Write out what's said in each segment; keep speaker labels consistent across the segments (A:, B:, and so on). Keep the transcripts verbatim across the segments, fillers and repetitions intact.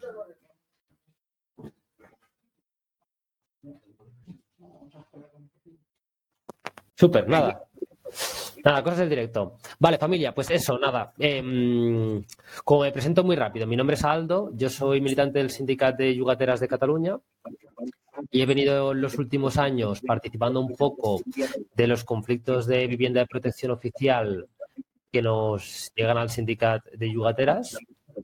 A: Súper, nada. Nada, cosas del directo. Vale, familia, pues eso, nada. Eh, como me presento muy rápido, mi nombre es Aldo, yo soy militante del Sindicat de Yugateras de Cataluña y he venido en los últimos años participando un poco de los conflictos de vivienda de protección oficial que nos llegan al Sindicat de Yugateras.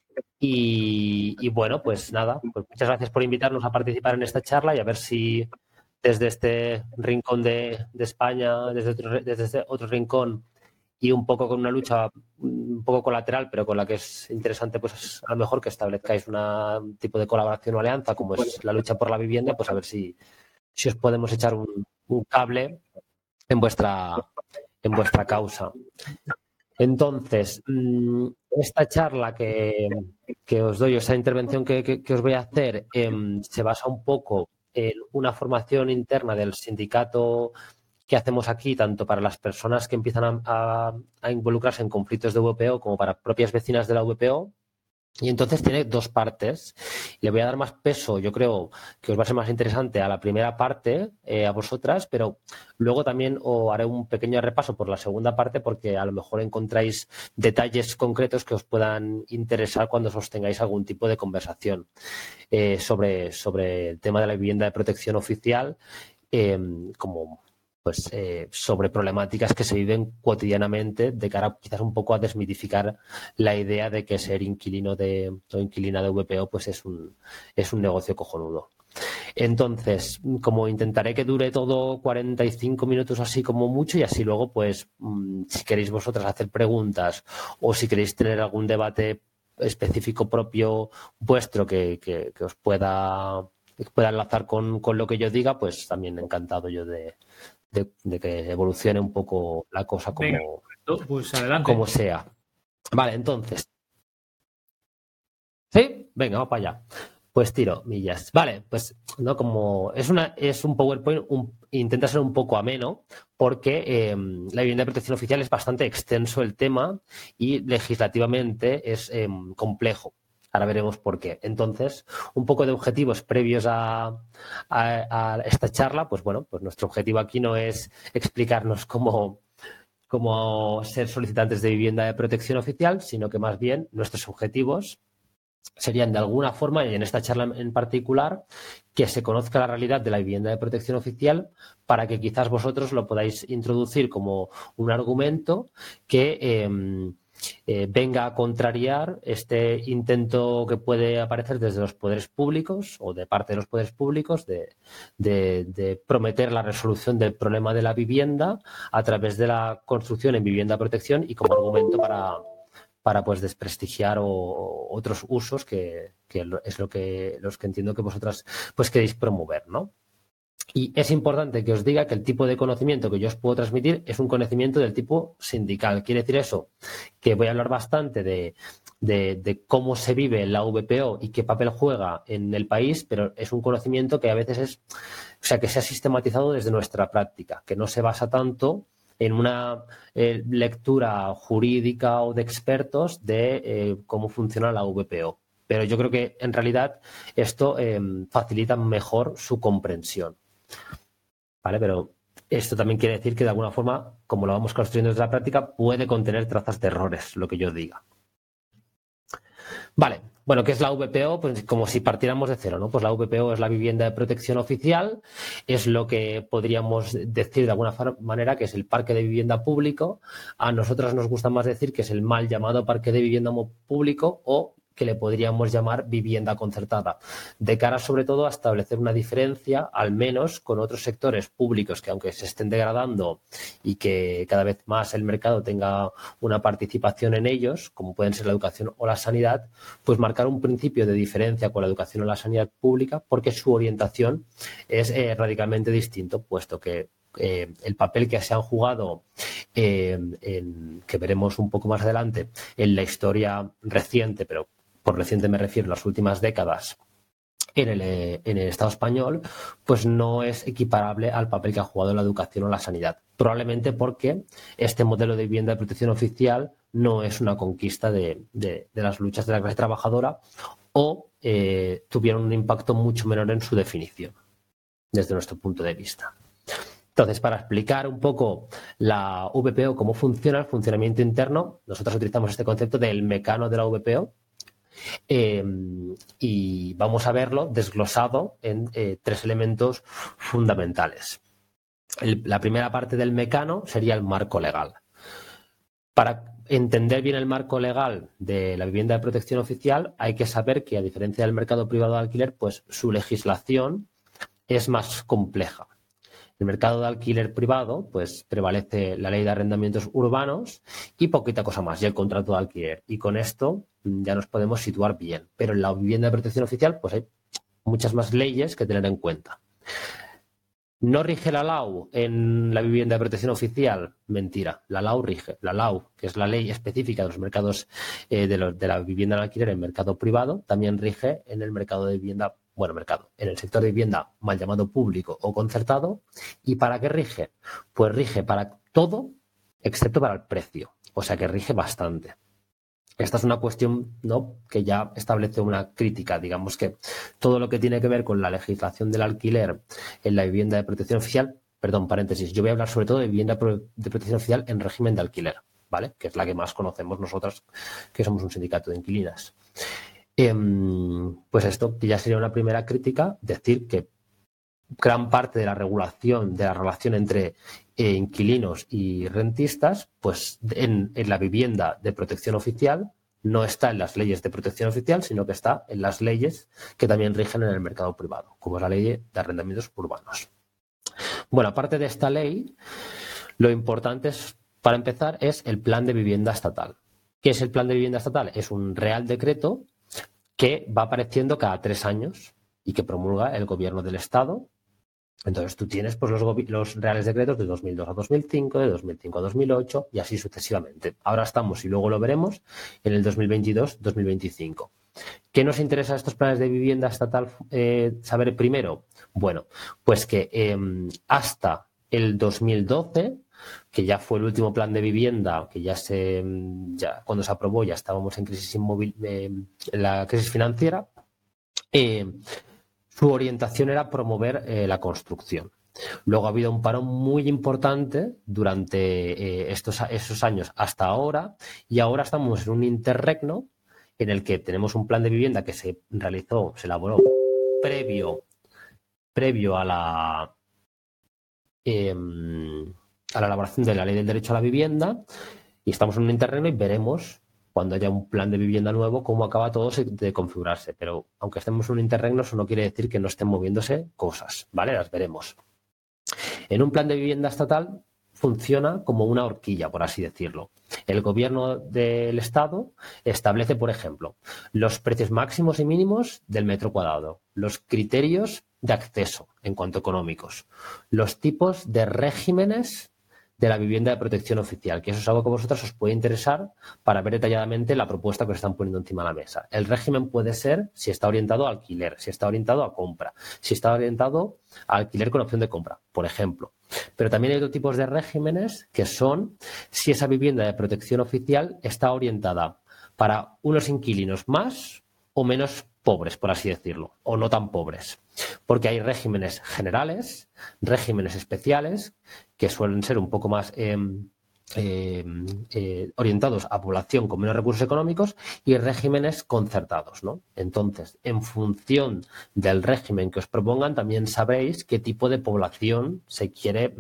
A: Y, y bueno, pues nada, pues muchas gracias por invitarnos a participar en esta charla y a ver si desde este rincón de, de España, desde otro, desde este otro rincón y un poco con una lucha un poco colateral, pero con la que es interesante, pues a lo mejor que establezcáis una, un tipo de colaboración o alianza, como es la lucha por la vivienda, pues a ver si, si os podemos echar un, un cable en vuestra, en vuestra causa. Entonces, esta charla que, que os doy, esta intervención que, que, que os voy a hacer, eh, se basa un poco en una formación interna del sindicato que hacemos aquí, tanto para las personas que empiezan a, a, a involucrarse en conflictos de V P O como para propias vecinas de la V P O. Y entonces tiene dos partes. Le voy a dar más peso, yo creo que os va a ser más interesante a la primera parte, eh, a vosotras, pero luego también os haré un pequeño repaso por la segunda parte porque a lo mejor encontráis detalles concretos que os puedan interesar cuando sostengáis algún tipo de conversación eh, sobre, sobre el tema de la vivienda de protección oficial, eh, como pues eh, sobre problemáticas que se viven cotidianamente de cara quizás un poco a desmitificar la idea de que ser inquilino de, o inquilina de V P O pues es un, es un negocio cojonudo. Entonces, como intentaré que dure todo cuarenta y cinco minutos así como mucho y así luego pues si queréis vosotras hacer preguntas o si queréis tener algún debate específico propio vuestro que, que, que os pueda, que pueda enlazar con, con lo que yo diga, pues también encantado yo de De, de que evolucione un poco la cosa como,
B: Venga, pues adelante.
A: como sea. Vale, entonces. ¿Sí? Venga, vamos para allá. Pues tiro millas. Vale, pues no como es una es un PowerPoint, un, intenta ser un poco ameno porque eh, la vivienda de protección oficial es bastante extenso el tema y legislativamente es eh, complejo. Ahora veremos por qué. Entonces, un poco de objetivos previos a, a, a esta charla, pues bueno, pues nuestro objetivo aquí no es explicarnos cómo, cómo ser solicitantes de vivienda de protección oficial, sino que más bien nuestros objetivos serían de alguna forma, y en esta charla en particular, que se conozca la realidad de la vivienda de protección oficial para que quizás vosotros lo podáis introducir como un argumento que eh, eh, venga a contrariar este intento que puede aparecer desde los poderes públicos o de parte de los poderes públicos de, de, de prometer la resolución del problema de la vivienda a través de la construcción en vivienda de protección y como argumento para para pues desprestigiar o, o otros usos que, que es lo que los que entiendo que vosotras pues queréis promover, ¿no? Y es importante que os diga que el tipo de conocimiento que yo os puedo transmitir es un conocimiento del tipo sindical. Quiere decir eso, que voy a hablar bastante de, de, de cómo se vive la V P O y qué papel juega en el país, pero es un conocimiento que a veces es, o sea, que se ha sistematizado desde nuestra práctica, que no se basa tanto en una eh, lectura jurídica o de expertos de eh, cómo funciona la V P O. Pero yo creo que en realidad esto eh, facilita mejor su comprensión. ¿Vale? Pero esto también quiere decir que de alguna forma, como lo vamos construyendo desde la práctica, puede contener trazas de errores, lo que yo diga. Vale, bueno, ¿qué es la V P O? Pues como si partiéramos de cero, ¿no? Pues la V P O es la vivienda de protección oficial, es lo que podríamos decir de alguna manera que es el parque de vivienda público. A nosotros nos gusta más decir que es el mal llamado parque de vivienda público o que le podríamos llamar vivienda concertada, de cara sobre todo a establecer una diferencia, al menos con otros sectores públicos que aunque se estén degradando y que cada vez más el mercado tenga una participación en ellos, como pueden ser la educación o la sanidad, pues marcar un principio de diferencia con la educación o la sanidad pública porque su orientación es eh, radicalmente distinto, puesto que Eh, el papel que se han jugado, eh, en, que veremos un poco más adelante, en la historia reciente, pero por reciente me refiero a las últimas décadas, en el, en el Estado español, pues no es equiparable al papel que ha jugado la educación o la sanidad. Probablemente porque este modelo de vivienda de protección oficial no es una conquista de, de, de las luchas de la clase trabajadora o eh, tuvieron un impacto mucho menor en su definición, desde nuestro punto de vista. Entonces, para explicar un poco la V P O, cómo funciona el funcionamiento interno, nosotros utilizamos este concepto del mecano de la V P O eh, y vamos a verlo desglosado en eh, tres elementos fundamentales. El, la primera parte del mecano sería el marco legal. Para entender bien el marco legal de la vivienda de protección oficial, hay que saber que, a diferencia del mercado privado de alquiler, pues su legislación es más compleja. En el mercado de alquiler privado, pues prevalece la ley de arrendamientos urbanos y poquita cosa más, y el contrato de alquiler. Y con esto ya nos podemos situar bien. Pero en la vivienda de protección oficial, pues hay muchas más leyes que tener en cuenta. ¿No rige la L A U en la vivienda de protección oficial? Mentira, la L A U rige. La L A U, que es la ley específica de los mercados eh, de, los, de la vivienda de alquiler en mercado privado, también rige en el mercado de vivienda, bueno, mercado, en el sector de vivienda mal llamado público o concertado. ¿Y para qué rige? Pues rige para todo excepto para el precio, o sea que rige bastante. Esta es una cuestión, ¿no?, que ya establece una crítica. Digamos que todo lo que tiene que ver con la legislación del alquiler en la vivienda de protección oficial, perdón, paréntesis, yo voy a hablar sobre todo de vivienda de protección oficial en régimen de alquiler, ¿vale?, que es la que más conocemos nosotras, que somos un sindicato de inquilinas. Eh, pues esto ya sería una primera crítica, decir que gran parte de la regulación de la relación entre eh, inquilinos y rentistas, pues en, en la vivienda de protección oficial no está en las leyes de protección oficial, sino que está en las leyes que también rigen en el mercado privado, como es la ley de arrendamientos urbanos. Bueno, aparte de esta ley, lo importante es, para empezar, es el plan de vivienda estatal. ¿Qué es el plan de vivienda estatal? Es un real decreto que va apareciendo cada tres años y que promulga el gobierno del Estado. Entonces tú tienes pues, los, los reales decretos de dos mil dos a dos mil cinco, de dos mil cinco a dos mil ocho y así sucesivamente. Ahora estamos, y luego lo veremos, en el dos mil veintidós a dos mil veinticinco. ¿Qué nos interesa a estos planes de vivienda estatal eh, saber primero? Bueno, pues que eh, hasta el dos mil doce, que ya fue el último plan de vivienda, que ya se ya cuando se aprobó ya estábamos en crisis inmóvil, eh, en la crisis financiera, eh, su orientación era promover eh, la construcción. Luego ha habido un parón muy importante durante eh, estos, esos años hasta ahora, y ahora estamos en un interregno en el que tenemos un plan de vivienda que se realizó, se elaboró previo, previo a la eh, a la elaboración de la Ley del Derecho a la Vivienda, y estamos en un interregno y veremos cuando haya un plan de vivienda nuevo, cómo acaba todo de configurarse. Pero aunque estemos en un interregno, eso no quiere decir que no estén moviéndose cosas, ¿vale? Las veremos. En un plan de vivienda estatal funciona como una horquilla, por así decirlo. El gobierno del Estado establece, por ejemplo, los precios máximos y mínimos del metro cuadrado, los criterios de acceso en cuanto económicos, los tipos de regímenes de la vivienda de protección oficial, que eso es algo que a vosotros os puede interesar para ver detalladamente la propuesta que os están poniendo encima de la mesa. El régimen puede ser si está orientado a alquiler, si está orientado a compra, si está orientado a alquiler con opción de compra, por ejemplo. Pero también hay otros tipos de regímenes que son si esa vivienda de protección oficial está orientada para unos inquilinos más o menos pobres, por así decirlo, o no tan pobres. Porque hay regímenes generales, regímenes especiales, que suelen ser un poco más eh, eh, eh, orientados a población con menos recursos económicos, y regímenes concertados, ¿no? Entonces, en función del régimen que os propongan, también sabréis qué tipo de población se quiere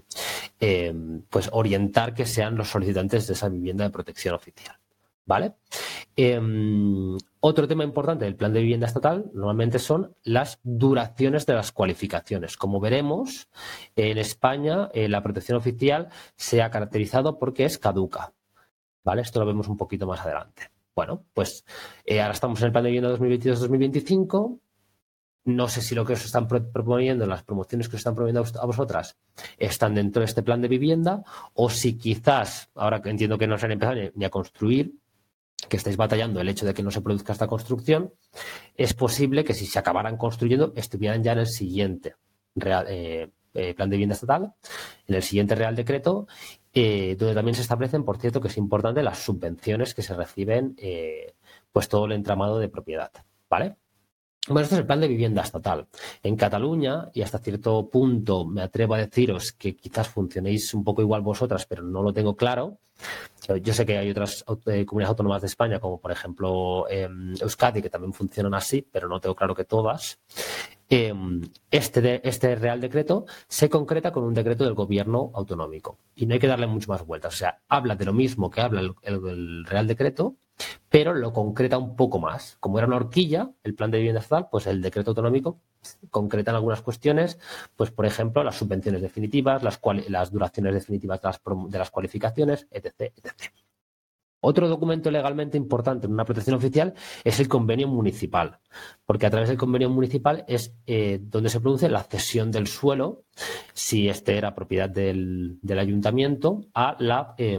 A: eh, pues orientar que sean los solicitantes de esa vivienda de protección oficial, ¿vale? Eh, otro tema importante del plan de vivienda estatal normalmente son las duraciones de las cualificaciones. Como veremos, en España eh, la protección oficial se ha caracterizado porque es caduca, ¿vale? Esto lo vemos un poquito más adelante. Bueno, pues eh, ahora estamos en el plan de vivienda dos mil veintidós a dos mil veinticinco. No sé si lo que os están proponiendo, las promociones que os están proponiendo a vosotras, están dentro de este plan de vivienda, o si quizás, ahora que entiendo que no se han empezado ni a construir, que estáis batallando el hecho de que no se produzca esta construcción, es posible que si se acabaran construyendo estuvieran ya en el siguiente real, eh, eh, plan de vivienda estatal, en el siguiente Real Decreto, eh, donde también se establecen, por cierto, que es importante, las subvenciones que se reciben, eh, pues todo el entramado de propiedad, ¿vale? Bueno, esto es el plan de vivienda estatal. En Cataluña, y hasta cierto punto me atrevo a deciros que quizás funcionéis un poco igual vosotras, pero no lo tengo claro. Yo sé que hay otras eh, comunidades autónomas de España, como por ejemplo eh, Euskadi, que también funcionan así, pero no tengo claro que todas. Eh, este, de, este Real Decreto se concreta con un decreto del gobierno autonómico y no hay que darle mucho más vueltas. O sea, habla de lo mismo que habla el, el, el Real Decreto, pero lo concreta un poco más. Como era una horquilla, el plan de vivienda estatal, pues el decreto autonómico concreta en algunas cuestiones, pues por ejemplo, las subvenciones definitivas, las, cual, las duraciones definitivas de las, de las cualificaciones, etcétera, etcétera. Otro documento legalmente importante en una protección oficial es el convenio municipal, porque a través del convenio municipal es eh, donde se produce la cesión del suelo, si este era propiedad del, del ayuntamiento, a la eh,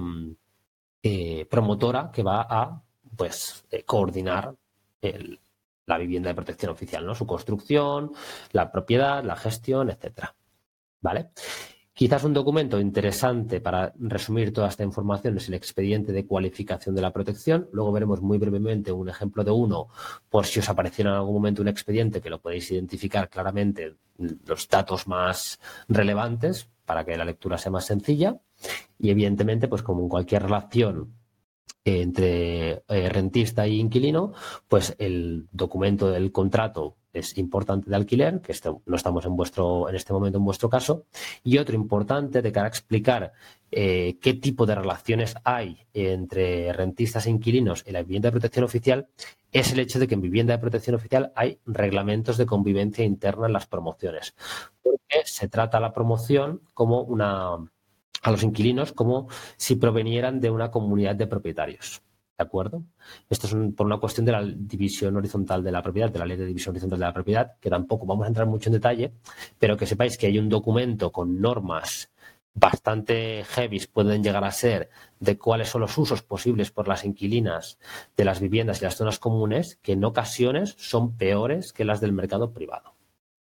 A: eh, promotora que va a pues, eh, coordinar el, la vivienda de protección oficial, ¿no? Su construcción, la propiedad, la gestión, etcétera. ¿Vale? Quizás un documento interesante para resumir toda esta información es el expediente de cualificación de la protección. Luego veremos muy brevemente un ejemplo de uno, por si os apareciera en algún momento un expediente que lo podéis identificar claramente los datos más relevantes para que la lectura sea más sencilla. Y evidentemente, pues como en cualquier relación entre eh, rentista e inquilino, pues el documento del contrato es importante de alquiler, que este, no estamos en vuestro, en este momento en vuestro caso, y otro importante de cara a explicar eh, qué tipo de relaciones hay entre rentistas e inquilinos en la vivienda de protección oficial, es el hecho de que en vivienda de protección oficial hay reglamentos de convivencia interna en las promociones, porque se trata la promoción como una a los inquilinos como si provenieran de una comunidad de propietarios. ¿De acuerdo? Esto es un, por una cuestión de la división horizontal de la propiedad, de la ley de división horizontal de la propiedad, que tampoco vamos a entrar mucho en detalle, pero que sepáis que hay un documento con normas bastante heavy, pueden llegar a ser, de cuáles son los usos posibles por las inquilinas de las viviendas y las zonas comunes, que en ocasiones son peores que las del mercado privado.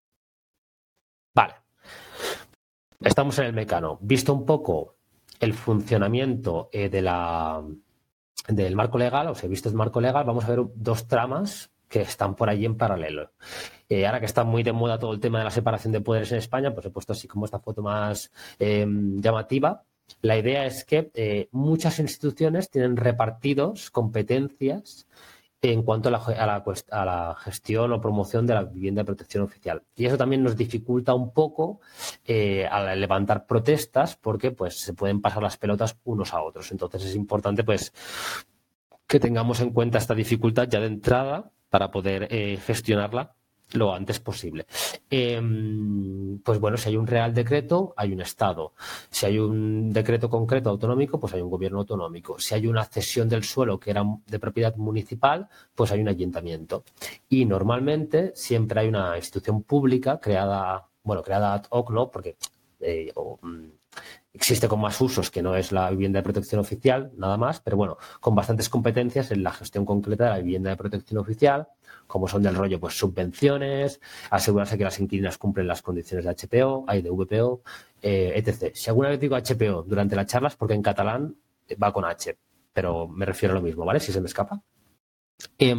A: Vale. Estamos en el mecano. Visto un poco el funcionamiento eh, de la, del marco legal, o sea, visto el marco legal, vamos a ver dos tramas que están por allí en paralelo. Eh, ahora que está muy de moda todo el tema de la separación de poderes en España, pues he puesto así como esta foto más eh, llamativa. La idea es que eh, muchas instituciones tienen repartidos competencias en cuanto a la, a, la, a la gestión o promoción de la vivienda de protección oficial. Y eso también nos dificulta un poco eh, al levantar protestas porque pues, se pueden pasar las pelotas unos a otros. Entonces es importante pues, que tengamos en cuenta esta dificultad ya de entrada para poder eh, gestionarla lo antes posible. Eh, pues bueno, si hay un Real Decreto, hay un Estado. Si hay un decreto concreto autonómico, pues hay un gobierno autonómico. Si hay una cesión del suelo que era de propiedad municipal, pues hay un ayuntamiento. Y normalmente siempre hay una institución pública creada, bueno, creada ad hoc, ¿no? Porque eh, o, existe con más usos que no es la vivienda de protección oficial, nada más, pero bueno, con bastantes competencias en la gestión concreta de la vivienda de protección oficial, como son del rollo, pues subvenciones, asegurarse que las inquilinas cumplen las condiciones de H P O, hay de V P O, eh, etcétera. Si alguna vez digo H P O durante las charlas, porque en catalán va con H, pero me refiero a lo mismo, ¿vale? Si se me escapa. Eh,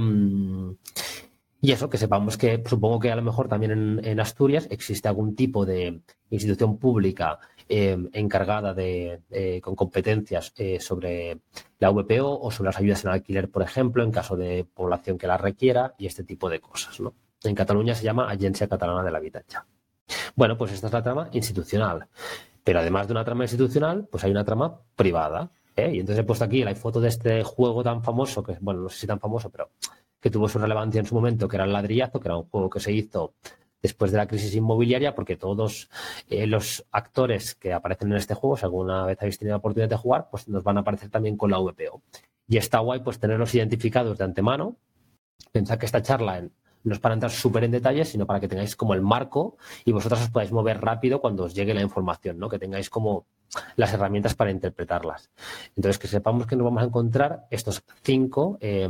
A: y eso, que sepamos que supongo que a lo mejor también en, en Asturias existe algún tipo de institución pública eh, encargada de, eh, con competencias eh, sobre la V P O o sobre las ayudas en alquiler, por ejemplo, en caso de población que las requiera y este tipo de cosas, ¿no? En Cataluña se llama Agencia Catalana del Habitatge. Bueno, pues esta es la trama institucional. Pero además de una trama institucional, pues hay una trama privada. ¿eh? Y entonces he puesto aquí la foto de este juego tan famoso, que bueno, no sé si tan famoso, pero que tuvo su relevancia en su momento, que era el Ladrillazo, que era un juego que se hizo después de la crisis inmobiliaria, porque todos eh, los actores que aparecen en este juego, si alguna vez habéis tenido la oportunidad de jugar, pues nos van a aparecer también con la V P O. Y está guay pues tenerlos identificados de antemano. Pensad que esta charla en, no es para entrar súper en detalle, sino para que tengáis como el marco y vosotras os podáis mover rápido cuando os llegue la información, ¿no? Que tengáis como las herramientas para interpretarlas. Entonces, que sepamos que nos vamos a encontrar estos cinco eh,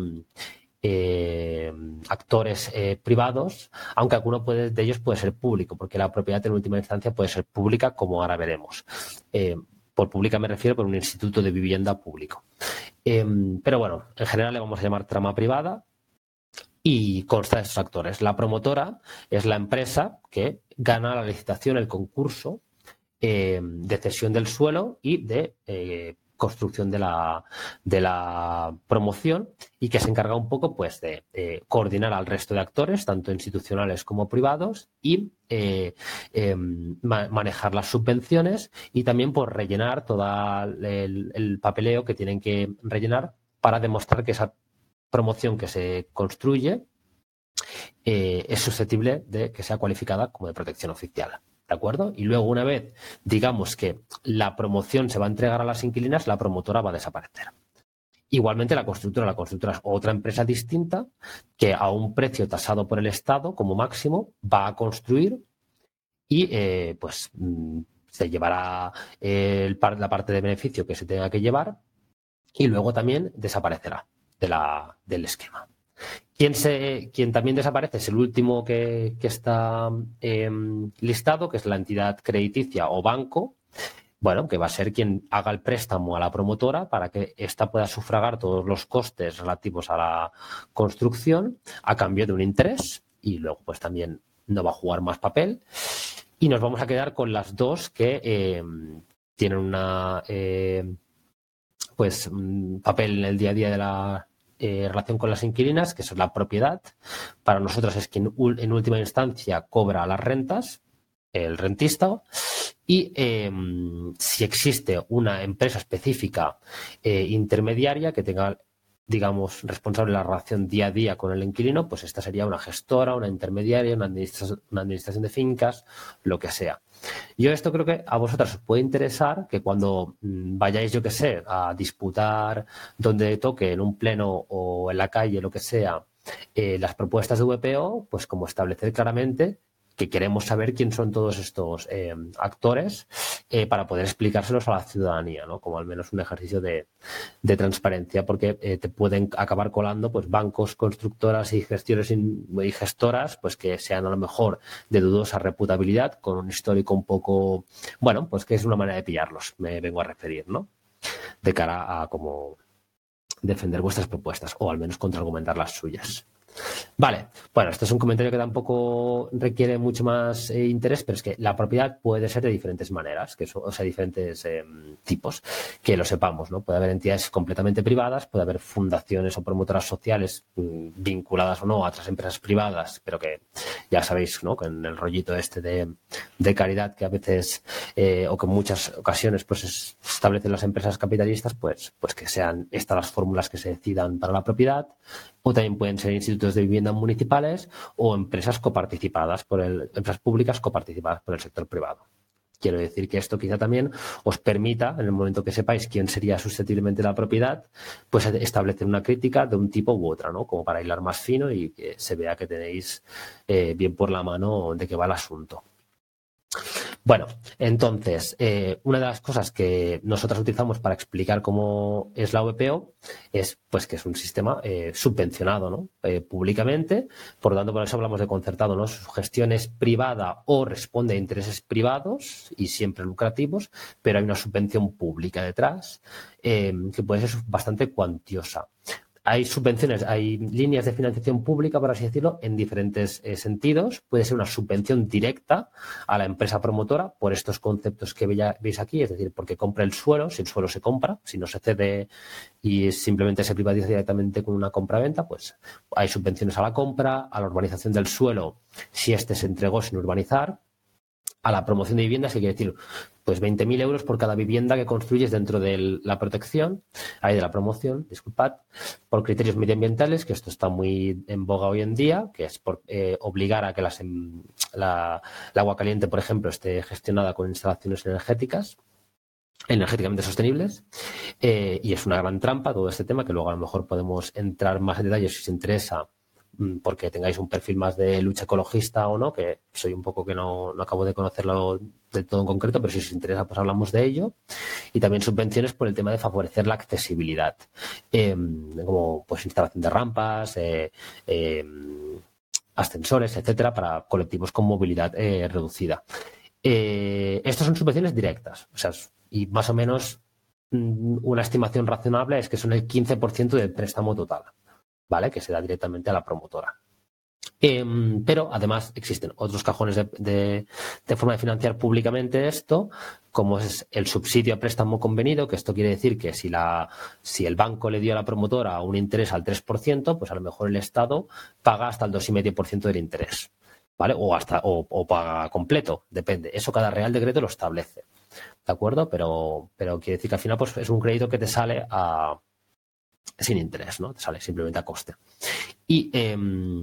A: eh, actores eh, privados, aunque alguno puede, de ellos puede ser público, porque la propiedad en última instancia puede ser pública, como ahora veremos. Eh, por pública me refiero por un instituto de vivienda público. Eh, pero bueno, en general le vamos a llamar trama privada. y consta de estos actores. La promotora es la empresa que gana la licitación, el concurso eh, de cesión del suelo y de eh, construcción de la, de la promoción, y que se encarga un poco pues de eh, coordinar al resto de actores, tanto institucionales como privados, y eh, eh, ma manejar las subvenciones y también por rellenar todo el, el papeleo que tienen que rellenar para demostrar que esa promoción que se construye eh, es susceptible de que sea cualificada como de protección oficial. ¿De acuerdo? Y luego, una vez digamos que la promoción se va a entregar a las inquilinas, la promotora va a desaparecer. Igualmente la constructora, la constructora es otra empresa distinta que a un precio tasado por el Estado como máximo va a construir y eh, pues se llevará el, la parte de beneficio que se tenga que llevar y luego también desaparecerá de la, del esquema. Quien, se, quien también desaparece es el último que, que está eh, listado, que es la entidad crediticia o banco, bueno, que va a ser quien haga el préstamo a la promotora para que ésta pueda sufragar todos los costes relativos a la construcción a cambio de un interés, y luego pues también no va a jugar más papel. Y nos vamos a quedar con las dos que eh, tienen una eh, pues un papel en el día a día de la Eh, relación con las inquilinas, que es la propiedad. Para nosotros es quien en última instancia cobra las rentas, el rentista, y eh, si existe una empresa específica eh, intermediaria que tenga, digamos, responsable de la relación día a día con el inquilino, pues esta sería una gestora, una intermediaria, una administración, una administración de fincas, lo que sea. Yo esto creo que a vosotras os puede interesar, que cuando vayáis, yo que sé, a disputar donde toque, en un pleno o en la calle, lo que sea, eh, las propuestas de V P O, pues como establecer claramente que queremos saber quién son todos estos eh, actores eh, para poder explicárselos a la ciudadanía, ¿no? Como al menos un ejercicio de, de transparencia, porque eh, te pueden acabar colando pues bancos, constructoras y gestores y gestoras pues que sean a lo mejor de dudosa reputabilidad, con un histórico un poco, bueno, pues que es una manera de pillarlos, me vengo a referir, ¿no? De cara a como defender vuestras propuestas o al menos contraargumentar las suyas. Vale, bueno, esto es un comentario que tampoco requiere mucho más eh, interés, pero es que la propiedad puede ser de diferentes maneras, que son, o sea, diferentes eh, tipos, que lo sepamos, ¿no? Puede haber entidades completamente privadas, puede haber fundaciones o promotoras sociales mmm, vinculadas o no a otras empresas privadas, pero que ya sabéis, ¿no? Con el rollito este de, de caridad que a veces, eh, o que en muchas ocasiones pues es, establecen las empresas capitalistas, pues, pues que sean estas las fórmulas que se decidan para la propiedad. O también pueden ser institutos de vivienda municipales o empresas coparticipadas por el, empresas públicas coparticipadas por el sector privado. Quiero decir que esto quizá también os permita, en el momento que sepáis quién sería susceptiblemente la propiedad, pues establecer una crítica de un tipo u otra, ¿no? Como para hilar más fino y que se vea que tenéis eh, bien por la mano de qué va el asunto. Bueno, entonces, eh, una de las cosas que nosotros utilizamos para explicar cómo es la V P O es pues que es un sistema eh, subvencionado, ¿no? Eh, públicamente, por lo tanto, por eso hablamos de concertado, ¿no? Su gestión es privada o responde a intereses privados y siempre lucrativos, pero hay una subvención pública detrás eh, que puede ser bastante cuantiosa. Hay subvenciones, hay líneas de financiación pública, por así decirlo, en diferentes eh, sentidos. Puede ser una subvención directa a la empresa promotora por estos conceptos que veis aquí, es decir, porque compra el suelo, si el suelo se compra, si no se cede y simplemente se privatiza directamente con una compraventa, pues hay subvenciones a la compra, a la urbanización del suelo, si éste se entregó sin urbanizar, a la promoción de viviendas, que quiere decir pues veinte mil euros por cada vivienda que construyes dentro de la protección, ahí de la promoción, disculpad, por criterios medioambientales, que esto está muy en boga hoy en día, que es por eh, obligar a que las, la, el agua caliente, por ejemplo, esté gestionada con instalaciones energéticas, energéticamente sostenibles, eh, y es una gran trampa todo este tema, que luego a lo mejor podemos entrar más en detalle si os interesa, porque tengáis un perfil más de lucha ecologista o no, que soy un poco que no, no acabo de conocerlo del todo en concreto, pero si os interesa pues hablamos de ello. Y también subvenciones por el tema de favorecer la accesibilidad, eh, como pues instalación de rampas, eh, eh, ascensores, etcétera, para colectivos con movilidad eh, reducida. Eh, estas son subvenciones directas, o sea, y más o menos una estimación razonable es que son el quince por ciento del préstamo total. ¿vale? Que se da directamente a la promotora. Eh, pero además existen otros cajones de, de, de forma de financiar públicamente esto, como es el subsidio a préstamo convenido, que esto quiere decir que si, la, si el banco le dio a la promotora un interés al tres por ciento, pues a lo mejor el Estado paga hasta el dos coma cinco por ciento del interés, ¿vale? O, hasta, o, o paga completo, depende. Eso cada Real Decreto lo establece, ¿de acuerdo? Pero, pero quiere decir que al final pues, es un crédito que te sale a, sin interés, ¿no? Te sale simplemente a coste. Y eh,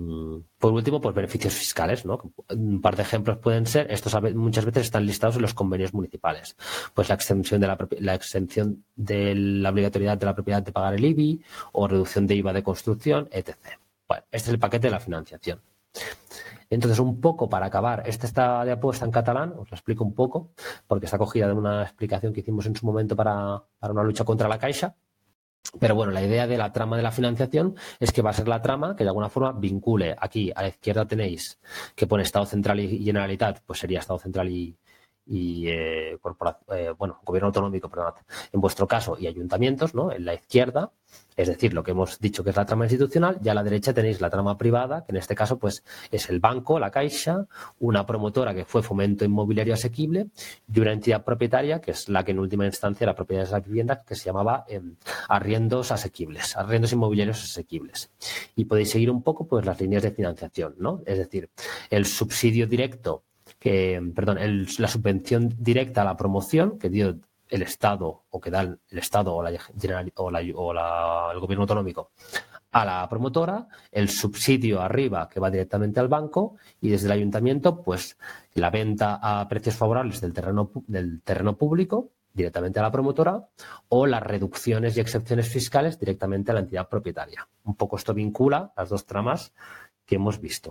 A: por último, pues beneficios fiscales, ¿no? Un par de ejemplos pueden ser, estos muchas veces están listados en los convenios municipales. Pues la exención de la, la exención de la obligatoriedad de la propiedad de pagar el I B I o reducción de I V A de construcción, etcétera. Bueno, este es el paquete de la financiación. Entonces, un poco para acabar, esta está de apuesta en catalán, os la explico un poco, porque está cogida de una explicación que hicimos en su momento para, para una lucha contra la Caixa. Pero bueno, la idea de la trama de la financiación es que va a ser la trama que de alguna forma vincule. Aquí a la izquierda tenéis que pone Estado Central y Generalitat, pues sería Estado Central y, y eh, eh, bueno, Gobierno Autonómico, perdón, en vuestro caso, y ayuntamientos, ¿no? En la izquierda, es decir, lo que hemos dicho que es la trama institucional, y a la derecha tenéis la trama privada, que en este caso pues es el banco, la Caixa, una promotora que fue Fomento Inmobiliario Asequible y una entidad propietaria que es la que en última instancia era propiedad de la vivienda, que se llamaba eh, Arriendos Asequibles, Arriendos Inmobiliarios Asequibles. Y podéis seguir un poco pues las líneas de financiación, ¿no? Es decir, el subsidio directo, que, perdón, el, la subvención directa a la promoción que dio el Estado o que da el, el Estado o, la, general, o, la, o la, el Gobierno Autonómico a la promotora, el subsidio arriba que va directamente al banco y desde el ayuntamiento pues la venta a precios favorables del terreno, del terreno público directamente a la promotora o las reducciones y excepciones fiscales directamente a la entidad propietaria. Un poco esto vincula las dos tramas que hemos visto.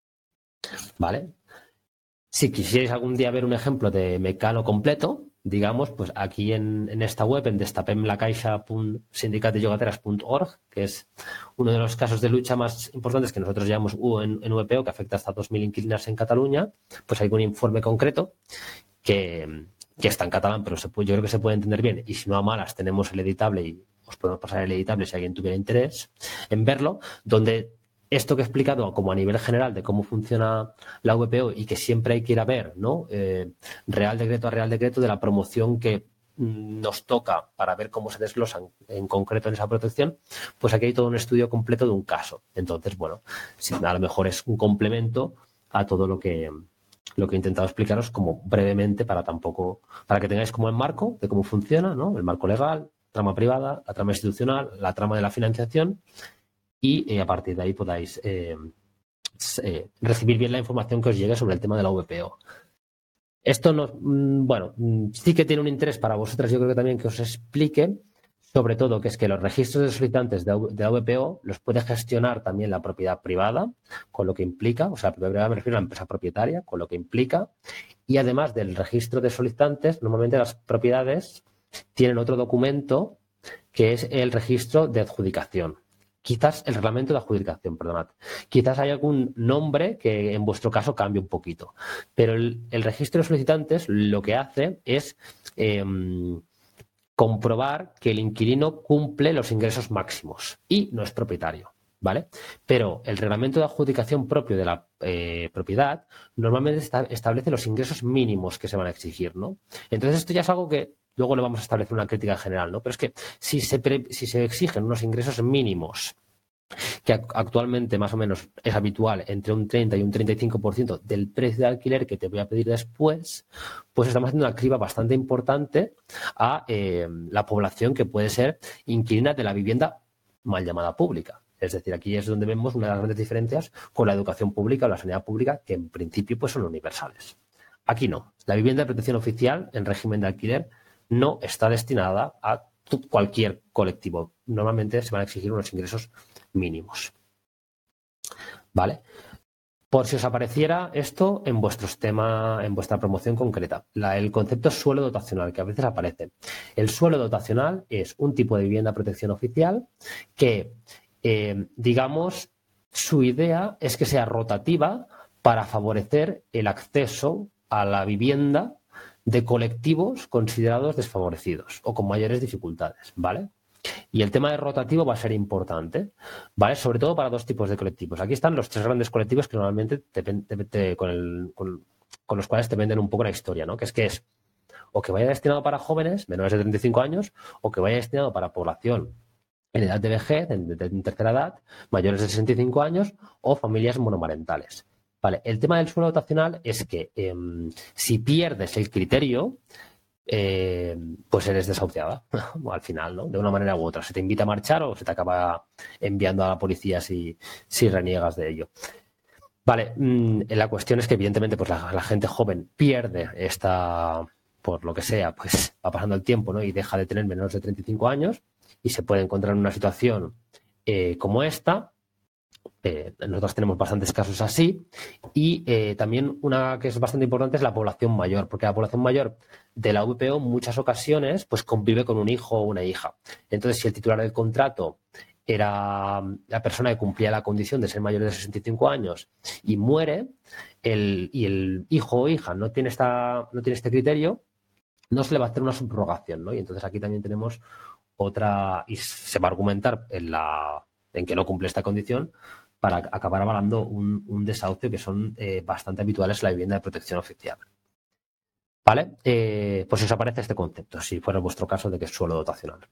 A: ¿Vale? Si quisierais algún día ver un ejemplo de mecano completo, digamos, pues aquí en, en esta web, en destapemlacaixa punto sindicat de llogateras punto org, que es uno de los casos de lucha más importantes que nosotros llamamos en, en V P O, que afecta hasta dos mil inquilinas en Cataluña, pues hay un informe concreto que, que está en catalán, pero se puede, yo creo que se puede entender bien. Y si no a malas, tenemos el editable y os podemos pasar el editable si alguien tuviera interés en verlo, donde esto que he explicado como a nivel general de cómo funciona la V P O y que siempre hay que ir a ver, ¿no? Eh, real decreto a real decreto de la promoción que nos toca para ver cómo se desglosan en concreto en esa protección, pues aquí hay todo un estudio completo de un caso. Entonces, bueno, si a lo mejor es un complemento a todo lo que, lo que he intentado explicaros como brevemente para tampoco, para que tengáis como el marco de cómo funciona, ¿no? El marco legal, trama privada, la trama institucional, la trama de la financiación. Y eh, a partir de ahí podáis eh, eh, recibir bien la información que os llegue sobre el tema de la V P O. Esto no, bueno, sí que tiene un interés para vosotras, yo creo que también que os explique, sobre todo que es que los registros de solicitantes de la V P O los puede gestionar también la propiedad privada, con lo que implica, o sea, la propiedad privada me refiero a la empresa propietaria, con lo que implica, y además del registro de solicitantes, normalmente las propiedades tienen otro documento que es el registro de adjudicación. Quizás el reglamento de adjudicación, perdonad. Quizás hay algún nombre que en vuestro caso cambie un poquito. Pero el, el registro de solicitantes lo que hace es eh, comprobar que el inquilino cumple los ingresos máximos y no es propietario, ¿vale? Pero el reglamento de adjudicación propio de la eh, propiedad normalmente está, establece los ingresos mínimos que se van a exigir, ¿no? Entonces esto ya es algo que luego le vamos a establecer una crítica general, ¿no? Pero es que si se, pre, si se exigen unos ingresos mínimos que actualmente más o menos es habitual entre un treinta y un treinta y cinco por ciento del precio de alquiler que te voy a pedir después, pues estamos haciendo una criba bastante importante a eh, la población que puede ser inquilina de la vivienda mal llamada pública. Es decir, aquí es donde vemos una de las grandes diferencias con la educación pública o la sanidad pública, que en principio pues son universales. Aquí no. La vivienda de protección oficial en régimen de alquiler no está destinada a cualquier colectivo. Normalmente se van a exigir unos ingresos mínimos. ¿Vale? Por si os apareciera esto en vuestros temas, en vuestra promoción concreta, la, el concepto suelo dotacional, que a veces aparece. El suelo dotacional es un tipo de vivienda de protección oficial que, eh, digamos, su idea es que sea rotativa para favorecer el acceso a la vivienda de colectivos considerados desfavorecidos o con mayores dificultades, ¿vale? Y el tema de rotativo va a ser importante, ¿vale? Sobre todo para dos tipos de colectivos. Aquí están los tres grandes colectivos que normalmente te, te, te, con, el, con, con los cuales te venden un poco la historia, ¿no? Que es que es o que vaya destinado para jóvenes menores de treinta y cinco años o que vaya destinado para población en edad de vejez, en, de, en tercera edad, mayores de sesenta y cinco años o familias monomarentales. Vale, el tema del suelo dotacional es que eh, si pierdes el criterio, eh, pues eres desahuciada al final, ¿no? De una manera u otra. Se te invita a marchar o se te acaba enviando a la policía si, si reniegas de ello. Vale, mmm, la cuestión es que evidentemente pues la, la gente joven pierde esta, por lo que sea, pues va pasando el tiempo, ¿no? Y deja de tener menos de treinta y cinco años y se puede encontrar en una situación eh, como esta. Eh, nosotros tenemos bastantes casos así y eh, también una que es bastante importante es la población mayor, porque la población mayor de la V P O en muchas ocasiones pues convive con un hijo o una hija. Entonces, si el titular del contrato era la persona que cumplía la condición de ser mayor de sesenta y cinco años y muere, el, y el hijo o hija no tiene, esta, no tiene este criterio, no se le va a hacer una subrogación, ¿no? Y entonces aquí también tenemos otra, y se va a argumentar en, la, en que no cumple esta condición para acabar avalando un, un desahucio que son eh, bastante habituales en la vivienda de protección oficial. ¿Vale? Eh, pues os aparece este concepto, si fuera vuestro caso de que es suelo dotacional.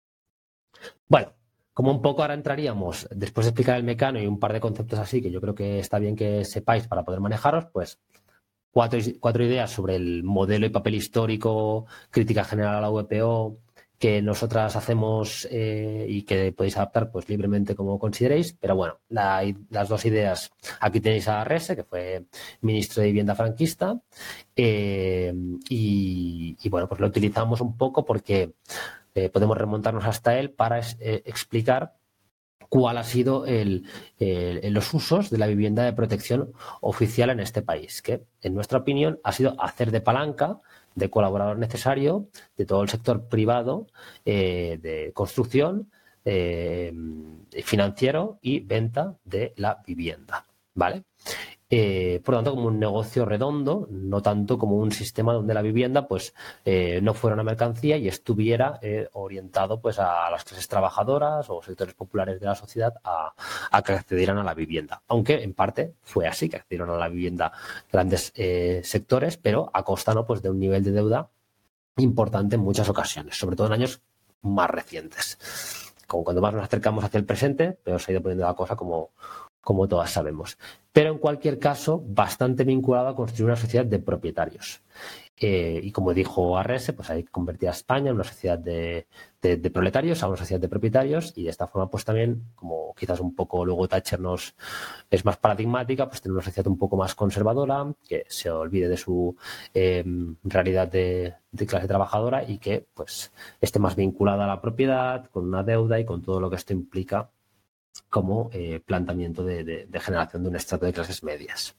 A: Bueno, como un poco ahora entraríamos, después de explicar el mecano y un par de conceptos así, que yo creo que está bien que sepáis para poder manejaros, pues cuatro, cuatro ideas sobre el modelo y papel histórico, crítica general a la V P O, que nosotras hacemos eh, y que podéis adaptar pues libremente como consideréis, pero bueno, la, las dos ideas, aquí tenéis a Arrese, que fue ministro de Vivienda franquista, eh, y, y bueno, pues lo utilizamos un poco porque eh, podemos remontarnos hasta él para eh, explicar cuál ha sido el, el, los usos de la vivienda de protección oficial en este país, que en nuestra opinión ha sido hacer de palanca, de colaborador necesario de todo el sector privado eh, de construcción, eh, financiero y venta de la vivienda, ¿vale? Eh, por lo tanto, como un negocio redondo, no tanto como un sistema donde la vivienda pues eh, no fuera una mercancía y estuviera eh, orientado pues a las clases trabajadoras o sectores populares de la sociedad a, a que accedieran a la vivienda. Aunque en parte fue así, que accedieron a la vivienda grandes eh, sectores, pero a costa, ¿no?, pues de un nivel de deuda importante en muchas ocasiones, sobre todo en años más recientes. Como cuando más nos acercamos hacia el presente, pero se ha ido poniendo la cosa como como todas sabemos. Pero en cualquier caso, bastante vinculado a construir una sociedad de propietarios. Eh, y como dijo Arrese, pues hay que convertir a España en una sociedad de, de, de proletarios a una sociedad de propietarios y de esta forma pues también, como quizás un poco luego Thatcher nos es más paradigmática, pues tener una sociedad un poco más conservadora, que se olvide de su eh, realidad de, de clase trabajadora y que pues esté más vinculada a la propiedad, con una deuda y con todo lo que esto implica como eh, planteamiento de, de, de generación de un estrato de clases medias.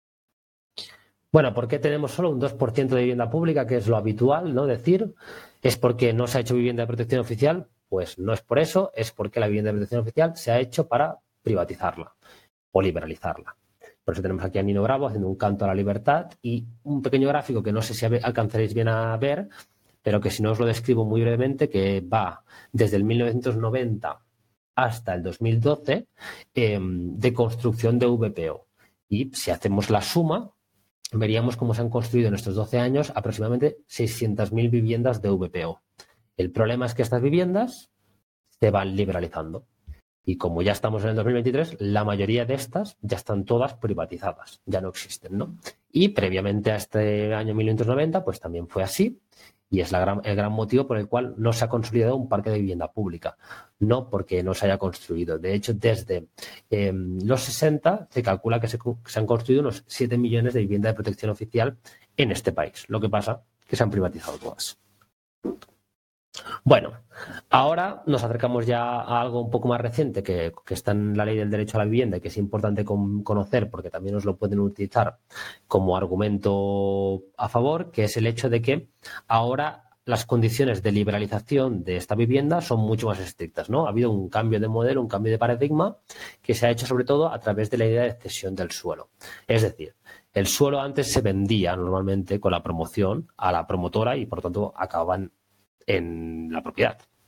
A: Bueno, ¿por qué tenemos solo un dos por ciento de vivienda pública, que es lo habitual, ¿no? Decir, ¿es porque no se ha hecho vivienda de protección oficial? Pues no es por eso, es porque la vivienda de protección oficial se ha hecho para privatizarla o liberalizarla. Por eso tenemos aquí a Nino Bravo haciendo un canto a la libertad y un pequeño gráfico que no sé si alcanzaréis bien a ver, pero que si no os lo describo muy brevemente, que va desde el mil novecientos noventa hasta el dos mil doce eh, de construcción de V P O. Y si hacemos la suma, veríamos cómo se han construido en estos doce años aproximadamente seiscientas mil viviendas de V P O. El problema es que estas viviendas se van liberalizando. Y como ya estamos en el dos mil veintitrés, la mayoría de estas ya están todas privatizadas, ya no existen, ¿no? Y previamente a este año mil novecientos noventa, pues también fue así. Y es la gran, el gran motivo por el cual no se ha consolidado un parque de vivienda pública. No porque no se haya construido. De hecho, desde eh, los sesenta se calcula que se, se han construido unos siete millones de viviendas de protección oficial en este país. Lo que pasa es que se han privatizado todas. Bueno, ahora nos acercamos ya a algo un poco más reciente que, que está en la Ley del Derecho a la Vivienda y que es importante con, conocer porque también nos lo pueden utilizar como argumento a favor, que es el hecho de que ahora las condiciones de liberalización de esta vivienda son mucho más estrictas, ¿no? Ha habido un cambio de modelo, un cambio de paradigma que se ha hecho sobre todo a través de la idea de cesión del suelo. Es decir, el suelo antes se vendía normalmente con la promoción a la promotora y por tanto acababan en la propiedad.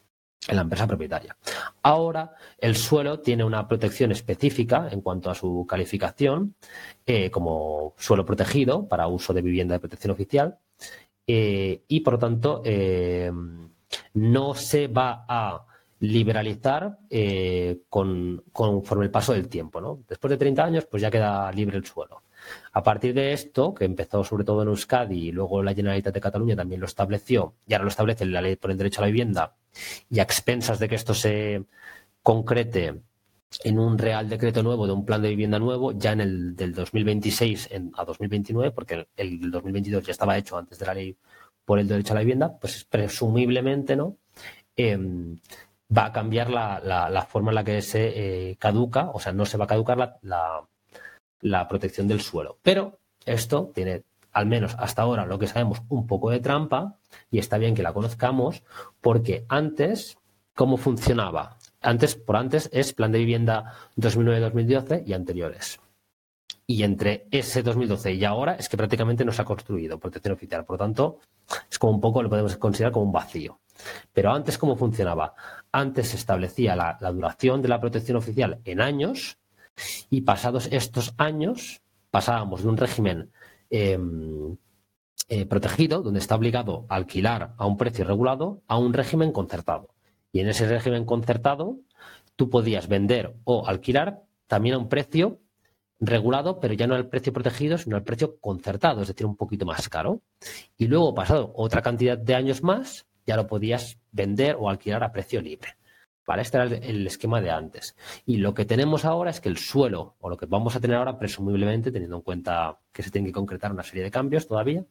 A: en la empresa propietaria. Ahora, el suelo tiene una protección específica en cuanto a su calificación eh, como suelo protegido para uso de vivienda de protección oficial eh, y, por lo tanto, eh, no se va a liberalizar eh, con, conforme el paso del tiempo, ¿no? Después de treinta años, pues ya queda libre el suelo. A partir de esto, que empezó sobre todo en Euskadi y luego la Generalitat de Cataluña también lo estableció, y ahora lo establece la Ley por el Derecho a la Vivienda, y a expensas de que esto se concrete en un Real Decreto nuevo de un plan de vivienda nuevo, ya en el del dos mil veintiséis en, a dos mil veintinueve, porque el, el dos mil veintidós ya estaba hecho antes de la Ley por el Derecho a la Vivienda, pues presumiblemente, ¿no? Eh, va a cambiar la, la, la forma en la que se eh, caduca, o sea, no se va a caducar la, la, la protección del suelo. Pero esto tiene, al menos hasta ahora, lo que sabemos, un poco de trampa, y está bien que la conozcamos, porque antes, ¿cómo funcionaba? Antes, por antes, es Plan de Vivienda dos mil nueve dos mil doce y anteriores. Y entre ese dos mil doce y ahora es que prácticamente no se ha construido protección oficial. Por lo tanto, es como un poco, lo podemos considerar como un vacío. Pero antes, ¿cómo funcionaba? Antes se establecía la, la duración de la protección oficial en años y pasados estos años pasábamos de un régimen eh, eh, protegido, donde está obligado a alquilar a un precio regulado, a un régimen concertado. Y en ese régimen concertado tú podías vender o alquilar también a un precio regulado, pero ya no al precio protegido, sino al precio concertado, es decir, un poquito más caro. Y luego, pasado otra cantidad de años más, ya lo podías vender o alquilar a precio libre. ¿Vale? Este era el esquema de antes. Y lo que tenemos ahora es que el suelo, o lo que vamos a tener ahora, presumiblemente, teniendo en cuenta que se tienen que concretar una serie de cambios todavía,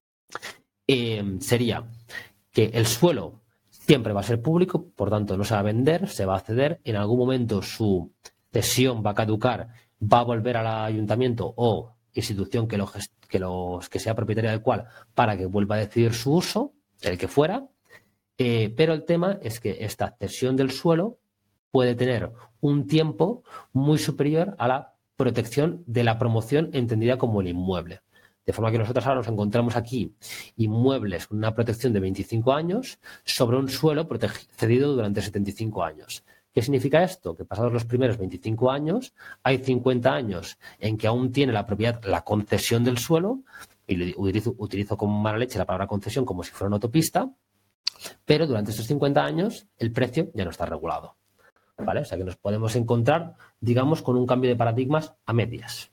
A: eh, sería que el suelo siempre va a ser público, por tanto no se va a vender, se va a ceder, en algún momento su cesión va a caducar, va a volver al ayuntamiento o institución que, lo que, los, que sea propietaria del cual para que vuelva a decidir su uso, el que fuera, eh, pero el tema es que esta cesión del suelo puede tener un tiempo muy superior a la protección de la promoción entendida como el inmueble. De forma que nosotros ahora nos encontramos aquí inmuebles con una protección de veinticinco años sobre un suelo cedido durante setenta y cinco años. ¿Qué significa esto? Que pasados los primeros veinticinco años, hay cincuenta años en que aún tiene la propiedad la concesión del suelo, y le utilizo, utilizo con mala leche la palabra concesión como si fuera una autopista, pero durante estos cincuenta años el precio ya no está regulado. ¿Vale? O sea que nos podemos encontrar, digamos, con un cambio de paradigmas a medias.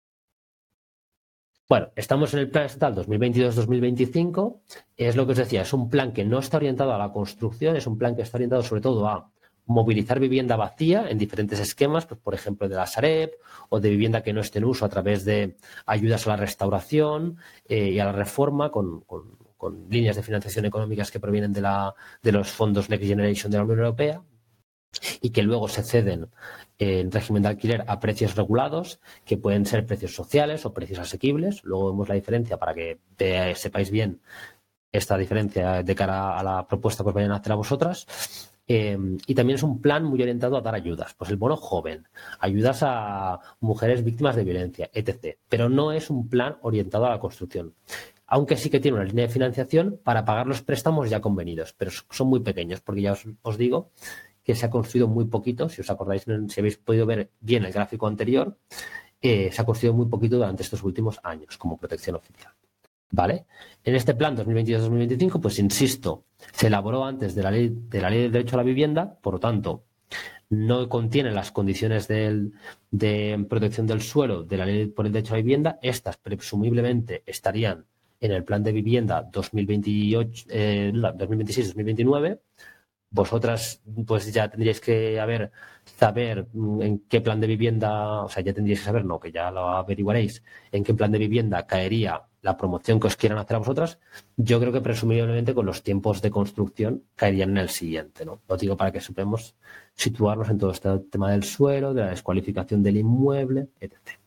A: Bueno, estamos en el plan estatal dos mil veintidós dos mil veinticinco, es lo que os decía, es un plan que no está orientado a la construcción, es un plan que está orientado sobre todo a movilizar vivienda vacía en diferentes esquemas, pues por ejemplo de la Sareb o de vivienda que no esté en uso a través de ayudas a la restauración eh, y a la reforma con, con, con líneas de financiación económicas que provienen de, la, de los fondos Next Generation de la Unión Europea y que luego se ceden en régimen de alquiler a precios regulados, que pueden ser precios sociales o precios asequibles. Luego vemos la diferencia para que te, sepáis bien esta diferencia de cara a la propuesta que os vayan a hacer a vosotras. Eh, y también es un plan muy orientado a dar ayudas. Pues el bono joven, ayudas a mujeres víctimas de violencia, etcétera. Pero no es un plan orientado a la construcción. Aunque sí que tiene una línea de financiación para pagar los préstamos ya convenidos, pero son muy pequeños, porque ya os, os digo que se ha construido muy poquito. Si os acordáis, si habéis podido ver bien el gráfico anterior, eh, se ha construido muy poquito durante estos últimos años como protección oficial. ¿Vale? En este plan dos mil veintidós dos mil veinticinco, pues insisto, se elaboró antes de la ley, de la ley del derecho a la vivienda, por lo tanto, no contiene las condiciones del, de protección del suelo de la ley por el derecho a la vivienda. Estas presumiblemente estarían en el plan de vivienda dos mil veintiocho, eh, dos mil veintiséis dos mil veintinueve. Vosotras pues ya tendríais que haber, saber en qué plan de vivienda, o sea, ya tendríais que saber, no, que ya lo averiguaréis, en qué plan de vivienda caería la promoción que os quieran hacer a vosotras. Yo creo que presumiblemente con los tiempos de construcción caerían en el siguiente, ¿no? Lo digo para que sepamos situarnos en todo este tema del suelo, de la descualificación del inmueble, etcétera.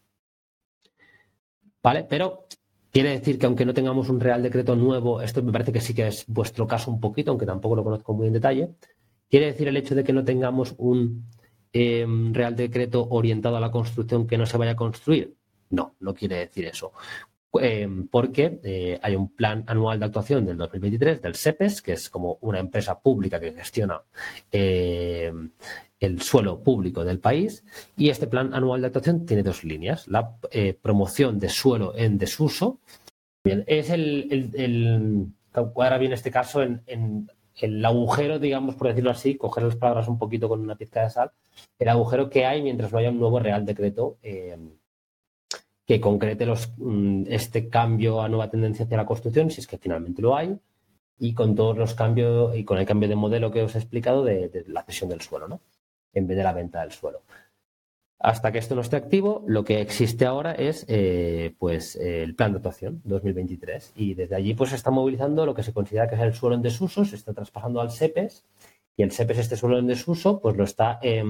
A: ¿Vale? Pero quiere decir que aunque no tengamos un Real Decreto nuevo, esto me parece que sí que es vuestro caso un poquito, aunque tampoco lo conozco muy en detalle, quiere decir el hecho de que no tengamos un eh, Real Decreto orientado a la construcción que no se vaya a construir. No, no quiere decir eso. eh, porque eh, hay un plan anual de actuación del dos mil veintitrés del SEPES, que es como una empresa pública que gestiona eh, el suelo público del país, y este plan anual de actuación tiene dos líneas: la eh, promoción de suelo en desuso. Bien, es el, el, el cuadra bien este caso en, en el agujero, digamos, por decirlo así, coger las palabras un poquito con una pizca de sal, el agujero que hay mientras no haya un nuevo Real Decreto eh, que concrete los, este cambio a nueva tendencia hacia la construcción, si es que finalmente lo hay, y con todos los cambios y con el cambio de modelo que os he explicado de, de la cesión del suelo, ¿no? En vez de la venta del suelo. Hasta que esto no esté activo, lo que existe ahora es eh, pues el plan de actuación dos mil veintitrés, y desde allí pues se está movilizando lo que se considera que es el suelo en desuso, se está traspasando al SEPES, y el SEPES, este suelo en desuso, pues lo está eh,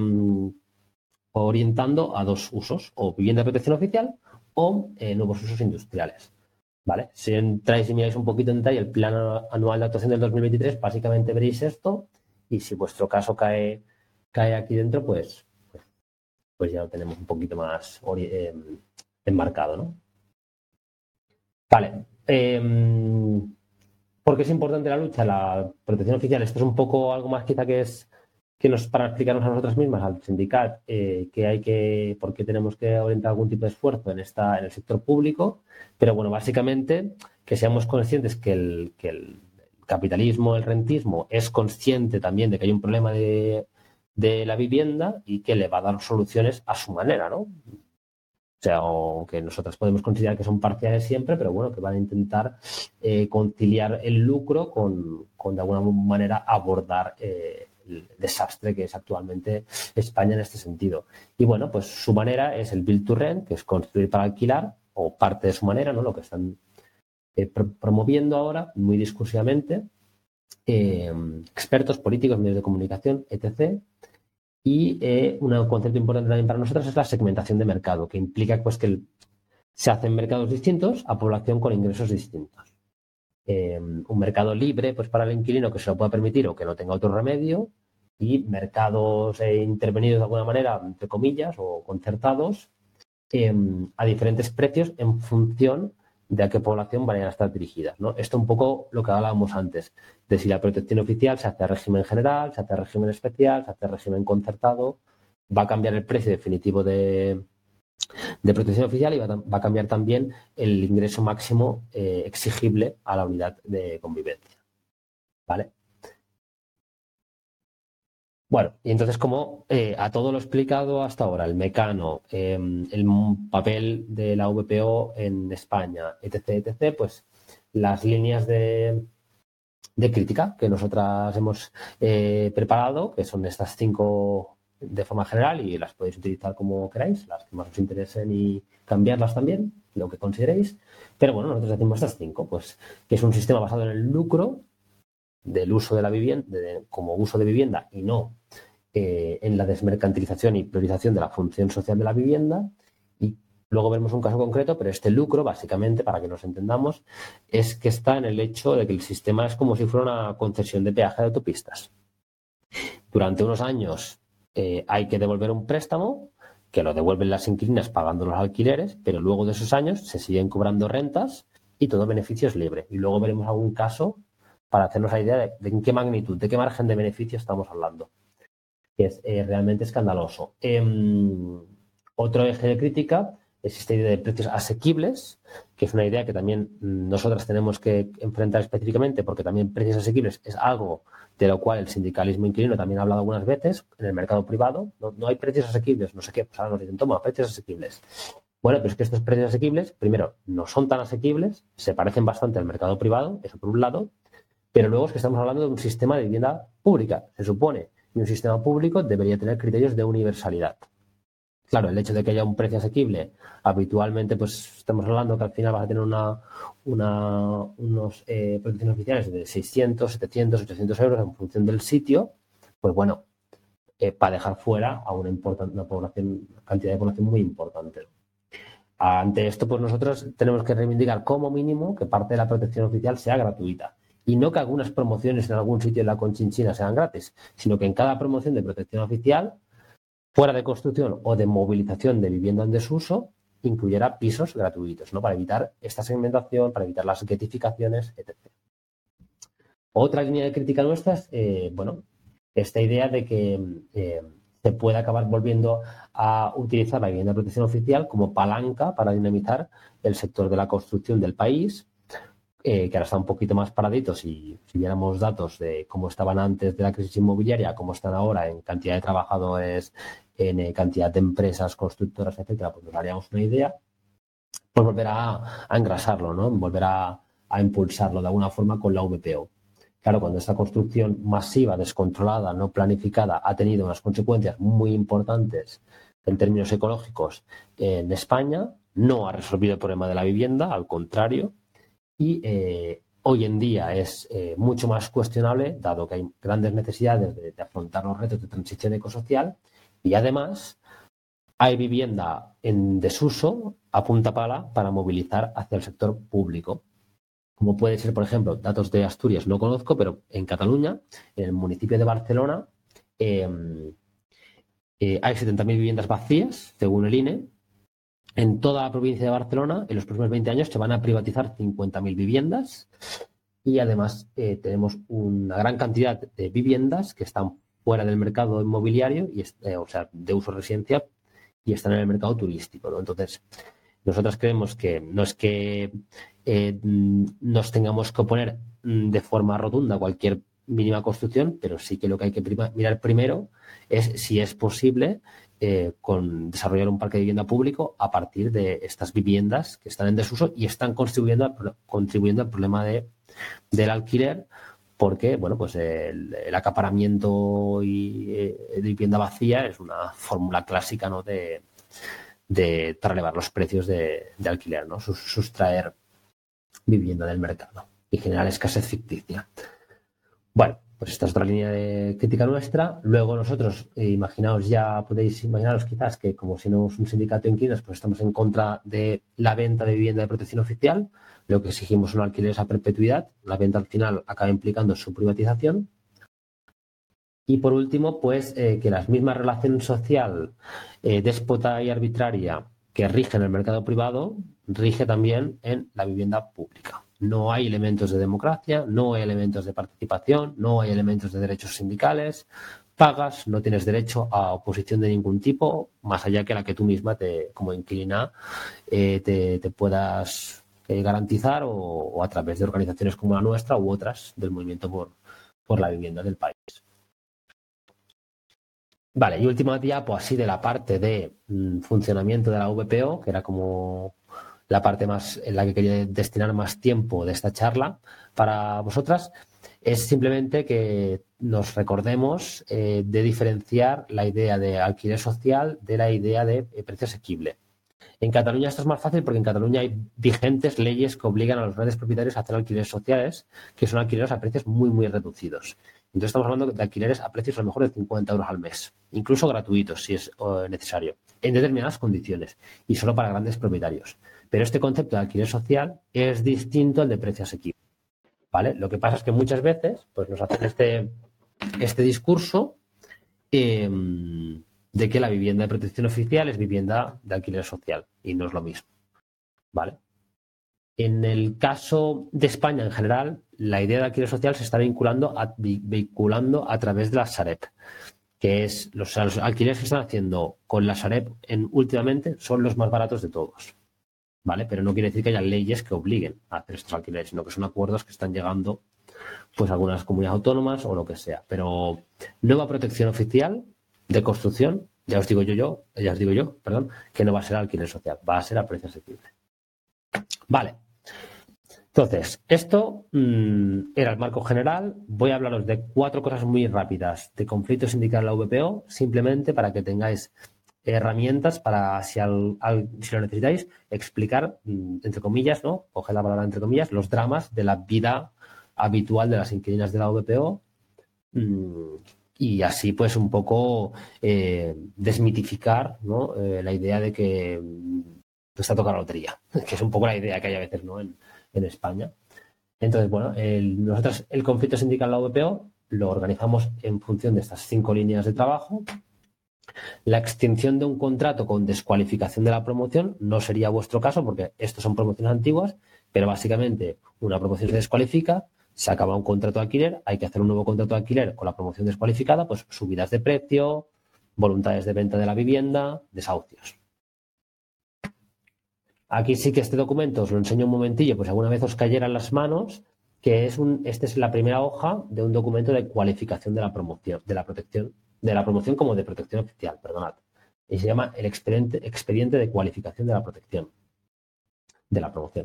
A: orientando a dos usos: o vivienda de protección oficial o eh, nuevos usos industriales. ¿Vale? Si entráis y miráis un poquito en detalle el plan anual de actuación del dos mil veintitrés, básicamente veréis esto, y si vuestro caso cae, cae aquí dentro, pues, pues, pues ya lo tenemos un poquito más eh, enmarcado, ¿no? Vale. Eh, ¿Por qué es importante la lucha? La protección oficial. Esto es un poco algo más quizá que es que nos para explicarnos a nosotras mismas, al sindicat, eh, que hay que, por qué tenemos que orientar algún tipo de esfuerzo en esta, en el sector público, pero bueno, básicamente que seamos conscientes que el, que el capitalismo, el rentismo, es consciente también de que hay un problema de, de la vivienda y que le va a dar soluciones a su manera, ¿no? O sea, aunque nosotras podemos considerar que son parciales siempre, pero bueno, que van a intentar eh, conciliar el lucro con, con de alguna manera abordar eh, el desastre que es actualmente España en este sentido. Y bueno, pues su manera es el build to rent, que es construir para alquilar, o parte de su manera, ¿no? Lo que están eh, pro promoviendo ahora muy discursivamente eh, expertos, políticos, medios de comunicación, etcétera. Y eh, un concepto importante también para nosotros es la segmentación de mercado, que implica pues que el, se hacen mercados distintos a población con ingresos distintos. Eh, un mercado libre pues para el inquilino que se lo pueda permitir o que no tenga otro remedio, y mercados eh, intervenidos de alguna manera, entre comillas, o concertados eh, a diferentes precios en función de a qué población vayan a estar dirigidas, ¿no? Esto un poco lo que hablábamos antes, de si la protección oficial se hace a régimen general, se hace a régimen especial, se hace a régimen concertado, va a cambiar el precio definitivo de, de protección oficial, y va, va a cambiar también el ingreso máximo eh, exigible a la unidad de convivencia, ¿vale? Bueno, y entonces como eh, a todo lo explicado hasta ahora, el mecano, eh, el papel de la V P O en España, etcétera, etcétera, pues las líneas de, de crítica que nosotras hemos eh, preparado, que son estas cinco de forma general, y las podéis utilizar como queráis, las que más os interesen, y cambiarlas también, lo que consideréis. Pero bueno, nosotros decimos estas cinco, pues que es un sistema basado en el lucro del uso de la vivienda, de, como uso de vivienda, y no eh, en la desmercantilización y priorización de la función social de la vivienda. Y luego veremos un caso concreto, pero este lucro, básicamente, para que nos entendamos, es que está en el hecho de que el sistema es como si fuera una concesión de peaje de autopistas. Durante unos años eh, hay que devolver un préstamo, que lo devuelven las inquilinas pagando los alquileres, pero luego de esos años se siguen cobrando rentas y todo beneficio es libre. Y luego veremos algún caso para hacernos la idea de, de en qué magnitud, de qué margen de beneficio estamos hablando, que es eh, realmente escandaloso. Eh, otro eje de crítica es esta idea de precios asequibles, que es una idea que también nosotras tenemos que enfrentar específicamente, porque también precios asequibles es algo de lo cual el sindicalismo inquilino también ha hablado algunas veces en el mercado privado. No, no hay precios asequibles, no sé qué, pues ahora nos dicen, toma, precios asequibles. Bueno, pero es que estos precios asequibles, primero, no son tan asequibles, se parecen bastante al mercado privado, eso por un lado, pero luego es que estamos hablando de un sistema de vivienda pública, se supone, y un sistema público debería tener criterios de universalidad. Claro, el hecho de que haya un precio asequible, habitualmente pues estamos hablando que al final vas a tener una, una, unos eh, protecciones oficiales de seiscientos, setecientos, ochocientos euros en función del sitio, pues bueno, eh, para dejar fuera a una, una población, cantidad de población muy importante. Ante esto, pues nosotros tenemos que reivindicar como mínimo que parte de la protección oficial sea gratuita. Y no que algunas promociones en algún sitio de la Conchinchina sean gratis, sino que en cada promoción de protección oficial, fuera de construcción o de movilización de vivienda en desuso, incluyera pisos gratuitos, ¿no? Para evitar esta segmentación, para evitar las getificaciones, etcétera. Otra línea de crítica nuestra es, eh, bueno, esta idea de que eh, se puede acabar volviendo a utilizar la vivienda de protección oficial como palanca para dinamizar el sector de la construcción del país, eh, que ahora está un poquito más paradito. Si, si viéramos datos de cómo estaban antes de la crisis inmobiliaria, cómo están ahora en cantidad de trabajadores, en eh, cantidad de empresas constructoras, etcétera, pues nos daríamos una idea. Pues volver a, a engrasarlo, ¿no? Volver a, a impulsarlo de alguna forma con la V P O. Claro, cuando esta construcción masiva, descontrolada, no planificada, ha tenido unas consecuencias muy importantes en términos ecológicos en España, no ha resolvido el problema de la vivienda, al contrario, y eh, hoy en día es eh, mucho más cuestionable, dado que hay grandes necesidades de, de afrontar los retos de transición ecosocial, y además hay vivienda en desuso a punta pala para movilizar hacia el sector público. Como puede ser, por ejemplo, datos de Asturias no conozco, pero en Cataluña, en el municipio de Barcelona, eh, eh, hay setenta mil viviendas vacías, según el I N E. En toda la provincia de Barcelona, en los próximos veinte años, se van a privatizar cincuenta mil viviendas y además eh, tenemos una gran cantidad de viviendas que están fuera del mercado inmobiliario, y eh, o sea, de uso residencial, y están en el mercado turístico, ¿no? Entonces, nosotros creemos que no es que eh, nos tengamos que oponer de forma rotunda a cualquier mínima construcción, pero sí que lo que hay que prima, mirar primero es si es posible eh, con desarrollar un parque de vivienda público a partir de estas viviendas que están en desuso y están contribuyendo, a, contribuyendo al problema de, del alquiler, porque bueno, pues el, el acaparamiento y eh, de vivienda vacía es una fórmula clásica, ¿no? de De, para elevar los precios de, de alquiler, ¿no? Sus, sustraer vivienda del mercado y generar escasez ficticia. Bueno, pues esta es otra línea de crítica nuestra. Luego nosotros, eh, imaginaos ya, podéis imaginaros quizás que como si no es un sindicato de inquilinos, pues estamos en contra de la venta de vivienda de protección oficial. Lo que exigimos son alquileres a perpetuidad. La venta al final acaba implicando su privatización. Y por último, pues eh, que la misma relación social eh, déspota y arbitraria que rige en el mercado privado, rige también en la vivienda pública. No hay elementos de democracia, no hay elementos de participación, no hay elementos de derechos sindicales. Pagas, no tienes derecho a oposición de ningún tipo, más allá que la que tú misma, te, como inquilina, eh, te, te puedas eh, garantizar o, o a través de organizaciones como la nuestra u otras del movimiento por, por la vivienda del país. Vale, y última diapo así de la parte de mm, funcionamiento de la V P O, que era como la parte más en la que quería destinar más tiempo de esta charla para vosotras, es simplemente que nos recordemos eh, de diferenciar la idea de alquiler social de la idea de eh, precio asequible. En Cataluña esto es más fácil porque en Cataluña hay vigentes leyes que obligan a los grandes propietarios a hacer alquileres sociales, que son alquileres a precios muy, muy reducidos. Entonces estamos hablando de alquileres a precios a lo mejor de cincuenta euros al mes, incluso gratuitos si es uh, necesario, en determinadas condiciones y solo para grandes propietarios. Pero este concepto de alquiler social es distinto al de precio asequible, ¿vale? Lo que pasa es que muchas veces pues, nos hacen este, este discurso eh, de que la vivienda de protección oficial es vivienda de alquiler social y no es lo mismo, ¿vale? En el caso de España en general, la idea de alquiler social se está vinculando a, vinculando a través de la Sareb, que es los, los alquileres que están haciendo con la Sareb en, últimamente son los más baratos de todos, ¿vale? Pero no quiere decir que haya leyes que obliguen a hacer estos alquileres, sino que son acuerdos que están llegando pues a algunas comunidades autónomas o lo que sea. Pero nueva protección oficial de construcción, ya os digo yo, yo, ya os digo yo, perdón, que no va a ser alquiler social, va a ser a precio asequible. Vale. Entonces, esto mmm, era el marco general. Voy a hablaros de cuatro cosas muy rápidas de conflicto sindical en la V P O, simplemente para que tengáis herramientas para, si, al, al, si lo necesitáis, explicar, entre comillas, ¿no? Coge la palabra entre comillas, los dramas de la vida habitual de las inquilinas de la V P O mmm, y así, pues, un poco eh, desmitificar, ¿no? eh, la idea de que está tocando la lotería, que es un poco la idea que hay a veces, ¿no? En, en España. Entonces, bueno, el, nosotros el conflicto sindical en la V P O lo organizamos en función de estas cinco líneas de trabajo. La extinción de un contrato con descualificación de la promoción no sería vuestro caso porque estos son promociones antiguas, pero básicamente una promoción se descualifica, se acaba un contrato de alquiler, hay que hacer un nuevo contrato de alquiler con la promoción descualificada, pues subidas de precio, voluntades de venta de la vivienda, desahucios. Aquí sí que este documento os lo enseño un momentillo, pues alguna vez os cayera en las manos, que es un, esta es la primera hoja de un documento de cualificación de la promoción, de la protección, de la promoción como de protección oficial, perdonad. Y se llama el expediente, expediente de cualificación de la protección, de la promoción.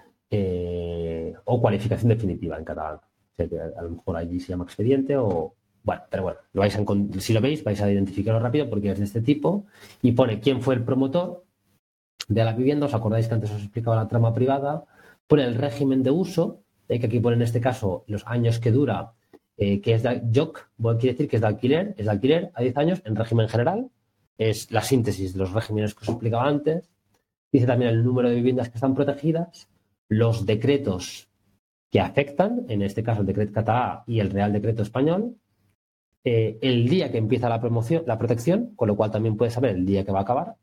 A: Eh, o cualificación definitiva en catalán. O sea, que a lo mejor allí se llama expediente o... Bueno, pero bueno, lo vais a, si lo veis vais a identificarlo rápido porque es de este tipo y pone quién fue el promotor de la vivienda. ¿Os acordáis que antes os explicaba la trama privada? Pone el régimen de uso, eh, que aquí pone en este caso los años que dura, eh, que es de J O C, quiere decir que es de alquiler, es de alquiler a diez años en régimen general, es la síntesis de los regímenes que os explicaba antes. Dice también el número de viviendas que están protegidas, los decretos que afectan, en este caso el decreto catalá y el Real Decreto español, eh, el día que empieza la promoción, la protección, con lo cual también puedes saber el día que va a acabar.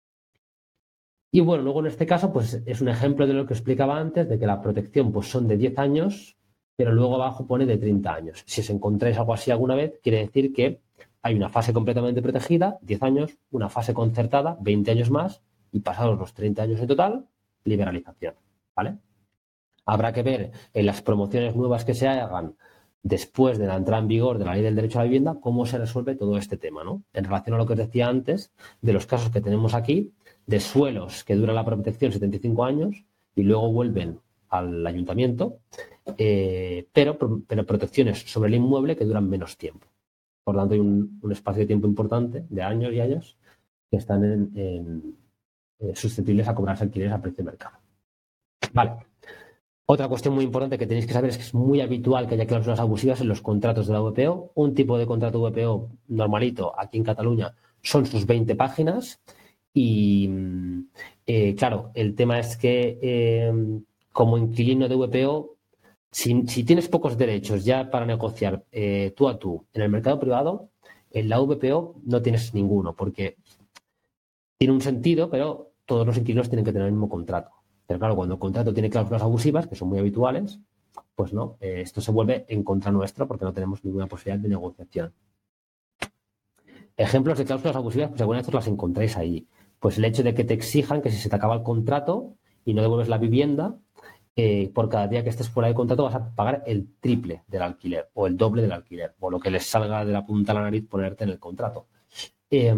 A: Y bueno, luego en este caso, pues es un ejemplo de lo que explicaba antes, de que la protección pues son de diez años, pero luego abajo pone de treinta años. Si os encontráis algo así alguna vez, quiere decir que hay una fase completamente protegida, diez años, una fase concertada, veinte años más, y pasados los treinta años en total, liberalización, ¿vale? Habrá que ver en las promociones nuevas que se hagan después de la entrada en vigor de la Ley del Derecho a la Vivienda, cómo se resuelve todo este tema, ¿no? En relación a lo que os decía antes, de los casos que tenemos aquí, de suelos que duran la protección setenta y cinco años y luego vuelven al ayuntamiento, eh, pero, pero protecciones sobre el inmueble que duran menos tiempo. Por lo tanto, hay un, un espacio de tiempo importante, de años y años, que están en, en, eh, susceptibles a cobrarse alquileres a precio de mercado. Vale. Otra cuestión muy importante que tenéis que saber es que es muy habitual que haya cláusulas abusivas en los contratos de la V P O. Un tipo de contrato V P O normalito aquí en Cataluña son sus veinte páginas y, eh, claro, el tema es que eh, como inquilino de V P O, si, si tienes pocos derechos ya para negociar eh, tú a tú en el mercado privado, en la V P O no tienes ninguno porque tiene un sentido, pero todos los inquilinos tienen que tener el mismo contrato. Pero claro, cuando el contrato tiene cláusulas abusivas, que son muy habituales, pues no, eh, esto se vuelve en contra nuestra porque no tenemos ninguna posibilidad de negociación. Ejemplos de cláusulas abusivas, pues algunas veces las encontráis ahí. Pues el hecho de que te exijan que si se te acaba el contrato y no devuelves la vivienda, eh, por cada día que estés fuera de contrato vas a pagar el triple del alquiler o el doble del alquiler, o lo que les salga de la punta a la nariz ponerte en el contrato. Eh,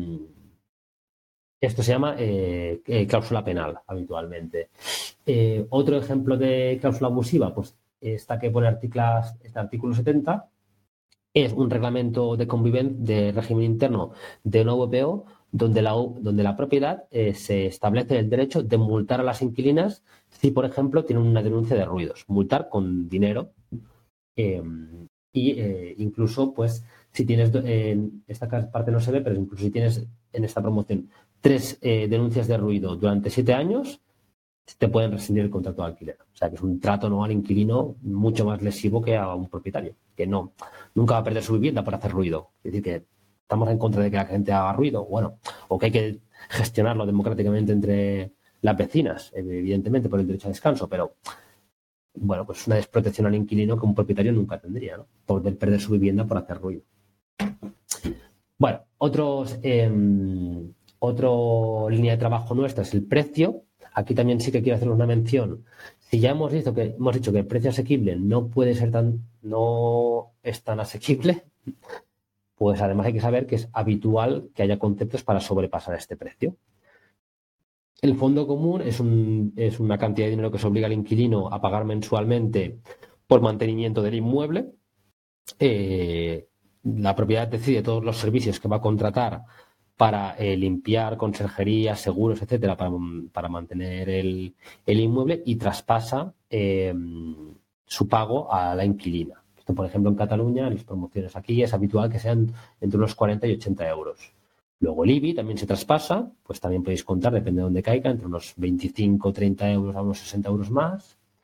A: Esto se llama eh, eh, cláusula penal habitualmente. Eh, otro ejemplo de cláusula abusiva, pues esta que pone artículos, este artículo setenta, es un reglamento de convivencia de régimen interno de una V P O donde la, donde la propiedad eh, se establece el derecho de multar a las inquilinas si, por ejemplo, tienen una denuncia de ruidos. Multar con dinero eh, y eh, incluso, pues, si tienes, eh, esta parte no se ve, pero incluso si tienes en esta promoción tres eh, denuncias de ruido durante siete años, te pueden rescindir el contrato de alquiler. O sea, que es un trato no al inquilino mucho más lesivo que a un propietario, que no, nunca va a perder su vivienda por hacer ruido. Es decir, que estamos en contra de que la gente haga ruido, bueno, o que hay que gestionarlo democráticamente entre las vecinas, evidentemente por el derecho a descanso, pero bueno, pues una desprotección al inquilino que un propietario nunca tendría, ¿no? Poder perder su vivienda por hacer ruido. Bueno, otros... Eh, Otra línea de trabajo nuestra es el precio. Aquí también sí que quiero hacer una mención. Si ya hemos dicho que hemos dicho que el precio asequible no puede ser tan, no es tan asequible, pues además hay que saber que es habitual que haya conceptos para sobrepasar este precio. El fondo común es, un, es una cantidad de dinero que se obliga al inquilino a pagar mensualmente por mantenimiento del inmueble. Eh, la propiedad decide todos los servicios que va a contratar para eh, limpiar, conserjería, seguros, etcétera, para, para mantener el, el inmueble y traspasa eh, su pago a la inquilina. Esto, por ejemplo, en Cataluña, en las promociones aquí es habitual que sean entre unos cuarenta y ochenta euros. Luego el I B I también se traspasa, pues también podéis contar, depende de dónde caiga, entre unos veinticinco, treinta euros a unos sesenta euros más.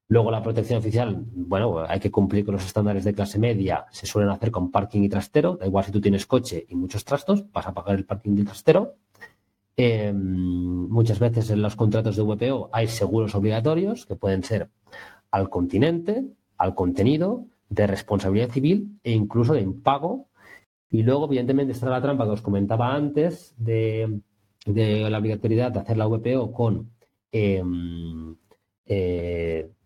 A: Luego la protección oficial, bueno, hay que cumplir con los estándares de clase media, se suelen hacer con parking y trastero, da igual si tú tienes coche y muchos trastos, vas a pagar el parking y trastero. Eh, muchas veces en los contratos de V P O hay seguros obligatorios que pueden ser al continente, al contenido, de responsabilidad civil e incluso de impago. Y luego, evidentemente, está la trampa que os comentaba antes de, de la obligatoriedad de hacer la V P O con eh, eh,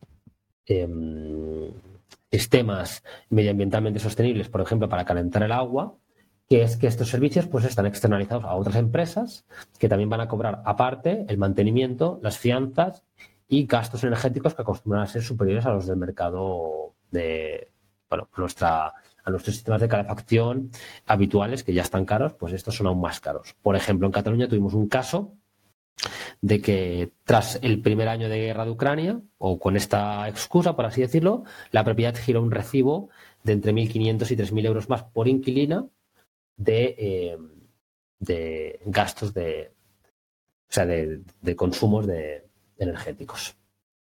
A: eh, sistemas medioambientalmente sostenibles, por ejemplo, para calentar el agua, que es que estos servicios pues están externalizados a otras empresas que también van a cobrar aparte el mantenimiento, las fianzas y gastos energéticos que acostumbran a ser superiores a los del mercado de, bueno, nuestra, a nuestros sistemas de calefacción habituales, que ya están caros, pues estos son aún más caros. Por ejemplo, en Cataluña tuvimos un caso de que tras el primer año de guerra de Ucrania, o con esta excusa, por así decirlo, la propiedad giró un recibo de entre mil quinientos y tres mil euros más por inquilina de, eh, de gastos de, o sea, de, de consumos de, de energéticos.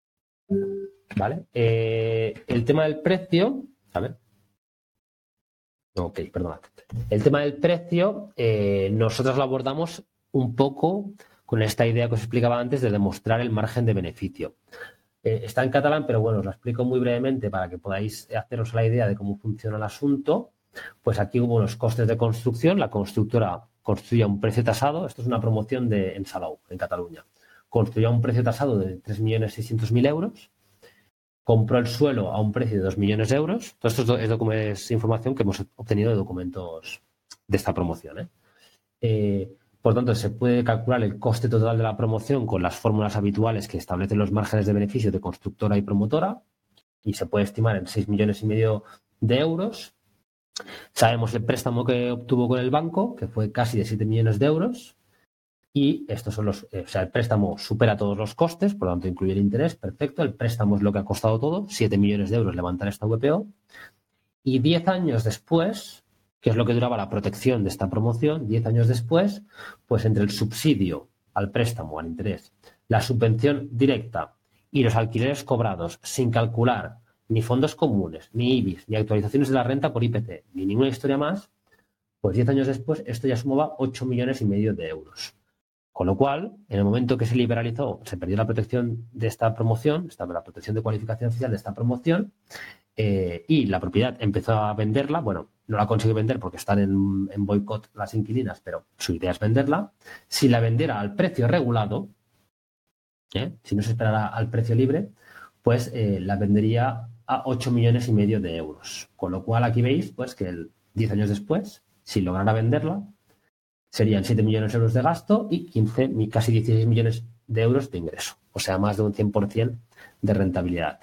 A: ¿Vale? Eh, el tema del precio, a ver. Ok, perdón. El tema del precio, eh, nosotros lo abordamos un poco con esta idea que os explicaba antes de demostrar el margen de beneficio. Eh, está en catalán, pero bueno, os lo explico muy brevemente para que podáis haceros la idea de cómo funciona el asunto. Pues aquí hubo unos costes de construcción, la constructora construía un precio tasado, esto es una promoción de en Salou, en Cataluña, construía un precio tasado de tres millones seiscientos mil euros, compró el suelo a un precio de dos millones de euros. Todo esto es, es, es información que hemos obtenido de documentos de esta promoción. ¿eh? Eh, por tanto, se puede calcular el coste total de la promoción con las fórmulas habituales que establecen los márgenes de beneficio de constructora y promotora y se puede estimar en seis millones y medio de euros. Sabemos el préstamo que obtuvo con el banco, que fue casi de siete millones de euros. Y estos son los, eh, o sea, el préstamo supera todos los costes, por lo tanto incluye el interés, perfecto. El préstamo es lo que ha costado todo, siete millones de euros levantar esta V P O. Y diez años después, que es lo que duraba la protección de esta promoción, diez años después, pues entre el subsidio al préstamo, al interés, la subvención directa y los alquileres cobrados sin calcular ni fondos comunes, ni I B I S, ni actualizaciones de la renta por I P C, ni ninguna historia más, pues diez años después esto ya sumaba ocho millones y medio de euros. Con lo cual, en el momento que se liberalizó, se perdió la protección de esta promoción, la protección de cualificación oficial de esta promoción, eh, y la propiedad empezó a venderla. Bueno, no la consiguió vender porque están en, en boicot las inquilinas, pero su idea es venderla. Si la vendiera al precio regulado, ¿eh? si no se esperara al precio libre, pues eh, la vendería a ocho millones y medio de euros. Con lo cual, aquí veis pues que el, diez años después, si lograra venderla, serían siete millones de euros de gasto y quince, casi dieciséis millones de euros de ingreso. O sea, más de un cien por ciento de rentabilidad.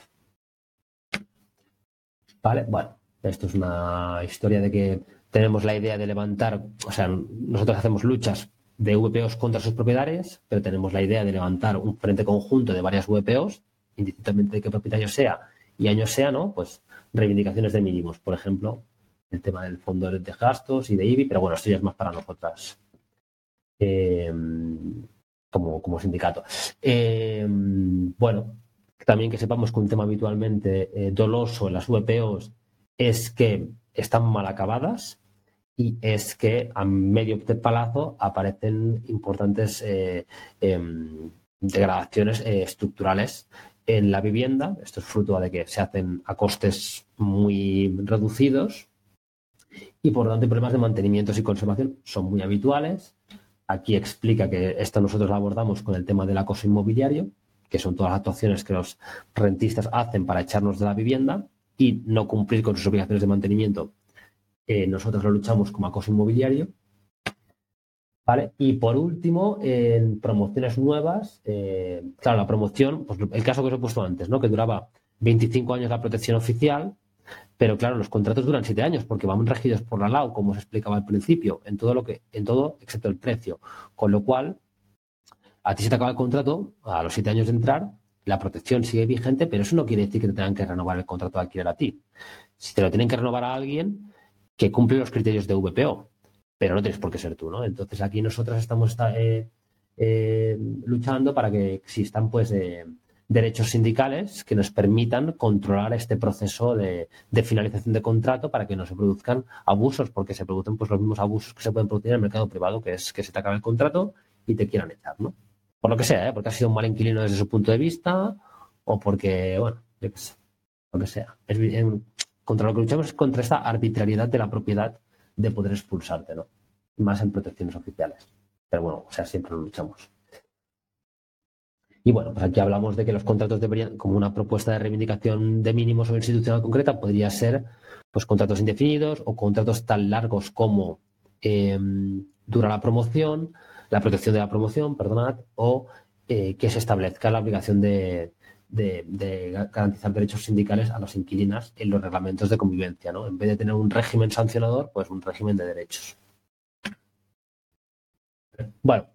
A: ¿Vale? Bueno, esto es una historia de que tenemos la idea de levantar, o sea, nosotros hacemos luchas de V P Os contra sus propietarios, pero tenemos la idea de levantar un frente conjunto de varias V P Os, indistintamente de qué propietario sea y año sea, ¿no? Pues reivindicaciones de mínimos, por ejemplo, el tema del fondo de gastos y de I B I, pero bueno, esto ya es más para nosotras eh, como, como sindicato. Eh, bueno, también que sepamos que un tema habitualmente eh, doloso en las V P Os es que están mal acabadas y es que a medio plazo aparecen importantes eh, eh, degradaciones eh, estructurales en la vivienda. Esto es fruto de que se hacen a costes muy reducidos y por lo tanto problemas de mantenimiento y conservación son muy habituales. Aquí explica que esto nosotros lo abordamos con el tema del acoso inmobiliario, que son todas las actuaciones que los rentistas hacen para echarnos de la vivienda y no cumplir con sus obligaciones de mantenimiento. Eh, nosotros lo luchamos como acoso inmobiliario. ¿Vale? Y por último, en promociones nuevas, eh, claro, la promoción, pues el caso que os he puesto antes, ¿no? Que duraba veinticinco años la protección oficial, pero claro, los contratos duran siete años porque van regidos por la L A U, como os explicaba al principio, en todo lo que, en todo excepto el precio. Con lo cual, a ti se te acaba el contrato, a los siete años de entrar, la protección sigue vigente, pero eso no quiere decir que te tengan que renovar el contrato de alquiler a ti. Si te lo tienen que renovar a alguien que cumple los criterios de V P O, pero no tienes por qué ser tú, ¿no? Entonces aquí nosotros estamos eh, eh, luchando para que existan pues eh, derechos sindicales que nos permitan controlar este proceso de, de finalización de contrato para que no se produzcan abusos, porque se producen pues los mismos abusos que se pueden producir en el mercado privado, que es que se te acaba el contrato y te quieran echar, ¿no? Por lo que sea, ¿eh? Porque has sido un mal inquilino desde su punto de vista o porque, bueno, yo qué sé, lo que sea. Es, es, contra lo que luchamos es contra esta arbitrariedad de la propiedad de poder expulsarte, ¿no? Más en protecciones oficiales. Pero bueno, o sea, siempre lo luchamos. Y bueno, pues aquí hablamos de que los contratos deberían, como una propuesta de reivindicación de mínimos o institucional concreta, podría ser pues contratos indefinidos o contratos tan largos como eh, dura la promoción, la protección de la promoción, perdonad, o eh, que se establezca la obligación de, de, de garantizar derechos sindicales a las inquilinas en los reglamentos de convivencia, ¿no? En vez de tener un régimen sancionador, pues un régimen de derechos. Bueno,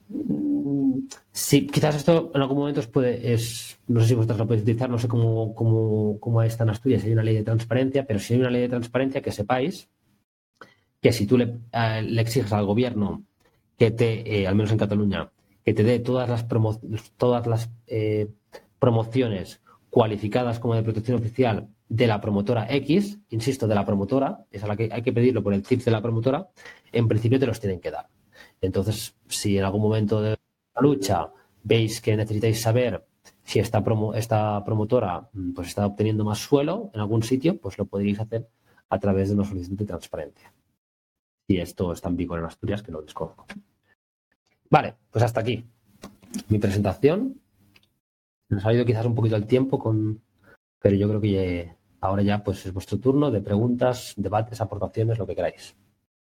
A: sí, quizás esto en algún momento os puede, es, no sé si vosotros lo podéis utilizar, no sé cómo, cómo, cómo está en Asturias, si hay una ley de transparencia, pero si hay una ley de transparencia, que sepáis que si tú le, eh, le exiges al gobierno que te, eh, al menos en Cataluña, que te dé todas las, promo, todas las eh, promociones cualificadas como de protección oficial de la promotora X, insisto, de la promotora, es a la que hay que pedirlo por el C I F de la promotora, en principio te los tienen que dar. Entonces, si en algún momento de la lucha veis que necesitáis saber si esta, promo, esta promotora pues está obteniendo más suelo en algún sitio, pues lo podréis hacer a través de una solicitud de transparencia. Y esto está en vigor en Asturias, que lo desconozco. Vale, pues hasta aquí mi presentación. Nos ha ido quizás un poquito el tiempo, con, pero yo creo que ahora ya pues es vuestro turno de preguntas, debates, aportaciones, lo que queráis.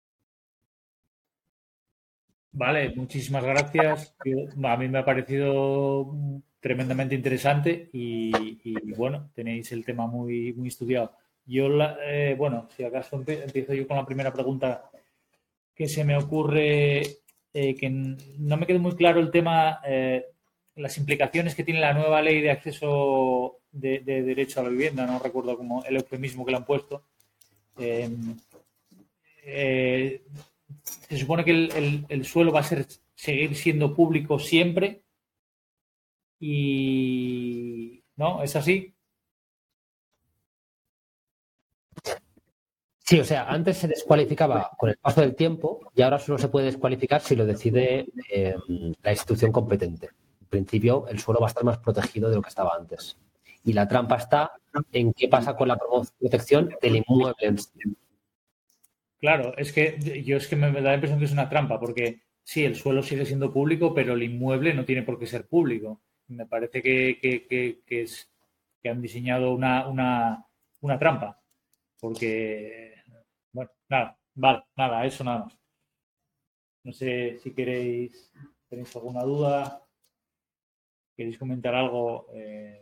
B: Vale, muchísimas gracias. A mí me ha parecido tremendamente interesante y, y bueno, tenéis el tema muy, muy estudiado. Yo, la, eh, bueno, si acaso empiezo yo con la primera pregunta que se me ocurre, eh, que no me quedó muy claro el tema, eh, las implicaciones que tiene la nueva ley de acceso de, de derecho a la vivienda, no recuerdo cómo el eufemismo que le han puesto. Eh, eh, se supone que el, el, el suelo va a ser seguir siendo público siempre y ¿no? ¿Es así?
A: Sí, o sea, antes se descualificaba con el paso del tiempo y ahora solo se puede descualificar si lo decide eh, la institución competente. En principio, el suelo va a estar más protegido de lo que estaba antes. Y la trampa está en qué pasa con la protección del inmueble en sí.
B: Claro, es que yo es que me da la impresión que es una trampa, porque sí, el suelo sigue siendo público, pero el inmueble no tiene por qué ser público. Me parece que, que, que, que es, que han diseñado una, una, una trampa, porque, bueno, nada, vale, nada, eso nada más. No sé si queréis, tenéis alguna duda, queréis comentar algo. Eh...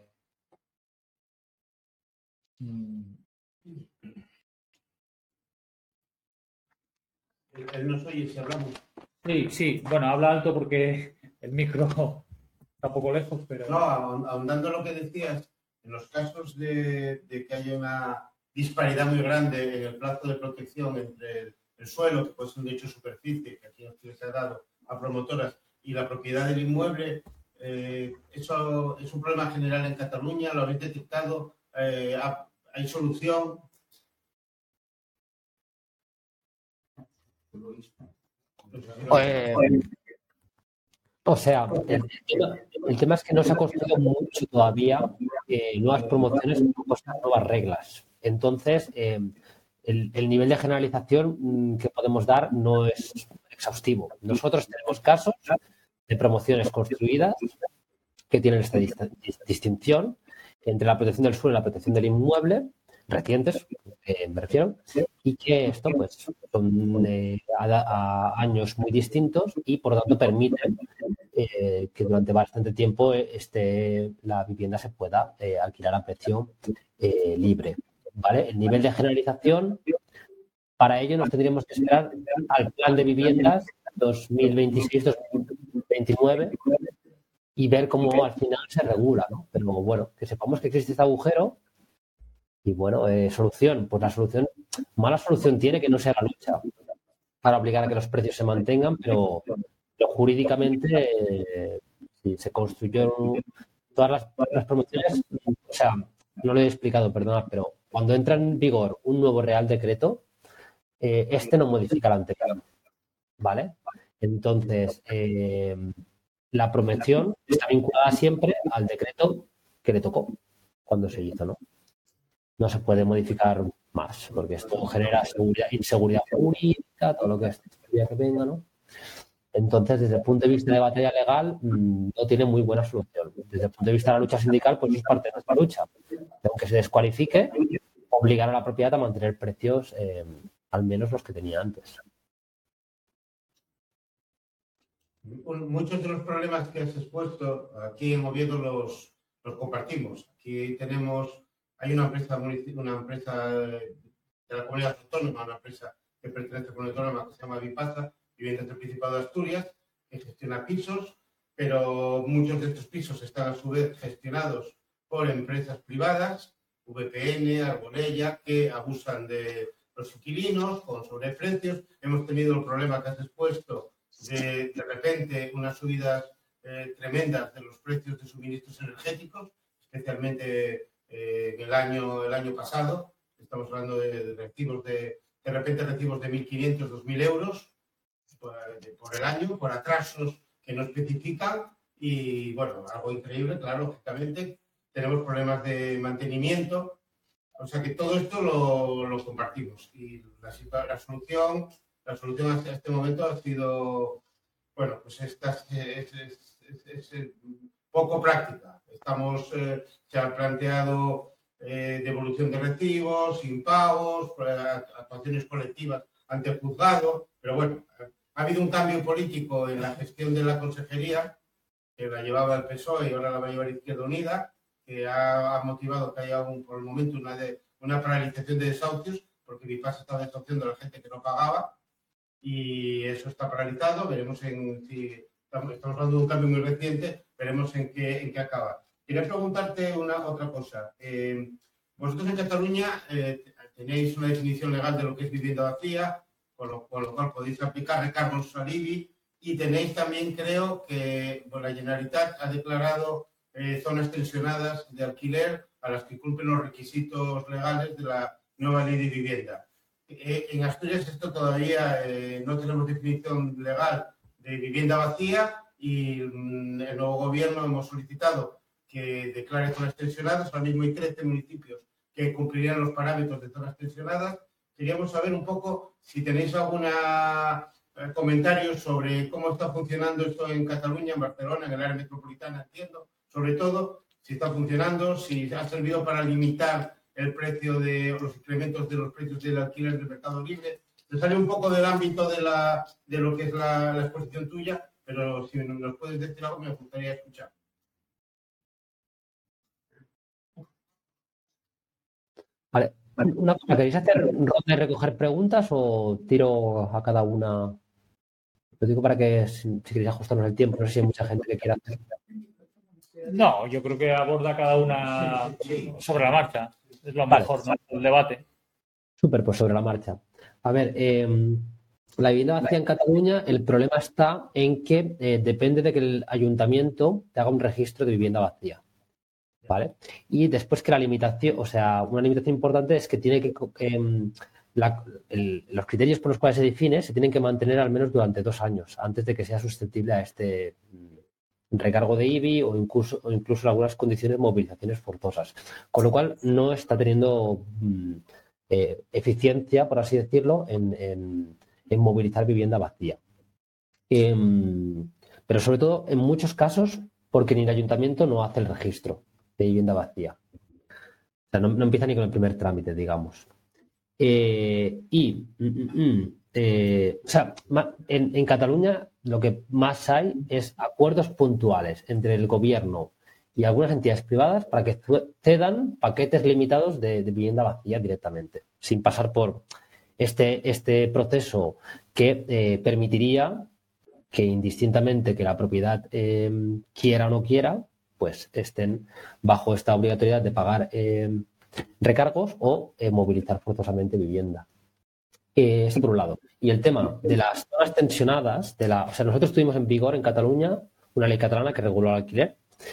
C: Él nos oye si hablamos.
B: Sí, sí, bueno, habla alto porque el micro está un poco lejos, pero...
C: No, ahondando lo que decías, en los casos de, de que haya una disparidad muy grande en el plazo de protección entre el, el suelo, que puede ser un derecho de superficie, que aquí se ha dado a promotoras, y la propiedad del inmueble, eh, eso es un problema general en Cataluña, lo habéis detectado, eh, ¿hay solución?
A: Eh, o sea, el tema, el tema es que no se ha construido mucho todavía eh, nuevas promociones con nuevas reglas. Entonces, eh, el, el nivel de generalización que podemos dar no es exhaustivo. Nosotros tenemos casos de promociones construidas que tienen esta distinción entre la protección del suelo y la protección del inmueble, recientes, eh, me refiero, y que esto pues son eh, a, a años muy distintos y por lo tanto permiten eh, que durante bastante tiempo este, la vivienda se pueda eh, alquilar a precio eh, libre. ¿Vale? El nivel de generalización, para ello nos tendríamos que esperar al plan de viviendas dos mil veintiséis dos mil veintinueve y ver cómo al final se regula, ¿no? Pero bueno, que sepamos que existe este agujero y bueno, eh, solución, pues la solución, mala solución tiene que no sea la lucha para obligar a que los precios se mantengan, pero, pero jurídicamente eh, si se construyeron todas las, todas las promociones, o sea, no lo he explicado, perdona, pero cuando entra en vigor un nuevo Real Decreto, eh, este no modifica el anterior, ¿vale? Entonces, eh, la promoción está vinculada siempre al decreto que le tocó cuando se hizo, ¿no? No se puede modificar más, porque esto genera seguridad, inseguridad jurídica, todo lo que es que venga, ¿no? Entonces, desde el punto de vista de batalla legal, no tiene muy buena solución. Desde el punto de vista de la lucha sindical, pues es parte de nuestra lucha. Aunque se descualifique, obligar a la propiedad a mantener precios eh, al menos los que tenía antes.
C: Muchos de los problemas que has expuesto aquí en Oviedo los, los compartimos. Aquí tenemos, hay una empresa, una empresa de la comunidad autónoma, una empresa que pertenece a la comunidad autónoma que se llama Vipasa, Viviendas del Principado de Asturias, que gestiona pisos, pero muchos de estos pisos están a su vez gestionados por empresas privadas, V P N, Arbolella, que abusan de los inquilinos con sobreprecios. Hemos tenido el problema que has expuesto de, de repente, unas subidas eh, tremendas de los precios de suministros energéticos, especialmente eh, en el año, el año pasado. Estamos hablando de, de recibos de, de repente, recibos de mil quinientos, dos mil euros por, por el año, por atrasos que no especifican. Y, bueno, algo increíble, claro, lógicamente. Tenemos problemas de mantenimiento. O sea que todo esto lo, lo compartimos. Y la, la solución... La solución hasta este momento ha sido, bueno, pues esta es, es, es, es poco práctica. Estamos, eh, se ha planteado eh, devolución de recibos, impagos, actuaciones colectivas ante el juzgado, pero bueno, ha habido un cambio político en la gestión de la consejería, que la llevaba el P S O E y ahora la va a llevar Izquierda Unida, que ha, ha motivado que haya un, por el momento una, de, una paralización de desahucios, porque Vipasa estaba desahuciando a la gente que no pagaba. Y eso está paralizado, veremos en si estamos, estamos hablando de un cambio muy reciente, veremos en qué, en qué acaba. Quería preguntarte una otra cosa. Eh, vosotros en Cataluña eh, tenéis una definición legal de lo que es vivienda vacía, con lo, con lo cual podéis aplicar recargos al I B I, y tenéis también, creo, que bueno, la Generalitat ha declarado eh, zonas tensionadas de alquiler a las que cumplen los requisitos legales de la nueva ley de vivienda. En Asturias esto todavía eh, no tenemos definición legal de vivienda vacía y mm, el nuevo gobierno hemos solicitado que declare zonas tensionadas. Ahora mismo hay trece municipios que cumplirían los parámetros de zonas tensionadas. Queríamos saber un poco si tenéis algún eh, comentario sobre cómo está funcionando esto en Cataluña, en Barcelona, en el área metropolitana, entiendo. Sobre todo, si está funcionando, si ha servido para limitar el precio de los incrementos de los precios del alquiler del mercado libre. Se sale un poco del ámbito de, la, de lo que es la, la exposición tuya, pero si nos puedes decir algo me gustaría escuchar.
A: Vale, una cosa, ¿queréis hacer ronda de recoger preguntas o tiro a cada una? Lo digo para que si, si queréis ajustarnos el tiempo, no sé si hay mucha gente que quiera hacer.
B: No, yo creo que aborda cada una sobre la marcha. Es lo mejor, vale, ¿no? El debate.
A: Súper, pues sobre la marcha. A ver, eh, la vivienda vacía en Cataluña, el problema está en que eh, depende de que el ayuntamiento te haga un registro de vivienda vacía. ¿Vale? Y después que la limitación, o sea, una limitación importante es que tiene que eh, la, el, los criterios por los cuales se define se tienen que mantener al menos durante dos años antes de que sea susceptible a este recargo de I B I o incluso, o incluso en algunas condiciones movilizaciones forzosas. Con lo cual no está teniendo eh, eficiencia, por así decirlo, en, en, en movilizar vivienda vacía. Eh, pero sobre todo, en muchos casos, porque ni el ayuntamiento no hace el registro de vivienda vacía. O sea, no, no empieza ni con el primer trámite, digamos. Eh, y, mm, mm, eh, o sea, en, en Cataluña lo que más hay es acuerdos puntuales entre el gobierno y algunas entidades privadas para que cedan paquetes limitados de, de vivienda vacía directamente, sin pasar por este, este proceso que eh, permitiría que indistintamente que la propiedad eh, quiera o no quiera, pues estén bajo esta obligatoriedad de pagar eh, recargos o eh, movilizar forzosamente vivienda. Eh, esto por un lado. Y el tema de las zonas tensionadas, de la, o sea, nosotros tuvimos en vigor en Cataluña una ley catalana que reguló el alquiler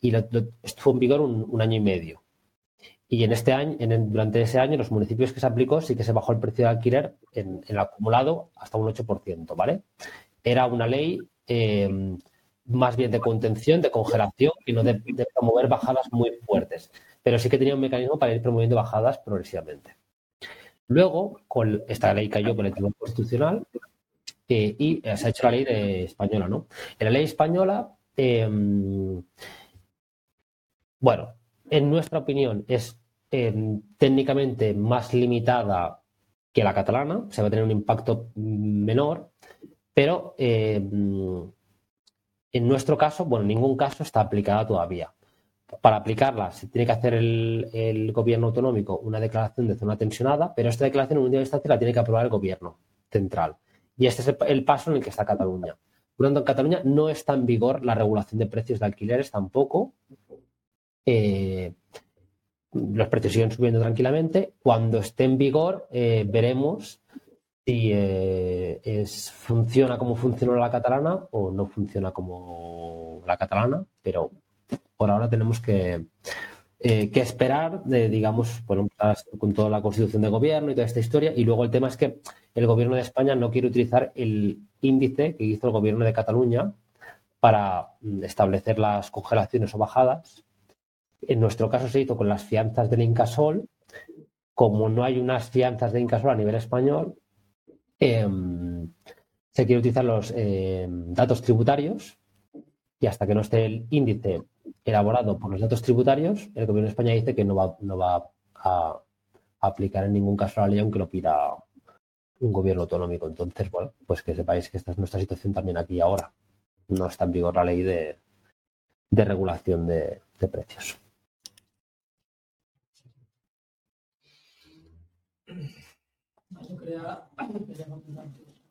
A: y lo, lo, estuvo en vigor un, un año y medio. Y en este año, en el, durante ese año, los municipios que se aplicó sí que se bajó el precio de alquiler en, en el acumulado hasta un ocho por ciento, ¿vale? Era una ley eh, más bien de contención, de congelación y no de, de promover bajadas muy fuertes. Pero sí que tenía un mecanismo para ir promoviendo bajadas progresivamente. Luego, con esta ley cayó por el Tribunal Constitucional eh, y se ha hecho la ley de española, ¿no? En la ley española, eh, bueno, en nuestra opinión es eh, técnicamente más limitada que la catalana, se va a tener un impacto menor, pero eh, en nuestro caso, bueno, en ningún caso está aplicada todavía. Para aplicarla se tiene que hacer el, el gobierno autonómico una declaración de zona tensionada, pero esta declaración en última instancia la tiene que aprobar el gobierno central. Y este es el, el paso en el que está Cataluña. Por lo tanto, en Cataluña no está en vigor la regulación de precios de alquileres tampoco. Eh, los precios siguen subiendo tranquilamente. Cuando esté en vigor, eh, veremos si eh, es, funciona como funcionó la catalana o no funciona como la catalana, pero por ahora tenemos que, eh, que esperar, de, digamos, bueno, con toda la constitución de gobierno y toda esta historia. Y luego el tema es que el gobierno de España no quiere utilizar el índice que hizo el gobierno de Cataluña para establecer las congelaciones o bajadas. En nuestro caso se hizo con las fianzas del Incasol. Como no hay unas fianzas de Incasol a nivel español, eh, se quiere utilizar los eh, datos tributarios, y hasta que no esté el índice elaborado por los datos tributarios, el gobierno de España dice que no va, no va a, a aplicar en ningún caso la ley, aunque lo pida un gobierno autonómico. Entonces, bueno, pues que sepáis que esta es nuestra situación también aquí ahora. No está en vigor la ley de, de regulación de, de precios.
D: Yo quería, quería comentar.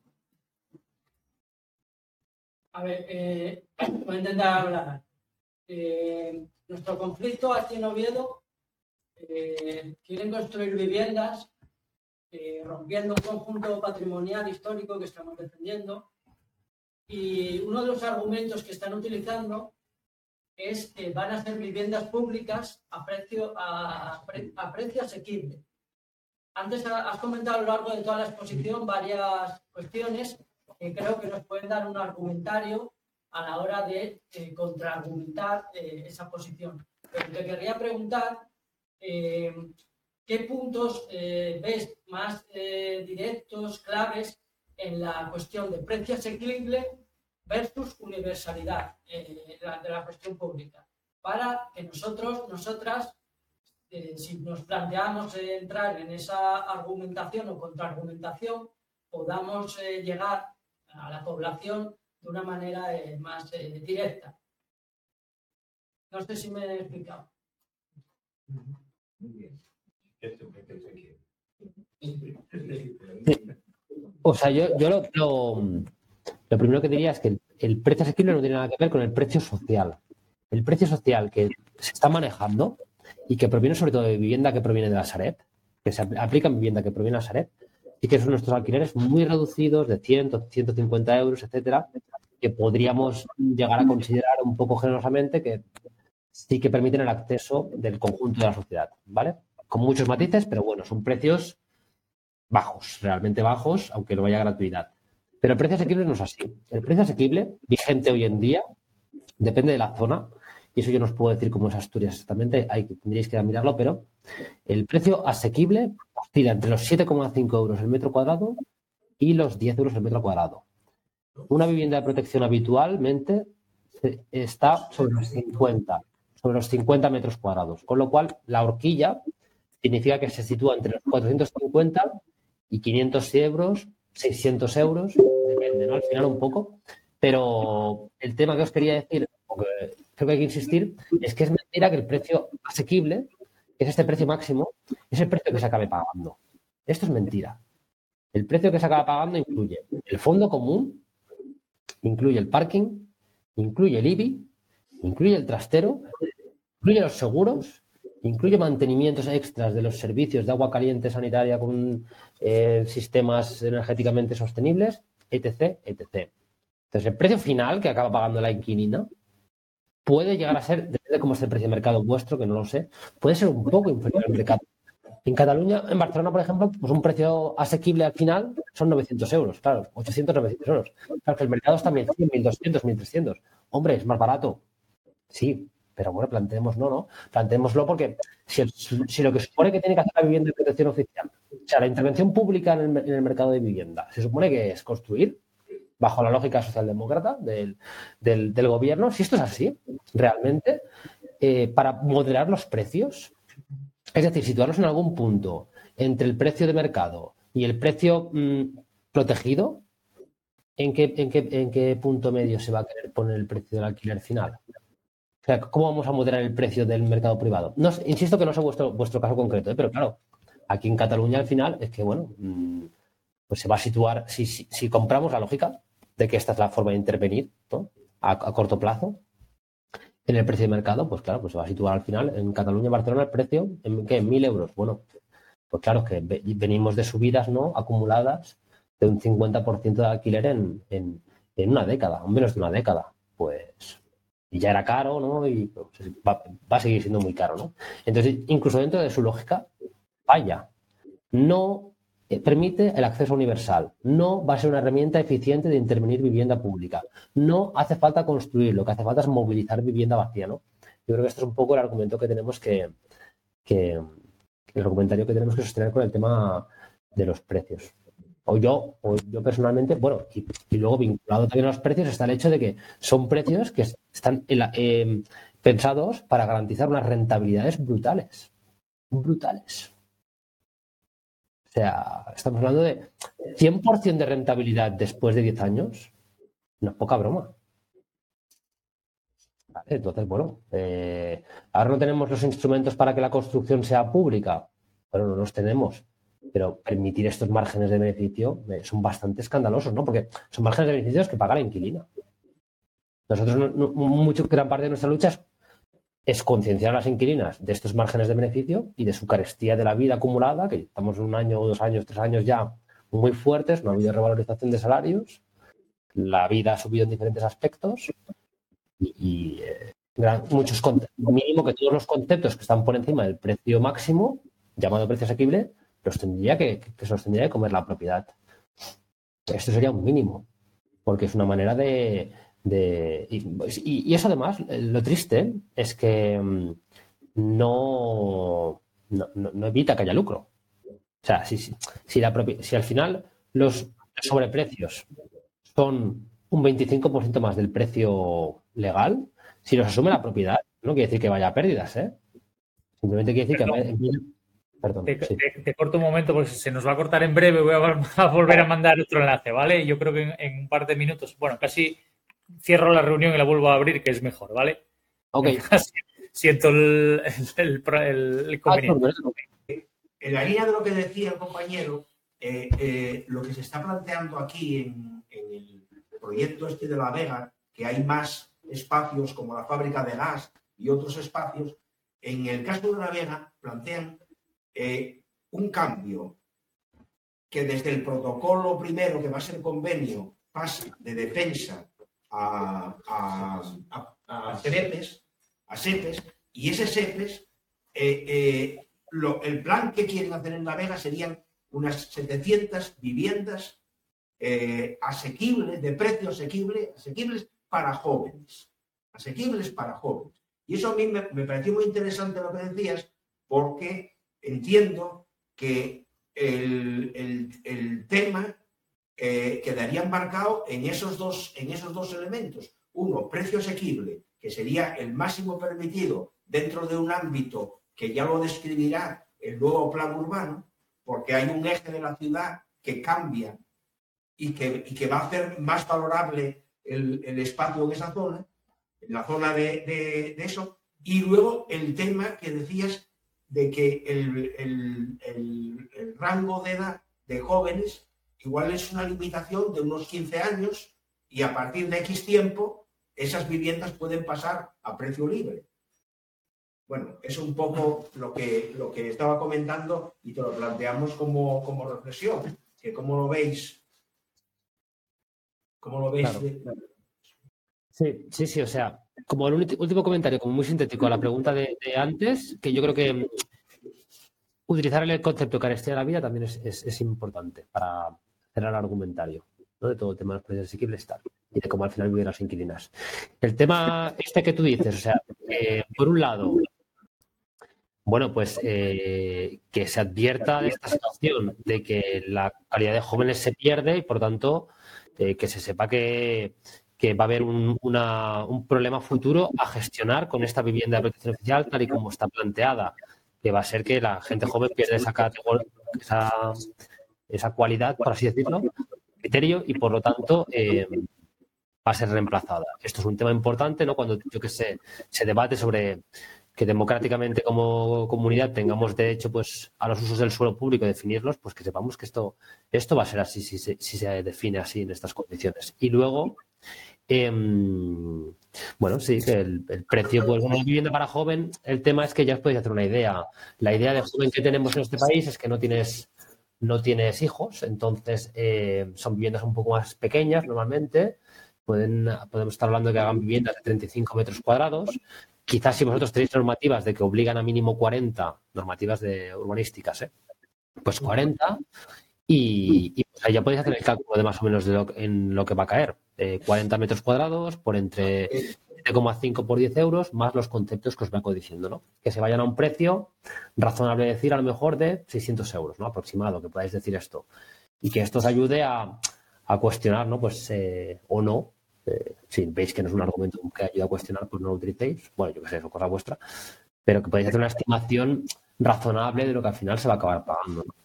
D: A ver, eh, voy a intentar hablar. Eh, nuestro conflicto aquí en Oviedo, eh, quieren construir viviendas eh, rompiendo un conjunto patrimonial histórico que estamos defendiendo, y uno de los argumentos que están utilizando es que van a ser viviendas públicas a precio, a, a precio asequible. Antes has comentado a lo largo de toda la exposición varias cuestiones que creo que nos pueden dar un argumentario a la hora de eh, contraargumentar eh, esa posición. Pero te querría preguntar eh, qué puntos eh, ves más eh, directos, claves en la cuestión de precio asequible versus universalidad eh, de, la, de la cuestión pública, para que nosotros, nosotras, Eh, si nos planteamos eh, entrar en esa argumentación o contraargumentación, podamos eh, llegar a la población de una manera eh, más eh, directa. No sé si me he explicado.
C: Muy bien.
A: O sea, yo, yo lo, lo, lo primero que diría es que el, el precio asequible no tiene nada que ver con el precio social. El precio social que se está manejando y que proviene sobre todo de vivienda que proviene de la Sareb, que se aplica en vivienda que proviene de la Sareb, y que son nuestros alquileres muy reducidos de cien, ciento cincuenta euros, etcétera, que podríamos llegar a considerar un poco generosamente que sí que permiten el acceso del conjunto de la sociedad, ¿vale? Con muchos matices, pero bueno, son precios bajos, realmente bajos, aunque no haya gratuidad. Pero el precio asequible no es así. El precio asequible, vigente hoy en día, depende de la zona. Y eso yo no os puedo decir cómo es Asturias exactamente, hay, tendríais que ir a mirarlo, pero el precio asequible oscila entre los siete coma cinco euros el metro cuadrado y los diez euros el metro cuadrado. Una vivienda de protección habitualmente está sobre los cincuenta, sobre los cincuenta metros cuadrados, con lo cual la horquilla significa que se sitúa entre los cuatrocientos cincuenta y quinientos euros, seiscientos euros, depende, ¿no? Al final un poco, pero el tema que os quería decir, porque creo que hay que insistir, es que es mentira que el precio asequible, que es este precio máximo, es el precio que se acabe pagando. Esto es mentira. El precio que se acaba pagando incluye el fondo común, incluye el parking, incluye el I B I, incluye el trastero, incluye los seguros, incluye mantenimientos extras de los servicios de agua caliente sanitaria con eh, sistemas energéticamente sostenibles, etc, etcétera. Entonces, el precio final que acaba pagando la inquilina puede llegar a ser, depende de cómo es el precio de mercado vuestro, que no lo sé, puede ser un poco inferior al mercado. En Cataluña, en Barcelona, por ejemplo, pues un precio asequible al final son novecientos euros, claro, ochocientos, novecientos euros. Claro que el mercado está mil cien, mil doscientos, mil trescientos. Hombre, es más barato. Sí, pero bueno, planteemos no, ¿no? Planteémoslo porque si, el, si lo que supone que tiene que hacer la vivienda de protección oficial, o sea, la intervención pública en el, en el mercado de vivienda, se supone que es construir, bajo la lógica socialdemócrata del, del, del gobierno, si esto es así, realmente, eh, para moderar los precios, es decir, situarlos en algún punto entre el precio de mercado y el precio mmm, protegido, ¿en qué, en, qué, ¿en qué punto medio se va a querer poner el precio del alquiler final? O sea, ¿cómo vamos a moderar el precio del mercado privado? No, insisto que no sé vuestro, vuestro caso concreto, ¿eh? Pero claro, aquí en Cataluña al final es que, bueno, pues se va a situar, si, si, si compramos la lógica de que esta es la forma de intervenir, ¿no? a, a corto plazo, en el precio de mercado, pues claro, pues se va a situar al final en Cataluña y Barcelona el precio, ¿en qué? ¿Mil euros? Bueno, pues claro que venimos de subidas, ¿no? Acumuladas de un cincuenta por ciento de alquiler en, en, en una década, o menos de una década. Pues, y ya era caro, ¿no? Y pues, va, va a seguir siendo muy caro, ¿no? Entonces, incluso dentro de su lógica, vaya, no permite el acceso universal, no va a ser una herramienta eficiente de intervenir vivienda pública, no hace falta construir, lo que hace falta es movilizar vivienda vacía, ¿no? Yo creo que este es un poco el argumento que tenemos que, que el argumentario que tenemos que sostener con el tema de los precios. O yo, o yo personalmente, bueno, y, y luego vinculado también a los precios está el hecho de que son precios que están eh, pensados para garantizar unas rentabilidades brutales, brutales. O sea, estamos hablando de cien por ciento de rentabilidad después de diez años. No es poca broma. Vale, entonces, bueno, eh, ahora no tenemos los instrumentos para que la construcción sea pública. Bueno, no los tenemos. Pero permitir estos márgenes de beneficio eh, son bastante escandalosos, ¿no? Porque son márgenes de beneficios que paga la inquilina. Nosotros, no, no, mucho, gran parte de nuestra lucha es es concienciar a las inquilinas de estos márgenes de beneficio y de su carestía de la vida acumulada, que estamos un año, dos años, tres años ya muy fuertes, no ha habido revalorización de salarios, la vida ha subido en diferentes aspectos y, y eh, muchos mínimo que todos los conceptos que están por encima del precio máximo, llamado precio asequible, los tendría que, que se los tendría que comer la propiedad. Esto sería un mínimo, porque es una manera de... De, y, y eso además, lo triste es que no, no, no evita que haya lucro. O sea, si, si, si, la propi- si al final los sobreprecios son un veinticinco por ciento más del precio legal, si los asume la propiedad, no quiere decir que vaya a pérdidas, ¿eh? Simplemente quiere decir
B: Perdón.
A: que... Perdón,
B: te,
A: sí.
B: te, te corto un momento porque se nos va a cortar en breve, voy a, a volver a mandar otro enlace, ¿vale? Yo creo que en, en un par de minutos, bueno, casi... cierro la reunión y la vuelvo a abrir, que es mejor, ¿vale?
A: Ok.
B: Siento el, el, el, el conveniente.
E: En la línea de lo que decía el compañero, eh, eh, lo que se está planteando aquí en, en el proyecto este de La Vega, que hay más espacios como la fábrica de gas y otros espacios, en el caso de La Vega plantean eh, un cambio que desde el protocolo primero, que va a ser convenio, pasa de defensa a, a, a, a SEPES, a SEPES, y ese SEPES, eh, eh, lo, el plan que quieren hacer en La Vega serían unas setecientas viviendas eh, asequibles, de precio asequible, asequibles para jóvenes, asequibles para jóvenes. Y eso a mí me, me pareció muy interesante lo que decías, porque entiendo que el, el, el tema Eh, quedaría embarcado en esos, dos, en esos dos elementos. Uno, precio asequible, que sería el máximo permitido dentro de un ámbito que ya lo describirá el nuevo plan urbano, porque hay un eje de la ciudad que cambia y que, y que va a hacer más valorable el, el espacio en esa zona, en la zona de, de, de eso. Y luego el tema que decías de que el, el, el, el rango de edad de jóvenes igual es una limitación de unos quince años y a partir de X tiempo esas viviendas pueden pasar a precio libre. Bueno, es un poco lo que, lo que estaba comentando y te lo planteamos como, como reflexión, que cómo lo veis. ¿Cómo lo veis?
A: Claro, claro. Sí, sí, sí, o sea, como el último comentario, como muy sintético a la pregunta de, de antes, que yo creo que utilizar el concepto de carestía de la vida también es, es, es importante para hacer el argumentario, ¿no? De todo el tema de los precios asequibles tal, y de cómo al final viven las inquilinas. El tema este que tú dices, o sea, eh, por un lado, bueno, pues eh, que se advierta de esta situación de que la calidad de jóvenes se pierde y, por tanto, eh, que se sepa que, que va a haber un, una, un problema futuro a gestionar con esta vivienda de protección oficial tal y como está planteada, que va a ser que la gente joven pierde esa, esa, esa cualidad, por así decirlo, criterio, y, por lo tanto, eh, va a ser reemplazada. Esto es un tema importante, ¿no? Cuando, yo qué sé, se debate sobre que democráticamente como comunidad tengamos derecho, pues, a los usos del suelo público y definirlos, pues que sepamos que esto, esto va a ser así si se, si se define así en estas condiciones. Y luego, eh, bueno, sí, que el, el precio, pues, una vivienda para joven, el tema es que ya os podéis hacer una idea. La idea de joven que tenemos en este país es que no tienes, no tienes hijos, entonces eh, son viviendas un poco más pequeñas normalmente. Pueden, podemos estar hablando de que hagan viviendas de treinta y cinco metros cuadrados. Quizás si vosotros tenéis normativas de que obligan a mínimo cuarenta, normativas de urbanísticas, ¿eh? Pues cuarenta, y, y pues ahí ya podéis hacer el cálculo de más o menos de lo, en lo que va a caer. Eh, cuarenta metros cuadrados por entre siete coma cinco por diez euros, más los conceptos que os vengo diciendo, ¿no? Que se vayan a un precio razonable, decir, a lo mejor de seiscientos euros, ¿no? Aproximado, que podáis decir esto. Y que esto os ayude a, a cuestionar, ¿no? Pues, eh, o no. Eh, si veis que no es un argumento que ayuda a cuestionar, pues no lo utilicéis. Bueno, yo qué sé, eso es cosa vuestra. Pero que podéis hacer una estimación razonable de lo que al final se va a acabar pagando, ¿no?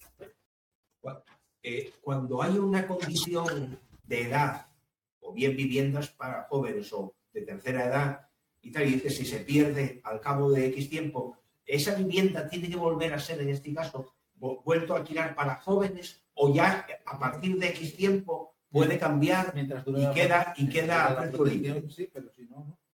E: Cuando hay una condición de edad, o bien viviendas para jóvenes o de tercera edad, y tal, y dices, si se pierde al cabo de X tiempo, esa vivienda tiene que volver a ser, en este caso, vuelto a alquilar para jóvenes, o ya a partir de X tiempo puede cambiar mientras dure y queda y queda a precio libre. Sí, pero si no, no.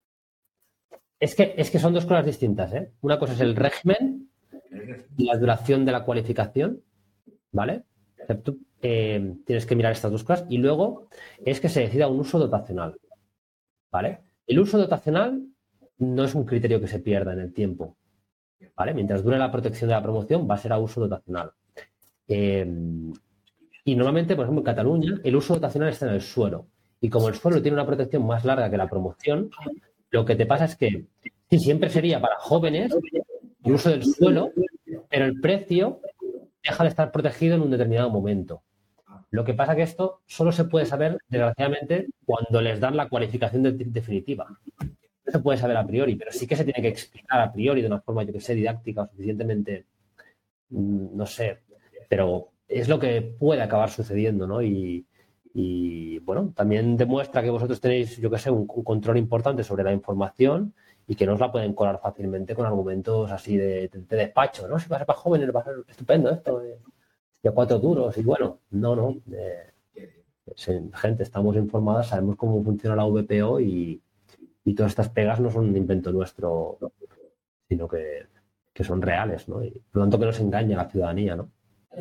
A: Es que, es que son dos cosas distintas, ¿eh? Una cosa es el régimen y la duración de la cualificación, ¿vale? O sea, tú eh, tienes que mirar estas dos cosas, y luego es que se decida un uso dotacional, ¿vale? El uso dotacional no es un criterio que se pierda en el tiempo, ¿vale? Mientras dure la protección de la promoción va a ser a uso dotacional. Eh, y normalmente, por ejemplo, en Cataluña, el uso dotacional está en el suelo, y como el suelo tiene una protección más larga que la promoción, lo que te pasa es que sí, siempre sería para jóvenes el uso del suelo, pero el precio deja de estar protegido en un determinado momento. Lo que pasa es que esto solo se puede saber, desgraciadamente, cuando les dan la cualificación de definitiva. No se puede saber a priori, pero sí que se tiene que explicar a priori de una forma, yo que sé, didáctica o suficientemente, no sé, pero es lo que puede acabar sucediendo, ¿no? Y, y bueno, también demuestra que vosotros tenéis, yo que sé, un, un control importante sobre la información y que no os la pueden colar fácilmente con argumentos así de, de, de despacho, ¿no? Si va a ser para jóvenes, va a ser estupendo esto, de, de cuatro duros, y bueno, no, no. Eh, gente, estamos informadas, sabemos cómo funciona la V P O y, y todas estas pegas no son un invento nuestro, sino que, que son reales, ¿no? Y por lo tanto que nos engaña la ciudadanía, ¿no?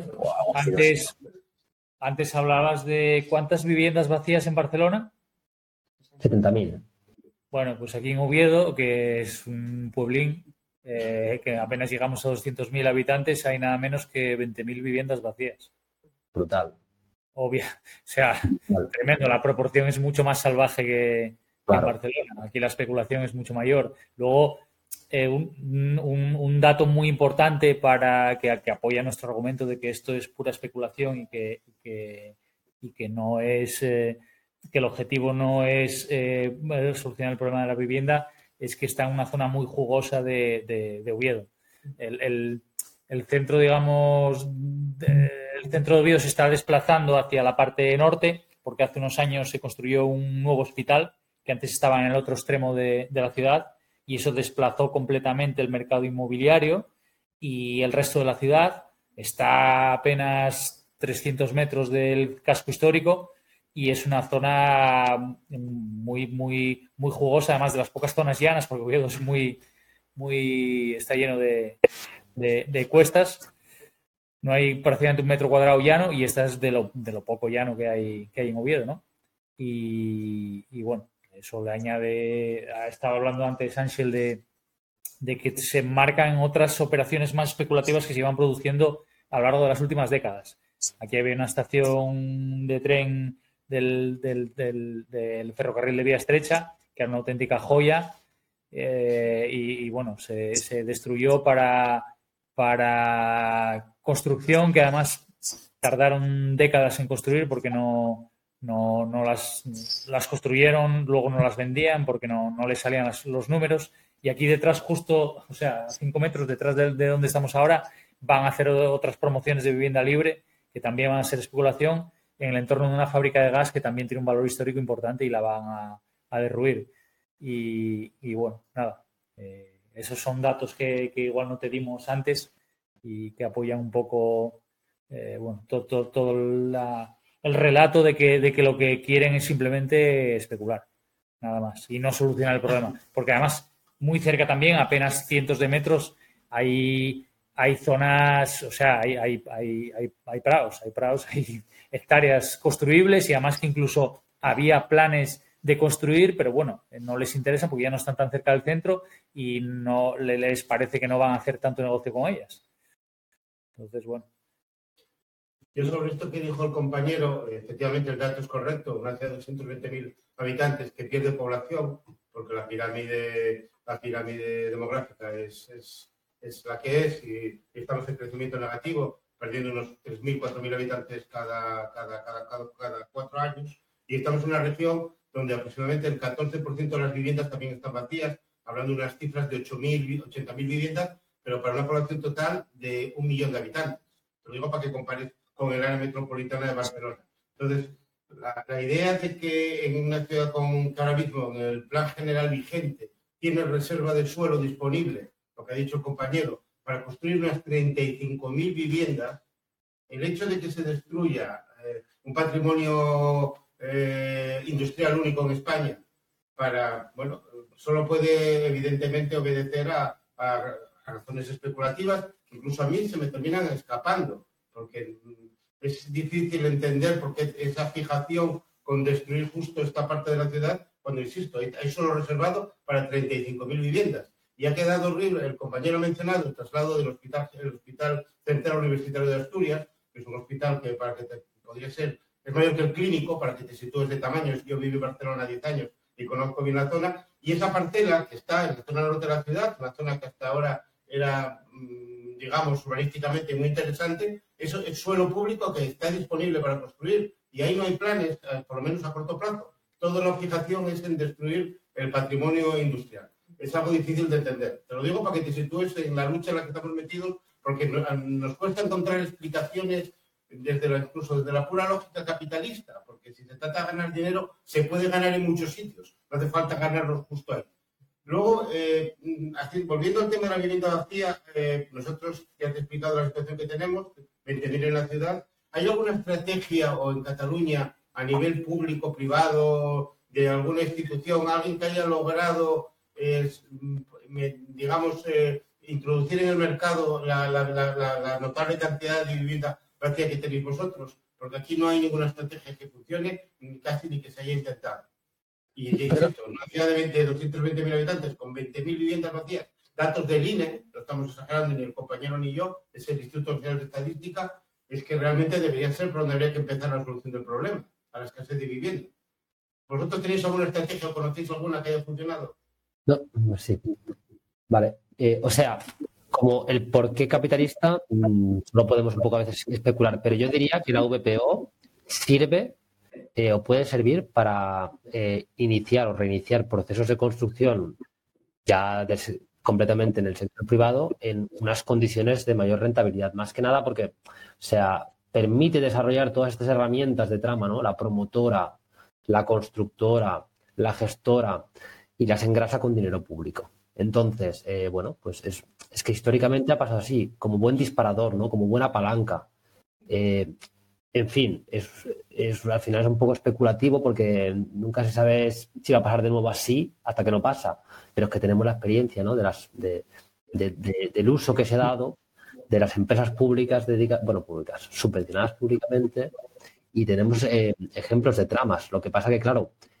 B: Antes, antes hablabas de ¿cuántas viviendas vacías en Barcelona?
A: setenta mil.
B: Bueno, pues aquí en Oviedo, que es un pueblín, eh, que apenas llegamos a doscientos mil habitantes, hay nada menos que veinte mil viviendas vacías.
A: Brutal.
B: Obvia. O sea, Brutal. Tremendo. La proporción es mucho más salvaje que, claro. que en Barcelona. Aquí la especulación es mucho mayor. Luego, eh, un, un, un dato muy importante para que, que apoya nuestro argumento de que esto es pura especulación y que, y que, y que no es... Eh, que el objetivo no es eh, solucionar el problema de la vivienda, es que está en una zona muy jugosa de, de, de Oviedo. El, el, el centro, digamos, de, el centro de Oviedo se está desplazando hacia la parte norte, porque hace unos años se construyó un nuevo hospital que antes estaba en el otro extremo de, de la ciudad, y eso desplazó completamente el mercado inmobiliario, y el resto de la ciudad está a apenas trescientos metros del casco histórico. Y es una zona muy, muy, muy jugosa, además de las pocas zonas llanas, porque Oviedo es muy, muy, está lleno de, de, de cuestas. No hay prácticamente un metro cuadrado llano, y esta es de lo, de lo poco llano que hay, que hay en Oviedo, ¿no? Y, y bueno, eso le añade, ha estado hablando antes Ángel de, de que se marcan otras operaciones más especulativas que se iban produciendo a lo largo de las últimas décadas. Aquí había una estación de tren del, del, del, del ferrocarril de vía estrecha, que era una auténtica joya, eh, y, y bueno, se, se destruyó para, para construcción, que además tardaron décadas en construir porque no, no, no las, las construyeron, luego no las vendían porque no, no les salían las, los números. Y aquí detrás, justo, o sea, a cinco metros detrás de, de donde estamos ahora, van a hacer otras promociones de vivienda libre que también van a ser especulación en el entorno de una fábrica de gas que también tiene un valor histórico importante y la van a, a derruir. Y, y bueno, nada, eh, esos son datos que, que igual no te dimos antes y que apoyan un poco eh, bueno, todo, todo, todo la, el relato de que, de que lo que quieren es simplemente especular, nada más, y no solucionar el problema. Porque además, muy cerca también, apenas cientos de metros, hay... Hay zonas, o sea, hay, hay, hay, hay, hay prados, hay prados, hay hectáreas construibles y además que incluso había planes de construir, pero bueno, no les interesa porque ya no están tan cerca del centro y no les parece que no van a hacer tanto negocio con ellas. Entonces, bueno.
C: Yo sobre esto que dijo el compañero, efectivamente el dato es correcto, una ciudad de doscientos veinte mil habitantes que pierde población, porque la pirámide, la pirámide demográfica es... es es la que es y estamos en crecimiento negativo, perdiendo unos tres mil, cuatro mil habitantes cada, cada, cada, cada, cada cuatro años. Y estamos en una región donde aproximadamente el catorce por ciento de las viviendas también están vacías, hablando de unas cifras de ocho mil, ochenta mil viviendas, pero para una población total de un millón de habitantes. Te lo digo para que compares con el área metropolitana de Barcelona. Entonces, la, la idea de que en una ciudad con, que ahora mismo en el plan general vigente tiene reserva de suelo disponible, lo que ha dicho el compañero, para construir unas treinta y cinco mil viviendas, el hecho de que se destruya eh, un patrimonio eh, industrial único en España, para, bueno, solo puede evidentemente obedecer a, a, a razones especulativas que incluso a mí se me terminan escapando, porque es difícil entender por qué esa fijación con destruir justo esta parte de la ciudad, cuando, insisto, hay, hay solo reservado para treinta y cinco mil viviendas. Y ha quedado horrible, el compañero ha mencionado el traslado del hospital, el Hospital Central Universitario de Asturias, que es un hospital que para que te, podría ser, es mayor que el clínico, para que te sitúes de tamaño. Yo viví en Barcelona diez años y conozco bien la zona. Y esa parcela que está en la zona norte de la ciudad, una zona que hasta ahora era, digamos, urbanísticamente muy interesante, eso es suelo público que está disponible para construir. Y ahí no hay planes, por lo menos a corto plazo. Toda la fijación es en destruir el patrimonio industrial. Es algo difícil de entender. Te lo digo para que te sitúes en la lucha en la que estamos metidos, porque nos cuesta encontrar explicaciones desde la, incluso desde la pura lógica capitalista, porque si se trata de ganar dinero, se puede ganar en muchos sitios. No hace falta ganarlo justo ahí. Luego, eh, así, volviendo al tema de la vivienda vacía, eh, nosotros, ya te he explicado la situación que tenemos, veinte mil en la ciudad. ¿Hay alguna estrategia o en Cataluña, a nivel público, privado, de alguna institución, alguien que haya logrado... Es, digamos, eh, introducir en el mercado la, la, la, la, la notable cantidad de vivienda vacía que tenéis vosotros, porque aquí no hay ninguna estrategia que funcione, ni casi ni que se haya intentado. Y, y insisto, una ciudad de doscientos veinte mil habitantes con veinte mil viviendas vacías, datos del I N E, lo estamos exagerando ni el compañero ni yo, es el Instituto Nacional de Estadística, es que realmente debería ser por donde habría que empezar la solución del problema, a la escasez de vivienda. ¿Vosotros tenéis alguna estrategia o conocéis alguna que haya funcionado?
A: No, sí. Vale. Eh, o sea, como el porqué capitalista, mmm, no podemos un poco a veces especular, pero yo diría que la V P O sirve eh, o puede servir para eh, iniciar o reiniciar procesos de construcción ya de, completamente en el sector privado en unas condiciones de mayor rentabilidad. Más que nada porque, o sea, permite desarrollar todas estas herramientas de trama, ¿no? La promotora, la constructora, la gestora, y las engrasa con dinero público. Entonces, eh, bueno, pues es, es que históricamente ha pasado así, como buen disparador, ¿no? Como buena palanca. Eh, en fin, es, es, al final es un poco especulativo porque nunca se sabe si va a pasar de nuevo así hasta que no pasa. Pero es que tenemos la experiencia, ¿no? De las, de, de, de, del uso que se ha dado de las empresas públicas, dedica, bueno, públicas, subvencionadas públicamente, y tenemos eh, ejemplos de tramas. Lo que pasa que, claro,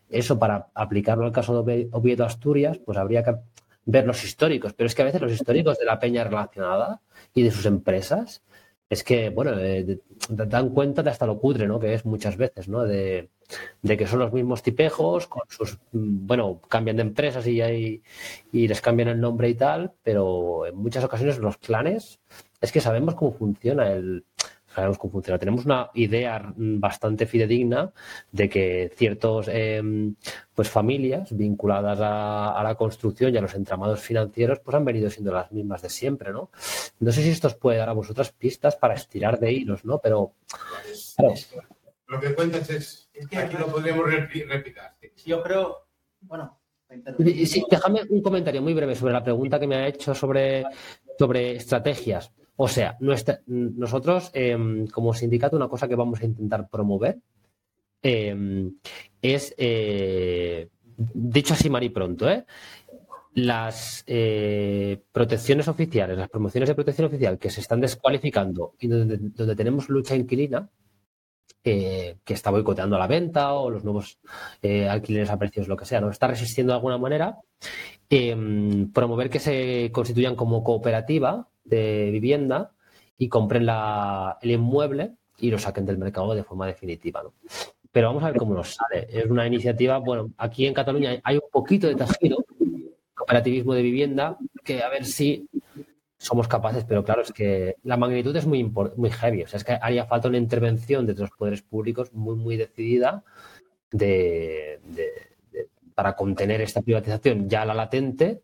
A: eso para aplicarlo al caso de Oviedo-Asturias, pues habría que ver los históricos. Pero es que a veces los históricos de la peña relacionada y de sus empresas, es que, bueno, eh, dan cuenta de hasta lo cutre, ¿no? Que es muchas veces, ¿no? De, de que son los mismos tipejos, con sus, bueno, cambian de empresas y, hay, y les cambian el nombre y tal, pero en muchas ocasiones los clanes, es que sabemos cómo funciona el... Sabemos cómo funciona. Tenemos una idea bastante fidedigna de que ciertas eh, pues familias vinculadas a, a la construcción y a los entramados financieros pues han venido siendo las mismas de siempre, ¿no? No sé si esto os puede dar a vosotras pistas para estirar de hilos, ¿no? Pero claro.
C: Lo que cuentas es, es que aquí lo podríamos replicar.
F: Yo creo, bueno...
A: Sí, déjame un comentario muy breve sobre la pregunta que me ha hecho sobre, sobre estrategias. O sea, nuestra, nosotros eh, como sindicato una cosa que vamos a intentar promover eh, es, eh, dicho así mal y pronto, ¿eh? las eh, protecciones oficiales, las promociones de protección oficial que se están descualificando y donde, donde tenemos lucha inquilina, eh, que está boicoteando la venta o los nuevos eh, alquileres a precios, lo que sea, ¿no? Está resistiendo de alguna manera, eh, promover que se constituyan como cooperativa de vivienda y compren la, el inmueble y lo saquen del mercado de forma definitiva, ¿no? Pero vamos a ver cómo nos sale. Es una iniciativa, bueno, aquí en Cataluña hay un poquito de tejido, cooperativismo de vivienda, que a ver si somos capaces, pero claro, es que la magnitud es muy, muy heavy. O sea, es que haría falta una intervención de los poderes públicos muy, muy decidida de, de, de, para contener esta privatización ya la latente.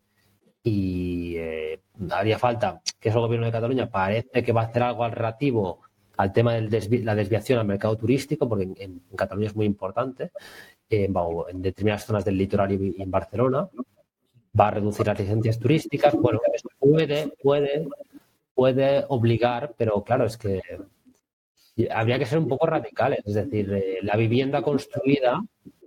A: Y eh, haría falta que eso el Gobierno de Cataluña parece que va a hacer algo al relativo al tema de desvi la desviación al mercado turístico, porque en, en Cataluña es muy importante, eh, en determinadas zonas del litoral y en Barcelona. Va a reducir las licencias turísticas. Bueno, eso puede, puede, puede obligar, pero claro, es que habría que ser un poco radicales. Es decir, eh, la vivienda construida,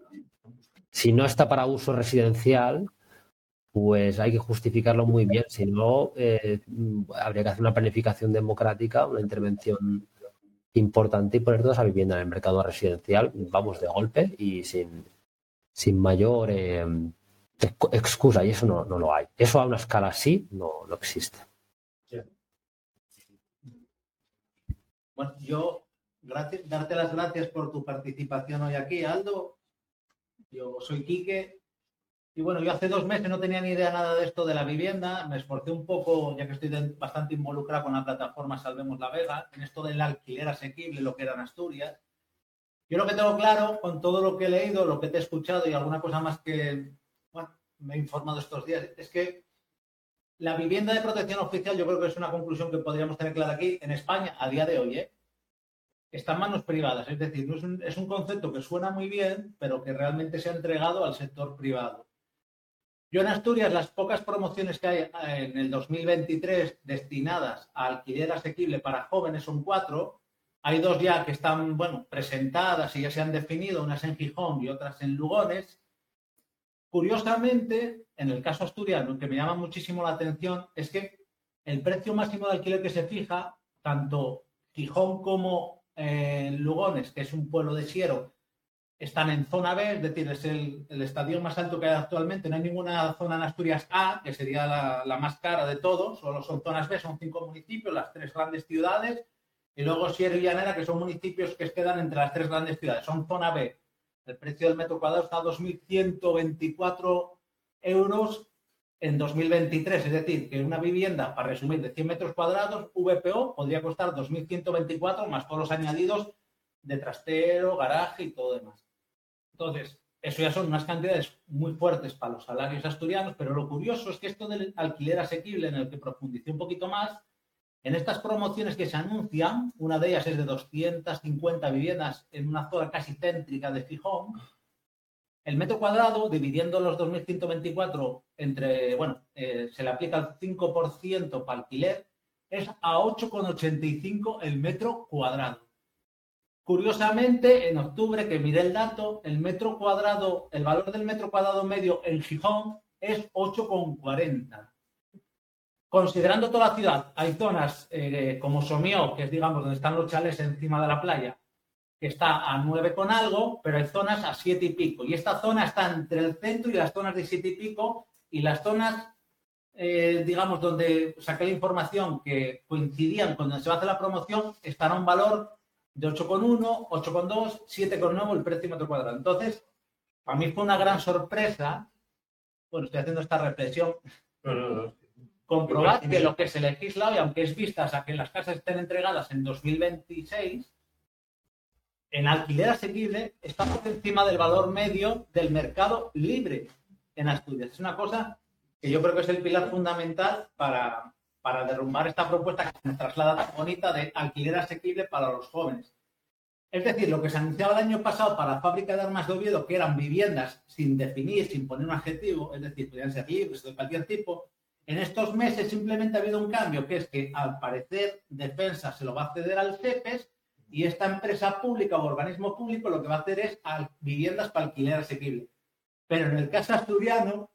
A: si no está para uso residencial, pues hay que justificarlo muy bien. Si no, eh, habría que hacer una planificación democrática, una intervención importante y poner toda esa vivienda en el mercado residencial, vamos, de golpe y sin, sin mayor eh, excusa. Y eso no, no lo hay. Eso a una escala así no, no existe.
F: Bueno, yo gracias, darte las gracias por tu participación hoy aquí, Aldo. Yo soy Quique. Y bueno, yo hace dos meses no tenía ni idea nada de esto de la vivienda. Me esforcé un poco, ya que estoy de, bastante involucrado con la plataforma Salvemos la Vega, en esto del alquiler asequible, lo que era en Asturias. Yo lo que tengo claro, con todo lo que he leído, lo que te he escuchado y alguna cosa más que, bueno, me he informado estos días, es que la vivienda de protección oficial, yo creo que es una conclusión que podríamos tener clara aquí, en España, a día de hoy, ¿eh? Está en manos privadas. Es decir, no es, un, es un concepto que suena muy bien, pero que realmente se ha entregado al sector privado. Yo en Asturias, las pocas promociones que hay en el dos mil veintitrés destinadas a alquiler asequible para jóvenes son cuatro. Hay dos ya que están, bueno, presentadas y ya se han definido, unas en Gijón y otras en Lugones. Curiosamente, en el caso asturiano, que me llama muchísimo la atención, es que el precio máximo de alquiler que se fija, tanto Gijón como eh, Lugones, que es un pueblo de Siero, están en zona B, es decir, es el, el estadio más alto que hay actualmente. No hay ninguna zona en Asturias A, que sería la, la más cara de todos, solo son zonas B, son cinco municipios, las tres grandes ciudades, y luego Siero y Llanera, que son municipios que quedan entre las tres grandes ciudades, son zona B. El precio del metro cuadrado está a dos mil ciento veinticuatro euros en dos mil veintitrés, es decir, que una vivienda, para resumir, de cien metros cuadrados, V P O, podría costar dos mil ciento veinticuatro más todos los añadidos de trastero, garaje y todo demás. Entonces, eso ya son unas cantidades muy fuertes para los salarios asturianos, pero lo curioso es que esto del alquiler asequible, en el que profundicé un poquito más, en estas promociones que se anuncian, una de ellas es de doscientas cincuenta viviendas en una zona casi céntrica de Gijón, el metro cuadrado, dividiendo los dos mil ciento veinticuatro entre, bueno, eh, se le aplica el cinco por ciento para alquiler, es a ocho con ochenta y cinco el metro cuadrado. Curiosamente, en octubre, que miré el dato, el metro cuadrado, el valor del metro cuadrado medio en Gijón es ocho con cuarenta. Considerando toda la ciudad, hay zonas eh, como Somió, que es, digamos, donde están los chalés encima de la playa, que está a nueve con algo, pero hay zonas a siete y pico. Y esta zona está entre el centro y las zonas de siete y pico, y las zonas, eh, digamos, donde saqué la información que coincidían cuando se hace la promoción, están a un valor de ocho con uno, ocho con dos, siete con nueve el precio metro cuadrado. Entonces, para mí fue una gran sorpresa, bueno, estoy haciendo esta reflexión,
C: No, no, no.
F: comprobar que lo que se legisla hoy, aunque es vistas a que las casas estén entregadas en dos mil veintiséis, en alquiler asequible está por encima del valor medio del mercado libre en Asturias. Es una cosa que yo creo que es el pilar fundamental para, para derrumbar esta propuesta que se traslada tan bonita de alquiler asequible para los jóvenes. Es decir, lo que se anunciaba el año pasado para la fábrica de armas de Oviedo, que eran viviendas sin definir, sin poner un adjetivo, es decir, podían ser libres de cualquier tipo, en estos meses simplemente ha habido un cambio, que es que al parecer Defensa se lo va a ceder al CEPES y esta empresa pública o organismo público lo que va a hacer es al, viviendas para alquiler asequible. Pero en el caso asturiano,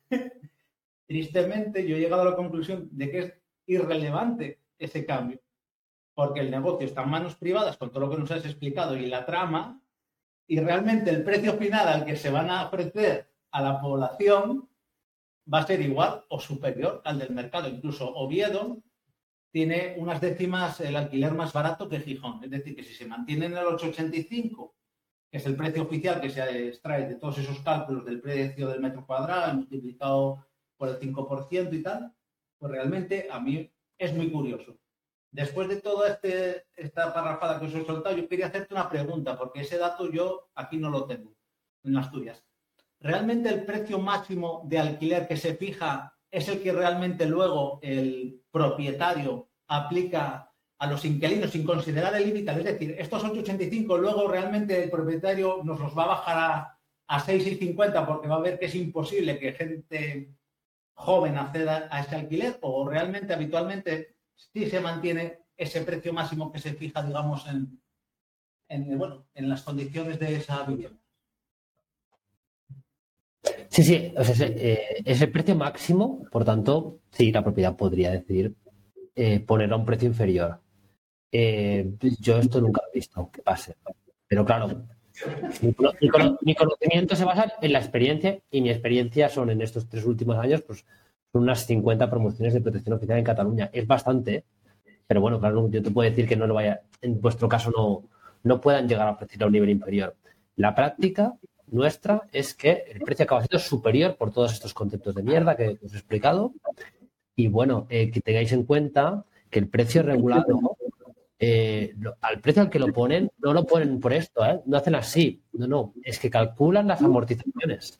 F: tristemente yo he llegado a la conclusión de que es irrelevante ese cambio, porque el negocio está en manos privadas con todo lo que nos has explicado y la trama, y realmente el precio final al que se van a ofrecer a la población va a ser igual o superior al del mercado. Incluso Oviedo tiene unas décimas el alquiler más barato que Gijón. Es decir, que si se mantiene en el ocho ochenta y cinco, que es el precio oficial que se extrae de todos esos cálculos del precio del metro cuadrado multiplicado por el cinco por ciento y tal, pues realmente a mí es muy curioso. Después de toda este, esta parrafada que os he soltado, yo quería hacerte una pregunta, porque ese dato yo aquí no lo tengo, en Asturias. ¿Realmente el precio máximo de alquiler que se fija es el que realmente luego el propietario aplica a los inquilinos sin considerar el límite? Es decir, estos ocho ochenta y cinco luego realmente el propietario nos los va a bajar a, a seis cincuenta porque va a ver que es imposible que gente joven acceda a ese alquiler, o realmente habitualmente sí se mantiene ese precio máximo que se fija, digamos, en, en, bueno, en las condiciones de esa vivienda.
A: Sí, sí, o sea, es, eh, es el precio máximo, por tanto, sí, la propiedad podría decidir eh, poner a un precio inferior. Eh, yo esto nunca lo he visto que pase, pero claro, mi, mi, mi conocimiento se basa en la experiencia, y mi experiencia son en estos tres últimos años, pues son unas cincuenta promociones de protección oficial en Cataluña. Es bastante, pero bueno, claro, yo te puedo decir que no lo vaya, en vuestro caso no, no puedan llegar a ofrecer a un nivel inferior. La práctica nuestra es que el precio acaba siendo superior por todos estos conceptos de mierda que os he explicado. Y bueno, eh, que tengáis en cuenta que el precio regulado, eh, lo, al precio al que lo ponen, no lo ponen por esto, ¿eh? No hacen así. No, no, es que calculan las amortizaciones.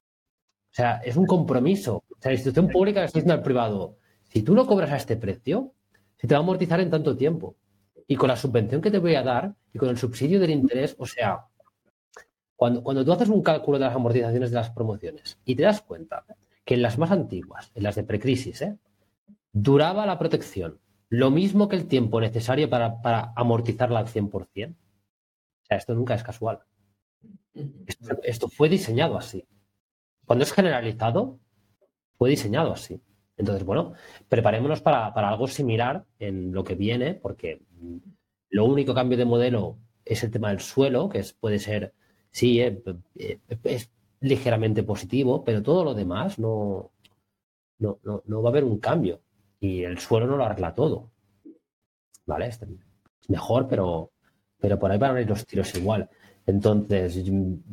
A: O sea, es un compromiso. O sea, la institución pública le está diciendo al privado, si tú no cobras a este precio, se te va a amortizar en tanto tiempo. Y con la subvención que te voy a dar y con el subsidio del interés, o sea, Cuando, cuando tú haces un cálculo de las amortizaciones de las promociones y te das cuenta que en las más antiguas, en las de precrisis, ¿eh? duraba la protección lo mismo que el tiempo necesario para, para amortizarla al cien por ciento. O sea, esto nunca es casual. Esto, esto fue diseñado así. Cuando es generalizado, fue diseñado así. Entonces, bueno, preparémonos para, para algo similar en lo que viene, porque lo único cambio de modelo es el tema del suelo, que es, puede ser... Sí, eh, eh, es ligeramente positivo, pero todo lo demás no, no, no, no va a haber un cambio. Y el suelo no lo arregla todo. ¿Vale? Es mejor, pero, pero por ahí van a ir los tiros igual. Entonces,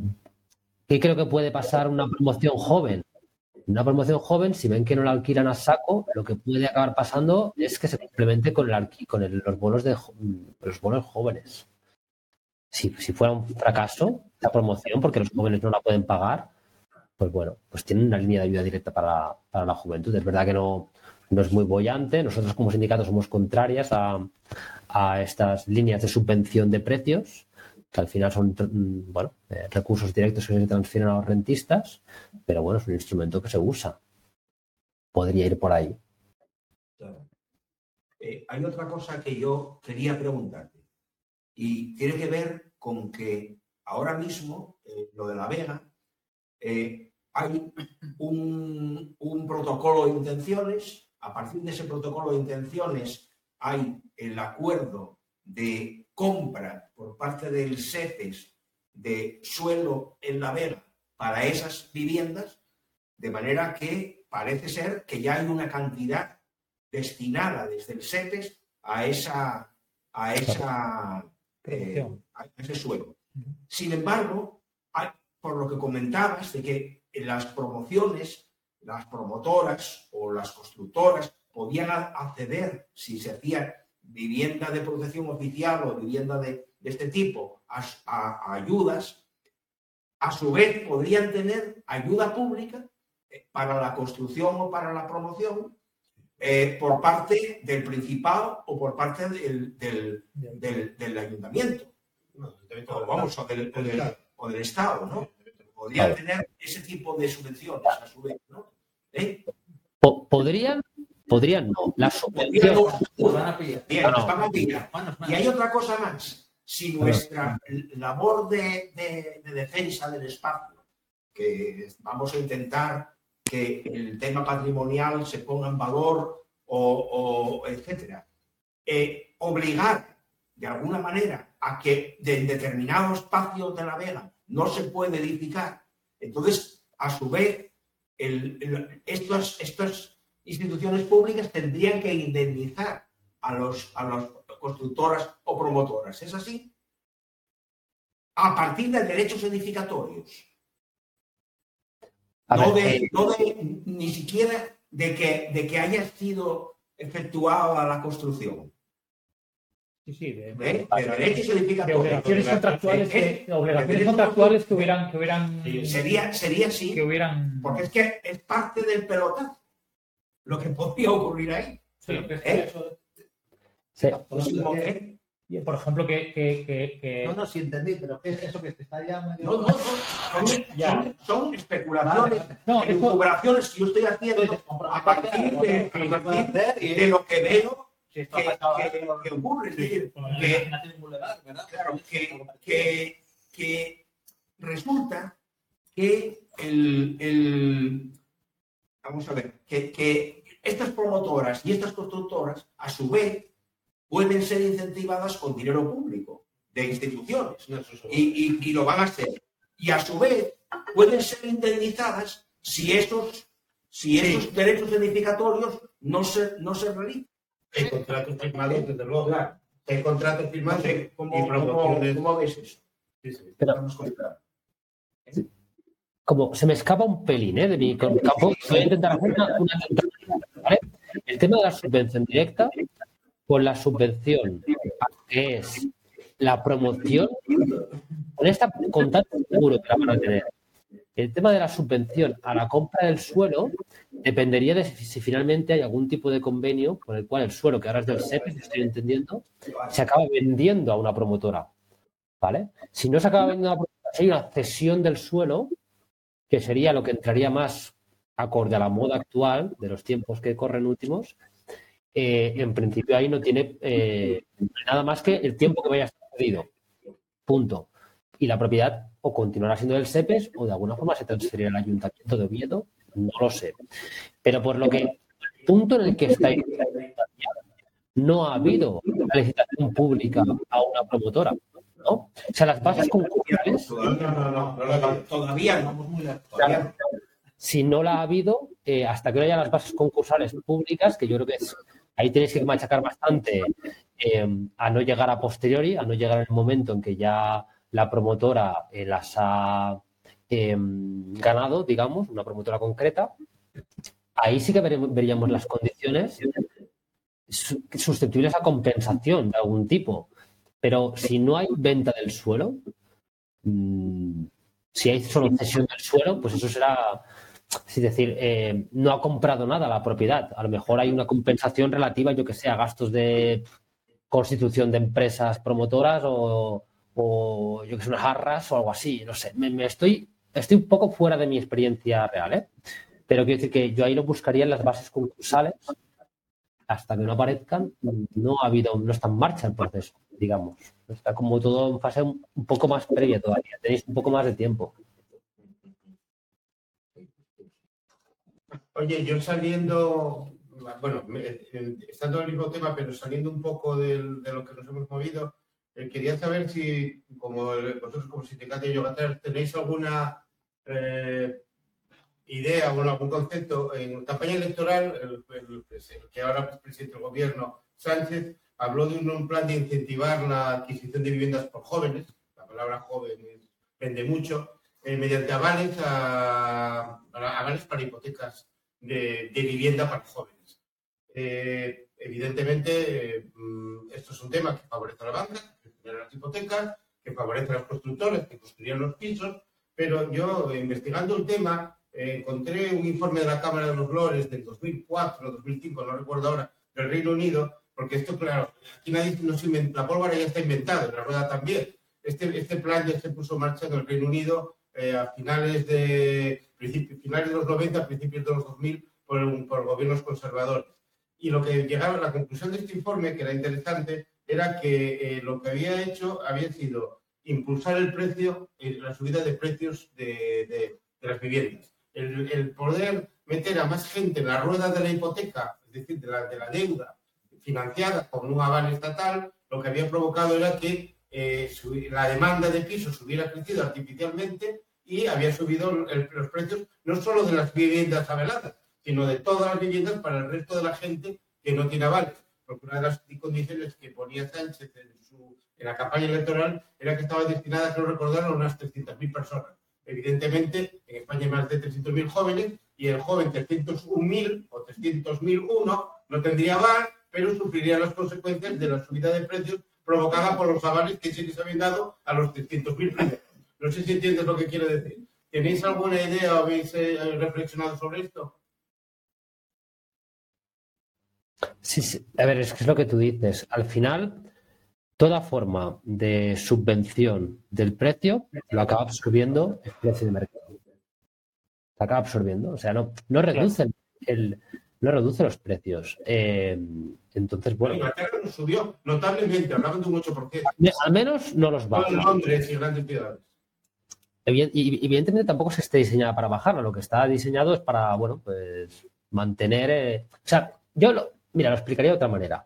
A: ¿qué creo que puede pasar una promoción joven? Una promoción joven, si ven que no la alquilan a saco, lo que puede acabar pasando es que se complemente con, el alqui, con el, los, bonos de, los bonos jóvenes. Si, si fuera un fracaso la promoción porque los jóvenes no la pueden pagar, pues bueno, pues tienen una línea de ayuda directa para, para la juventud. Es verdad que no, no es muy boyante. Nosotros como sindicato somos contrarias a, a estas líneas de subvención de precios, que al final son bueno, eh, recursos directos que se transfieren a los rentistas, pero bueno, es un instrumento que se usa. Podría ir por ahí.
E: Claro. Eh, hay otra cosa que yo quería preguntarte. Y tiene que ver con que ahora mismo, eh, lo de La Vega, eh, hay un, un protocolo de intenciones. A partir de ese protocolo de intenciones hay el acuerdo de compra por parte del SEPES de suelo en La Vega para esas viviendas, de manera que parece ser que ya hay una cantidad destinada desde el SEPES a esa, a esa eh, a ese suelo. Sin embargo, hay, por lo que comentabas de que en las promociones, las promotoras o las constructoras podían acceder, si se hacía vivienda de protección oficial o vivienda de, de este tipo, a, a, a ayudas, a su vez podrían tener ayuda pública para la construcción o para la promoción eh, por parte del Principado o por parte del, del, del, del Ayuntamiento. O, vamos, o del, o, del, o del Estado, ¿no? Podrían tener ese tipo de subvenciones a su vez, ¿no? ¿Eh?
A: ¿Podrían? Podrían no. Las subvenciones
E: no, van a pillar. Bien, no, no. Van a pillar. Y hay otra cosa más. Si nuestra labor de, de, de defensa del espacio, que vamos a intentar que el tema patrimonial se ponga en valor o, o etcétera, eh, obligar de alguna manera a que de determinados espacios de La Vega no se puede edificar, entonces a su vez el, el, estos, estas instituciones públicas tendrían que indemnizar a los a las constructoras o promotoras. ¿Es así? A partir de derechos edificatorios. No de, no de ni siquiera de que, de que haya sido efectuada la construcción.
B: Sí, sí, de,
E: ¿Eh? de derechos edificatorios.
B: De obligaciones contractuales que, de obligaciones contractuales que hubieran, que hubieran
E: sí, sería, sería así,
B: que hubieran...
E: porque es que es parte del pelotazo lo que podría ocurrir ahí.
B: Sí,
E: ¿Eh?
A: Sí.
E: ¿Eh?
B: Por ejemplo, que, que, que, que...
F: No, no, sí entendí, pero ¿qué es eso que te está ya medio...
E: No, no, no. Son, son, son especulaciones, vale, vale. No, elucubraciones que yo estoy haciendo a partir de, a partir de lo que veo que, que, que ocurre. Es decir, que, claro, que, que, que resulta que el, el vamos a ver, que, que estas promotoras y estas constructoras, a su vez, pueden ser incentivadas con dinero público de instituciones y, y, y lo van a hacer. Y a su vez pueden ser indemnizadas si esos, si esos sí. derechos edificatorios no se, no se realizan.
C: Hay contratos firmados, desde luego. Claro. Hay contratos firmados.
E: No sé, ¿cómo, y promociones... ¿cómo, ¿Cómo ves eso?
C: Sí, sí.
A: Pero, sí. Como se me escapa un pelín ¿eh? de mi campo, voy a intentar hacer una, una ¿vale? El tema de la subvención directa con la subvención, que es la promoción, con esta con tanto seguro que la van a tener. El tema de la subvención a la compra del suelo dependería de si, si finalmente hay algún tipo de convenio por el cual el suelo, que ahora es del SEPES, estoy entendiendo, se acaba vendiendo a una promotora. ¿Vale? Si no se acaba vendiendo a una promotora, si hay una cesión del suelo, que sería lo que entraría más acorde a la moda actual de los tiempos que corren últimos, Eh, en principio ahí no tiene eh, nada más que el tiempo que vaya a estar cedido. Punto. Y la propiedad o continuará siendo del SEPES o de alguna forma se transferirá al Ayuntamiento de Oviedo, no lo sé. Pero por lo que el punto en el que está no ha habido una licitación pública a una promotora, ¿no? O sea, las bases concursales...
E: Todavía no, no, no, todavía no. Todavía no.
A: Si no la ha habido, eh, hasta que no haya las bases concursales públicas, que yo creo que es, ahí tenéis que machacar bastante eh, a no llegar a posteriori, a no llegar en el momento en que ya la promotora eh, las ha eh, ganado, digamos, una promotora concreta. Ahí sí que veremos, veríamos las condiciones susceptibles a compensación de algún tipo. Pero si no hay venta del suelo, mmm, si hay solo cesión del suelo, pues eso será... Es decir, eh, no ha comprado nada la propiedad. A lo mejor hay una compensación relativa, yo que sé, a gastos de constitución de empresas promotoras o, o yo que sé, unas arras o algo así. No sé, me, me estoy, estoy un poco fuera de mi experiencia real, ¿eh? Pero quiero decir que yo ahí lo buscaría en las bases concursales. Hasta que no aparezcan, no ha habido, no está en marcha el proceso, digamos. Está como todo en fase un, un poco más previa todavía. Tenéis un poco más de tiempo.
C: Oye, yo saliendo bueno, está todo el mismo tema, pero saliendo un poco del, de lo que nos hemos movido, eh, quería saber si, como el, vosotros como sindicato de yogateras, tenéis alguna eh, idea o algún concepto. En campaña electoral, el, el, el que ahora es presidente del gobierno, Sánchez, habló de un, un plan de incentivar la adquisición de viviendas por jóvenes. La palabra joven vende mucho, eh, mediante avales, a, a, avales para hipotecas de, de vivienda para jóvenes. Eh, evidentemente, eh, esto es un tema que favorece a la banca, que genera las hipotecas, que favorece a los constructores que construyeron los pisos, pero yo, investigando el tema, eh, encontré un informe de la Cámara de los Lores del dos mil cuatro, dos mil cinco, no recuerdo ahora, del Reino Unido, porque esto, claro, aquí nadie nos inventa, la pólvora ya está inventada, la rueda también. Este, este plan ya se puso en marcha en el Reino Unido eh, a finales de, finales de los noventa, principios de los dos mil, por, por gobiernos conservadores. Y lo que llegaba a la conclusión de este informe, que era interesante, era que eh, lo que había hecho había sido impulsar el precio, eh, la subida de precios de, de, de las viviendas. El, el poder meter a más gente en la rueda de la hipoteca, es decir, de la, de la deuda financiada con un aval estatal, lo que había provocado era que eh, la demanda de pisos hubiera crecido artificialmente y había subido el, los precios no solo de las viviendas avaladas, sino de todas las viviendas para el resto de la gente que no tiene avales. Porque una de las condiciones que ponía Sánchez en, su, en la campaña electoral era que estaba destinada, creo recordar, a unas trescientas mil personas. Evidentemente, en España hay más de trescientos mil jóvenes y el joven trescientos un mil o trescientos mil uno no tendría aval, pero sufriría las consecuencias de la subida de precios provocada por los avales que se les habían dado a los trescientos mil primeros. No sé si entiendes lo que quiero decir. ¿Tenéis alguna idea o habéis eh, reflexionado sobre esto?
A: Sí, sí, a ver, es que es lo que tú dices. Al final, toda forma de subvención del precio lo acaba absorbiendo el precio de mercado. Lo acaba absorbiendo. O sea, no, no reduce el, no reduce los precios. Eh, entonces, bueno.
C: Inglaterra nos subió notablemente, hablaban de un ocho por ciento.
A: Al menos no los baja.
C: En Londres y grandes ciudades.
A: Y evidentemente tampoco se esté diseñada para bajarlo. Lo que está diseñado es para, bueno, pues mantener. Eh, o sea, yo lo. Mira, lo explicaría de otra manera.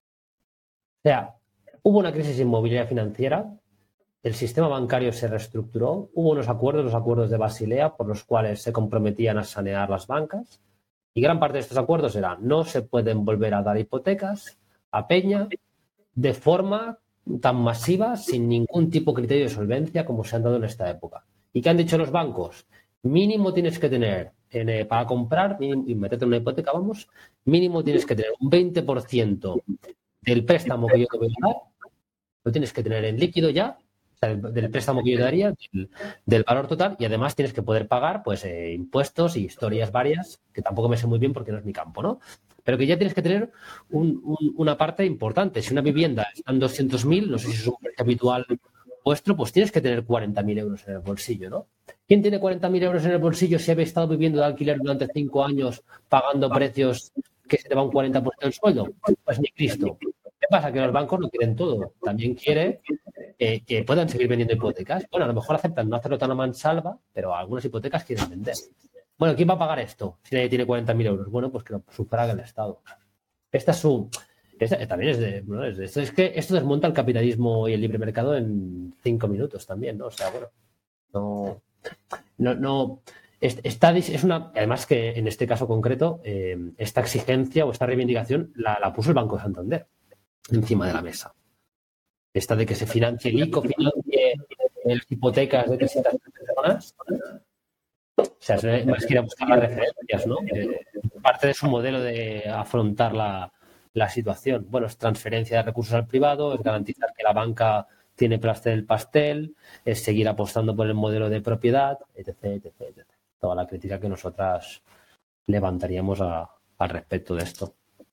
A: O sea, hubo una crisis inmobiliaria financiera, el sistema bancario se reestructuró, hubo unos acuerdos, los acuerdos de Basilea, por los cuales se comprometían a sanear las bancas, y gran parte de estos acuerdos era no se pueden volver a dar hipotecas a peña de forma tan masiva, sin ningún tipo de criterio de solvencia como se han dado en esta época. ¿Y qué han dicho los bancos? Mínimo tienes que tener, en, eh, para comprar mínimo, y meterte en una hipoteca, vamos, mínimo tienes que tener un veinte por ciento del préstamo que yo te voy a dar, lo tienes que tener en líquido ya, o sea, del, del préstamo que yo te daría, del, del valor total, y además tienes que poder pagar pues eh, impuestos y historias varias, que tampoco me sé muy bien porque no es mi campo, ¿no? Pero que ya tienes que tener un, un, una parte importante. Si una vivienda está en doscientos mil, no sé si es un precio habitual vuestro, pues tienes que tener cuarenta mil euros en el bolsillo, ¿no? ¿Quién tiene cuarenta mil euros en el bolsillo si habéis estado viviendo de alquiler durante cinco años pagando precios que se te va un cuarenta por ciento del sueldo? Pues ni Cristo. ¿Qué pasa? Que los bancos no quieren todo. También quiere eh, que puedan seguir vendiendo hipotecas. Bueno, a lo mejor aceptan no hacerlo tan a mansalva, pero algunas hipotecas quieren vender. Bueno, ¿quién va a pagar esto si nadie tiene cuarenta mil euros? Bueno, pues que lo sufraga el Estado. Esta es su... Esta, también es de, ¿no? es de esto. Es que esto desmonta el capitalismo y el libre mercado en cinco minutos también, ¿no? O sea, bueno, no... No, no esta es una, además que en este caso concreto, eh, esta exigencia o esta reivindicación la, la puso el Banco de Santander encima de la mesa. Esta de que se financie el ICO, financie las hipotecas de trescientas personas. O sea, es más que ir a buscar las referencias, ¿no? Eh, parte de su modelo de afrontar la, la situación. Bueno, es transferencia de recursos al privado, es garantizar que la banca tiene placer del pastel, es seguir apostando por el modelo de propiedad, etcétera, etcétera, etcétera. Toda la crítica que nosotras levantaríamos a, al respecto de esto.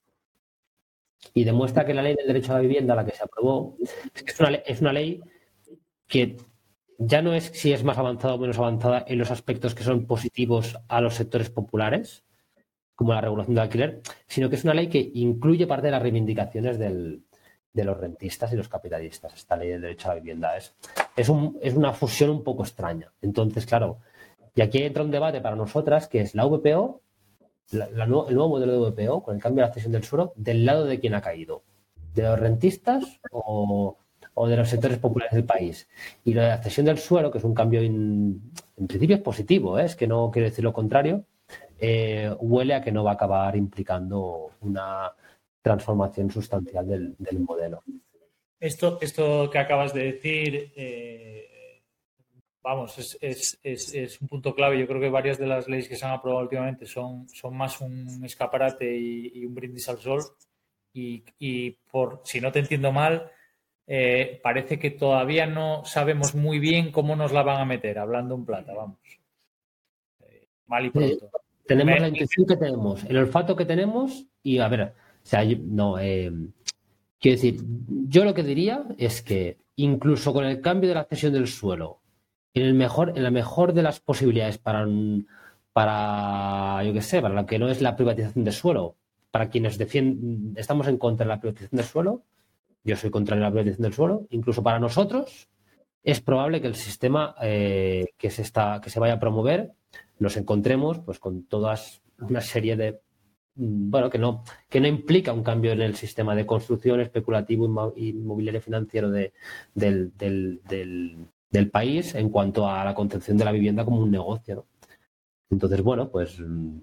A: Y demuestra que la ley del derecho a la vivienda, la que se aprobó, es una, es una ley que ya no es si es más avanzada o menos avanzada en los aspectos que son positivos a los sectores populares, como la regulación del alquiler, sino que es una ley que incluye parte de las reivindicaciones del de los rentistas y los capitalistas. Esta ley del derecho a la vivienda es, es, un, es una fusión un poco extraña. Entonces, claro, y aquí entra un debate para nosotras que es la V P O la, la, el nuevo modelo de V P O, con el cambio de la cesión del suelo, del lado de quién ha caído. ¿De los rentistas o, o de los sectores populares del país? Y lo de la cesión del suelo, que es un cambio in, en principio es positivo, ¿eh? Es que no quiero decir lo contrario, eh, huele a que no va a acabar implicando una transformación sustancial del, del modelo.
B: Esto, esto que acabas de decir, eh, vamos, es, es, es, es un punto clave. Yo creo que varias de las leyes que se han aprobado últimamente son, son más un escaparate y, y un brindis al sol. Y, y por si no te entiendo mal, eh, parece que todavía no sabemos muy bien cómo nos la van a meter, hablando en plata, vamos. Eh, mal y pronto.
A: Sí, tenemos
B: Me...
A: la intuición que tenemos, el olfato que tenemos y, a ver, o sea, yo, no, eh, quiero decir, yo lo que diría es que incluso con el cambio de la cesión del suelo, en, el mejor, en la mejor de las posibilidades para, para yo qué sé, para lo que no es la privatización del suelo, para quienes defienden, estamos en contra de la privatización del suelo, yo soy contra la privatización del suelo, incluso para nosotros es probable que el sistema eh, que, se está, que se vaya a promover nos encontremos pues con todas una serie de bueno, que no, que no implica un cambio en el sistema de construcción especulativo inmobiliario financiero de, del, del, del, del país en cuanto a la concepción de la vivienda como un negocio, ¿no? Entonces, bueno, pues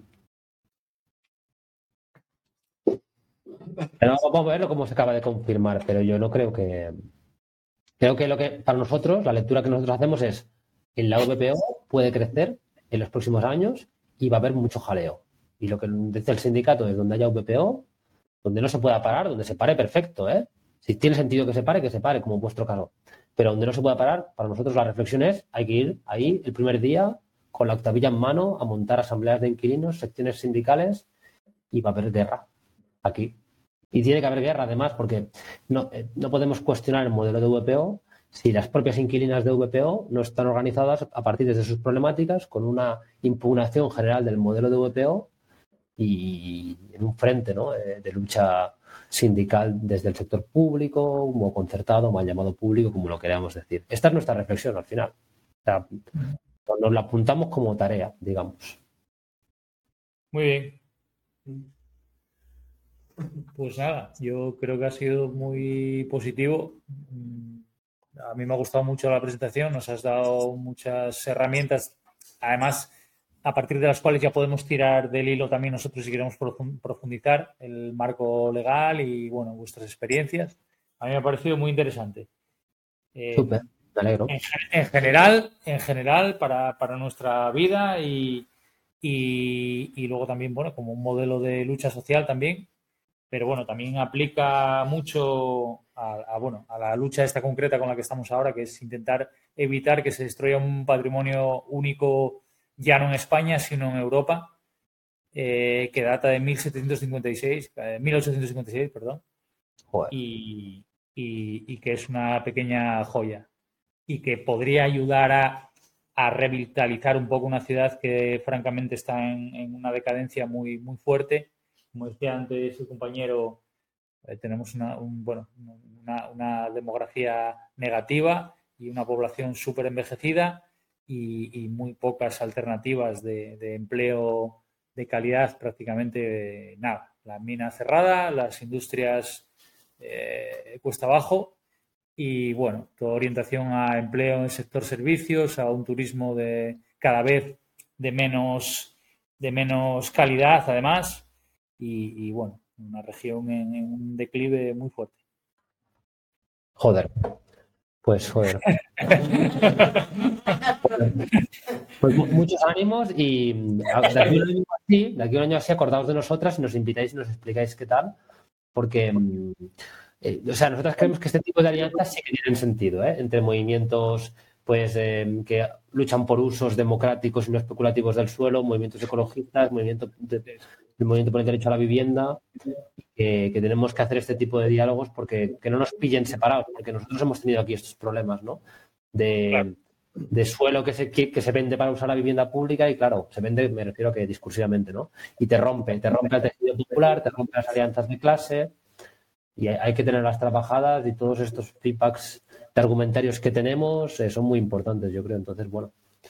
A: pero vamos a verlo cómo se acaba de confirmar, pero yo no creo que creo que lo que para nosotros, la lectura que nosotros hacemos es en la V P O puede crecer en los próximos años y va a haber mucho jaleo. Y lo que dice el sindicato es donde haya V P O, donde no se pueda parar, donde se pare, perfecto, ¿eh? Si tiene sentido que se pare, que se pare, como en vuestro caso. Pero donde no se pueda parar, para nosotros la reflexión es hay que ir ahí el primer día con la octavilla en mano a montar asambleas de inquilinos, secciones sindicales y va a haber guerra aquí. Y tiene que haber guerra además porque no, eh, no podemos cuestionar el modelo de V P O si las propias inquilinas de V P O no están organizadas a partir de sus problemáticas con una impugnación general del modelo de V P O y en un frente, ¿no?, eh, de lucha sindical desde el sector público, o concertado, mal llamado público, como lo queramos decir. Esta es nuestra reflexión al final. O sea, nos la apuntamos como tarea, digamos.
B: Muy bien. Pues nada, yo creo que ha sido muy positivo. A mí me ha gustado mucho la presentación, nos has dado muchas herramientas, además a partir de las cuales ya podemos tirar del hilo también nosotros si queremos profundizar el marco legal y, bueno, vuestras experiencias. A mí me ha parecido muy interesante. Eh,
A: Súper, me alegro.
B: En, en general, en general para, para nuestra vida y, y, y luego también, bueno, como un modelo de lucha social también, pero bueno, también aplica mucho a, a, bueno, a la lucha esta concreta con la que estamos ahora, que es intentar evitar que se destruya un patrimonio único ya no en España, sino en Europa, eh, que data de mil setecientos cincuenta y seis, eh, mil ochocientos cincuenta y seis, perdón, y, y, y que es una pequeña joya y que podría ayudar a, a revitalizar un poco una ciudad que francamente está en, en una decadencia muy, muy fuerte. Como decía antes su compañero, eh, tenemos una, un, bueno, una, una demografía negativa y una población súper envejecida y, y muy pocas alternativas de, de empleo de calidad, prácticamente nada. La mina cerrada, las industrias eh, cuesta abajo y, bueno, toda orientación a empleo en el sector servicios, a un turismo de cada vez de menos, de menos calidad, además. Y, y, bueno, una región en, en un declive muy fuerte.
A: Joder. Pues joder. Pues muchos ánimos y de aquí un año así, de aquí un año así acordaos de nosotras y nos invitáis y nos explicáis qué tal, porque eh, o sea, nosotras creemos que este tipo de alianzas sí que tienen sentido, ¿eh? Entre movimientos pues eh, que luchan por usos democráticos y no especulativos del suelo, movimientos ecologistas, movimiento de, el movimiento por el derecho a la vivienda, que, que tenemos que hacer este tipo de diálogos porque que no nos pillen separados, porque nosotros hemos tenido aquí estos problemas, ¿no? De, claro. de suelo que se, que, que se vende para usar la vivienda pública y, claro, se vende, me refiero a que discursivamente, ¿no? Y te rompe, te rompe el tejido popular, te rompe las alianzas de clase y hay, hay que tenerlas trabajadas y todos estos feedbacks de argumentarios que tenemos eh, son muy importantes, yo creo. Entonces, bueno,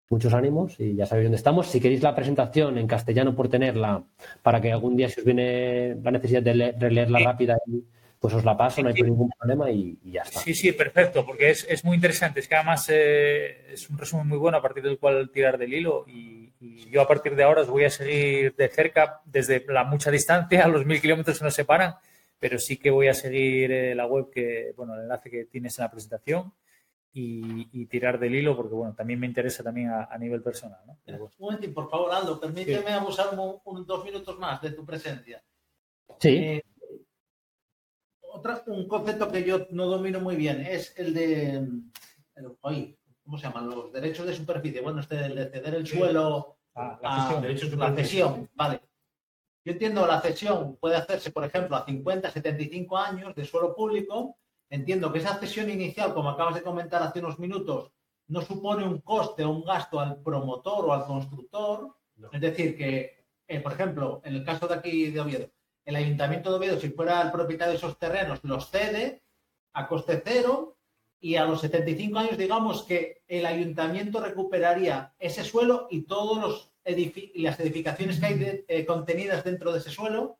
A: muchos ánimos y ya sabéis dónde estamos. Si queréis la presentación en castellano por tenerla, para que algún día si os viene la necesidad de leer, releerla
B: Sí.
A: rápida, pues os la paso, no hay
B: Sí.
A: ningún problema y, y ya está.
B: Sí, sí, perfecto, porque es, es muy interesante. Es que además eh, es un resumen muy bueno a partir del cual tirar del hilo y, y yo a partir de ahora os voy a seguir de cerca desde la mucha distancia, a los mil kilómetros que nos separan, pero sí que voy a seguir eh, la web, que bueno, el enlace que tienes en la presentación y, y tirar del hilo porque bueno, también me interesa también a, a nivel personal, ¿no? Pero bueno.
F: Un momentín, por favor, Aldo, permíteme sí. abusar un, un, dos minutos más de tu presencia.
A: Sí.
F: Eh, Otra, un concepto que yo no domino muy bien es el de, el, oye, ¿cómo se llaman? Los derechos de superficie. Bueno, este el de ceder el suelo
B: ah, la cesión,
F: a derechos de la cesión. Vale. Yo entiendo la cesión puede hacerse, por ejemplo, a cincuenta, setenta y cinco años de suelo público. Entiendo que esa cesión inicial, como acabas de comentar hace unos minutos, no supone un coste o un gasto al promotor o al constructor. No. Es decir, que, eh, por ejemplo, en el caso de aquí de Oviedo, el Ayuntamiento de Oviedo, si fuera el propietario de esos terrenos, los cede a coste cero y a los setenta y cinco años, digamos que el Ayuntamiento recuperaría ese suelo y todas los edific- las edificaciones que hay de, eh, contenidas dentro de ese suelo.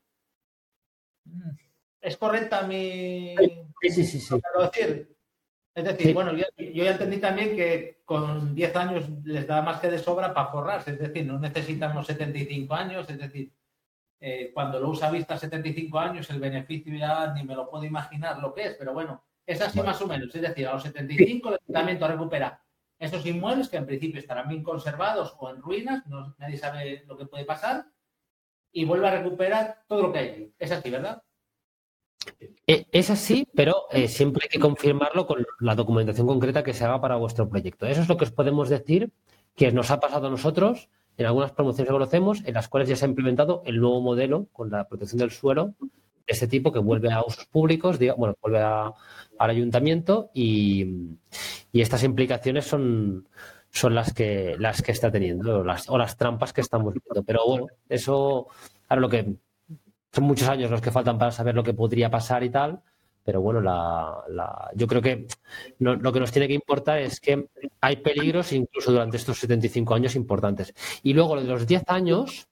F: ¿Es correcta mi...?
A: Sí, sí, sí. sí.
F: Decir? Es decir, sí. bueno, yo, yo ya entendí también que con diez años les da más que de sobra para forrarse, es decir, no necesitan los setenta y cinco años, es decir, Eh, cuando lo usa Vista setenta y cinco años, el beneficio ya ni me lo puedo imaginar lo que es, pero bueno, es así bueno. más o menos. Es decir, a los setenta y cinco el Ayuntamiento recupera esos inmuebles que en principio estarán bien conservados o en ruinas, no, nadie sabe lo que puede pasar, y vuelve a recuperar todo lo que hay. Es así, ¿verdad?
A: Es así, pero eh, siempre hay que confirmarlo con la documentación concreta que se haga para vuestro proyecto. Eso es lo que os podemos decir que nos ha pasado a nosotros en algunas promociones que conocemos, en las cuales ya se ha implementado el nuevo modelo con la protección del suelo de este tipo que vuelve a usos públicos, diga, bueno, vuelve a, al ayuntamiento y, y estas implicaciones son, son las que las que está teniendo las, o las trampas que estamos viendo. Pero bueno, eso ahora lo que son muchos años los que faltan para saber lo que podría pasar y tal. Pero bueno, la, la, yo creo que no, lo que nos tiene que importar es que hay peligros incluso durante estos setenta y cinco años importantes. Y luego lo de los diez años,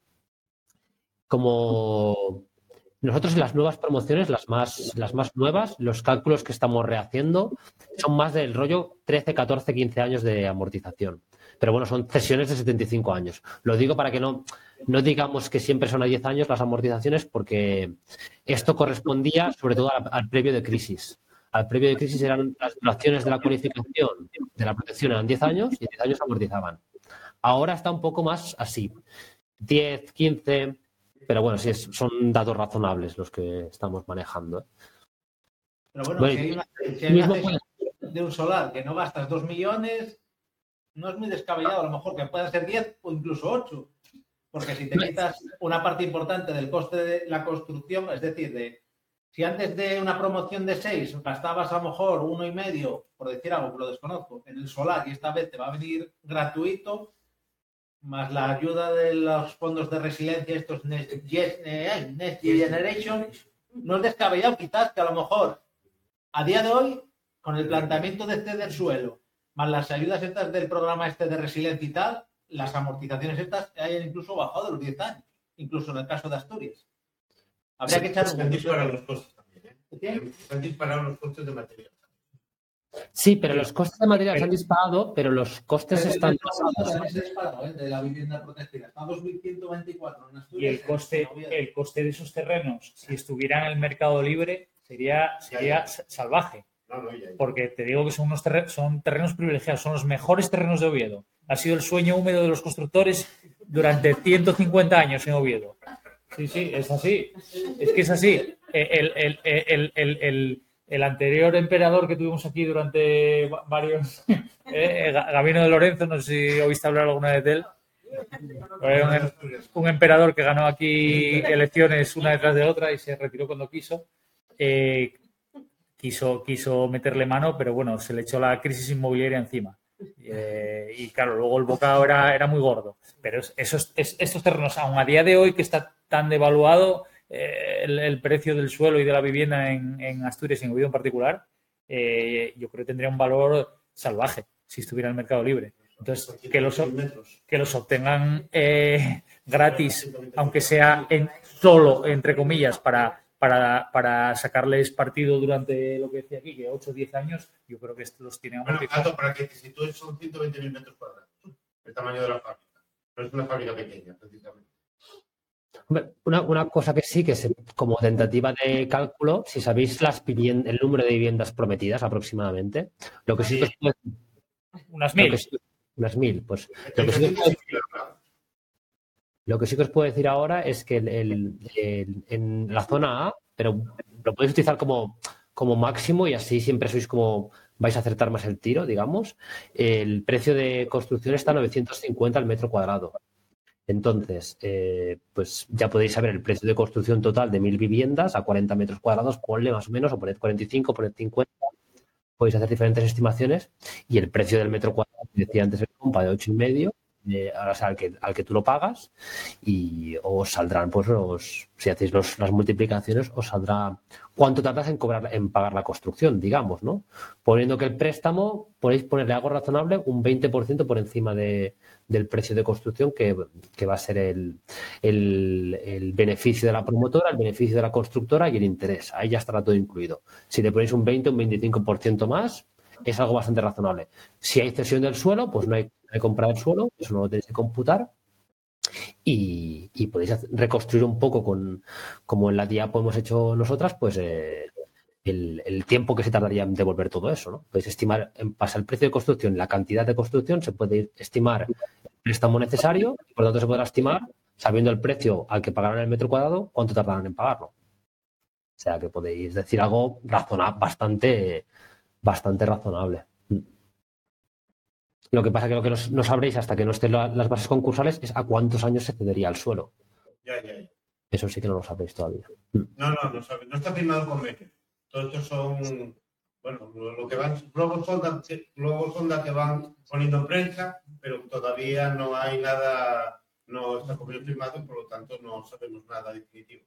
A: como nosotros en las nuevas promociones, las más, las más nuevas, los cálculos que estamos rehaciendo son más del rollo trece, catorce, quince años de amortización. Pero bueno, son cesiones de setenta y cinco años. Lo digo para que no, no digamos que siempre son a diez años las amortizaciones, porque esto correspondía sobre todo al, al previo de crisis. Al previo de crisis eran las duraciones de la cualificación de la protección eran diez años y en diez años amortizaban. Ahora está un poco más así, diez, quince, pero bueno, sí es, son datos razonables los que estamos manejando.
F: Pero bueno, bueno si hay una, si hay una cesión de un solar que no gastas dos millones... No es muy descabellado, a lo mejor que puedan ser diez o incluso ocho, porque si te quitas una parte importante del coste de la construcción, es decir, de si antes de una promoción de seis gastabas a lo mejor uno y medio, por decir algo que lo desconozco, en el solar y esta vez te va a venir gratuito, más la ayuda de los fondos de resiliencia, estos Next, Next Generation, no es descabellado quizás que a lo mejor a día de hoy, con el planteamiento de ceder suelo, más las ayudas estas del programa este de resiliencia y tal, las amortizaciones estas hayan incluso bajado de los diez años, incluso en el caso de Asturias. Habría sí, que echar un...
C: Han disparado los costes también, ¿eh? Han disparado los costes de material.
A: Sí, pero los costes de material se han disparado, pero los costes
F: el,
A: están...
F: El, se disparado, ¿eh? De la vivienda protegida. Está a dos mil ciento veinticuatro en Asturias.
B: Y el coste, el coste de esos terrenos, si estuvieran en el mercado libre, sería, sería salvaje. No, no, ya, ya. Porque te digo que son unos terrenos, son terrenos privilegiados, son los mejores terrenos de Oviedo. Ha sido el sueño húmedo de los constructores durante ciento cincuenta años en Oviedo. Sí, sí, es así. Es que es así. El, el, el, el, el, el anterior emperador que tuvimos aquí durante varios... Eh, Gabino de Lorenzo, no sé si oíste hablar alguna vez de él. Un, un emperador que ganó aquí elecciones una detrás de otra y se retiró cuando quiso. Eh, Quiso, quiso meterle mano, pero bueno, se le echó la crisis inmobiliaria encima. Eh, y claro, luego el bocado era, era muy gordo. Pero esos, es, estos terrenos, aún a día de hoy que está tan devaluado eh, el, el precio del suelo y de la vivienda en, en Asturias y en Oviedo en particular, eh, yo creo que tendría un valor salvaje si estuviera en el mercado libre. Entonces, que los, que los obtengan eh, gratis, aunque sea en solo, entre comillas, para, para, para sacarles partido durante lo que decía aquí, que ocho o diez años, yo creo que estos los tienen
C: bueno, Aldo, para que te sitúes son ciento veinte mil metros cuadrados, el tamaño de la fábrica. No es una fábrica pequeña, precisamente.
A: Una, una cosa que sí, que es como tentativa de cálculo, si sabéis las el número de viviendas prometidas aproximadamente, lo que sí que os puedo decir,
B: unas mil.
A: Sí, unas mil, pues lo que, sí que os puedo decir, lo que sí que os puedo decir ahora es que el, el, el, en la zona A, pero lo podéis utilizar como, como máximo y así siempre sois como vais a acertar más el tiro, digamos. El precio de construcción está a novecientos cincuenta al metro cuadrado. Entonces, eh, pues ya podéis saber el precio de construcción total de mil viviendas a cuarenta metros cuadrados, ponle más o menos, o poned cuarenta y cinco, poned cincuenta, podéis hacer diferentes estimaciones y el precio del metro cuadrado, que decía antes el compa, de ocho y medio, eh, o sea, al que, al que tú lo pagas y os saldrán, pues, os, si hacéis los, las multiplicaciones, os saldrá cuánto tardas en cobrar, en pagar la construcción, digamos, ¿no? Poniendo que el préstamo, podéis ponerle algo razonable, un veinte por ciento por encima de, del precio de construcción, que, que va a ser el, el, el beneficio de la promotora, el beneficio de la constructora y el interés. Ahí ya estará todo incluido. Si le ponéis un veinte, un veinticinco por ciento más, es algo bastante razonable. Si hay cesión del suelo, pues no hay, no hay compra del suelo, eso no lo tenéis que computar. Y, y podéis hacer, reconstruir un poco con, como en la diapo hemos hecho nosotras, pues eh, el, el tiempo que se tardaría en devolver todo eso, ¿no? Podéis estimar, en base al precio de construcción, la cantidad de construcción, se puede estimar el préstamo necesario, y por lo tanto se podrá estimar, sabiendo el precio al que pagarán el metro cuadrado, cuánto tardarán en pagarlo. O sea que podéis decir algo razonable, bastante, bastante razonable. Lo que pasa es que lo que no sabréis hasta que no estén las bases concursales es a cuántos años se cedería el suelo.
C: Ya, ya, ya.
A: Eso sí que no lo sabréis todavía.
C: No, no, no, sabe, no está firmado convenio. Todos estos son, bueno, lo que van, globos sonda, globos sonda que van poniendo en prensa, pero todavía no hay nada, no está convenio firmado y por lo tanto no sabemos nada definitivo.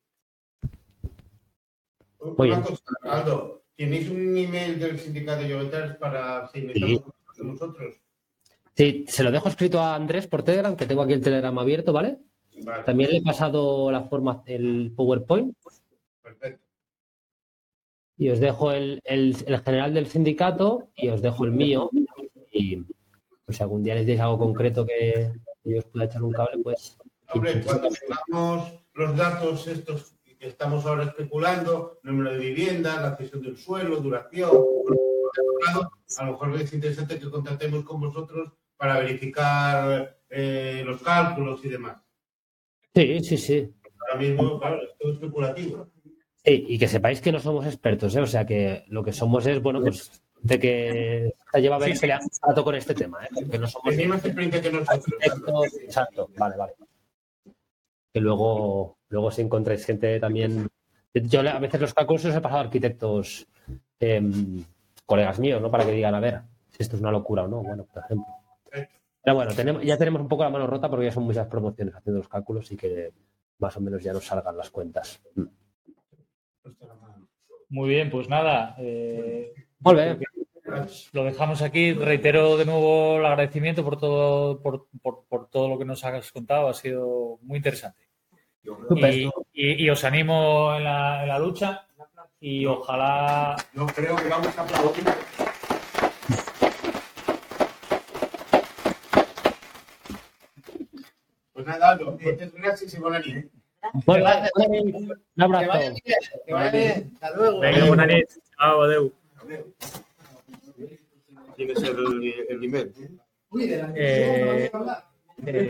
A: Muy
C: Una
A: bien.
C: cosa, Aldo, ¿tenéis un email del sindicato de Lloveteras para si necesitamos sí. nosotros?
A: Sí, se lo dejo escrito a Andrés por Telegram, que tengo aquí el Telegram abierto, ¿vale? Vale. También le he pasado la forma, el PowerPoint.
C: Perfecto.
A: Y os dejo el, el, el general del sindicato y os dejo el mío. Y pues, si algún día necesitáis algo concreto que yo os pueda echar un cable, pues...
C: Hombre, cuando tengamos los datos estos que estamos ahora especulando, número de viviendas, la cesión del suelo, duración, a lo mejor es interesante que contactemos con vosotros para verificar eh, los cálculos y demás.
A: Sí, sí, sí.
C: Ahora mismo, claro, es todo especulativo.
A: Sí, y que sepáis que no somos expertos, ¿eh? O sea que lo que somos es, bueno, pues de que se lleva a ver sí, peleando un rato con este tema, ¿eh? Que no somos
C: más experiencia que nosotros.
A: Expertos, exacto, vale, vale. Que luego, luego si encontráis gente también. Yo a veces los cálculos los he pasado a arquitectos, eh, colegas míos, ¿no? Para que digan, a ver, si esto es una locura o no, bueno, por ejemplo. Pero bueno, tenemos, ya tenemos un poco la mano rota porque ya son muchas promociones haciendo los cálculos y que más o menos ya nos salgan las cuentas.
B: Muy bien, pues nada. Eh,
A: Muy bien.
B: Lo dejamos aquí. Reitero de nuevo el agradecimiento por todo, por, por, por todo lo que nos has contado. Ha sido muy interesante. Y, y, y os animo en la, en la lucha y ojalá...
E: Yo creo que vamos a aplaudir.
C: Pues nada, muchas gracias y buena nit.
A: Bueno, un abrazo.
F: Que vaya bien, que vaya bien. Hasta luego.
B: Venga, buena nit. Chao, adeu.
C: Tienes el, el email.
F: Uy, de la
B: Eh,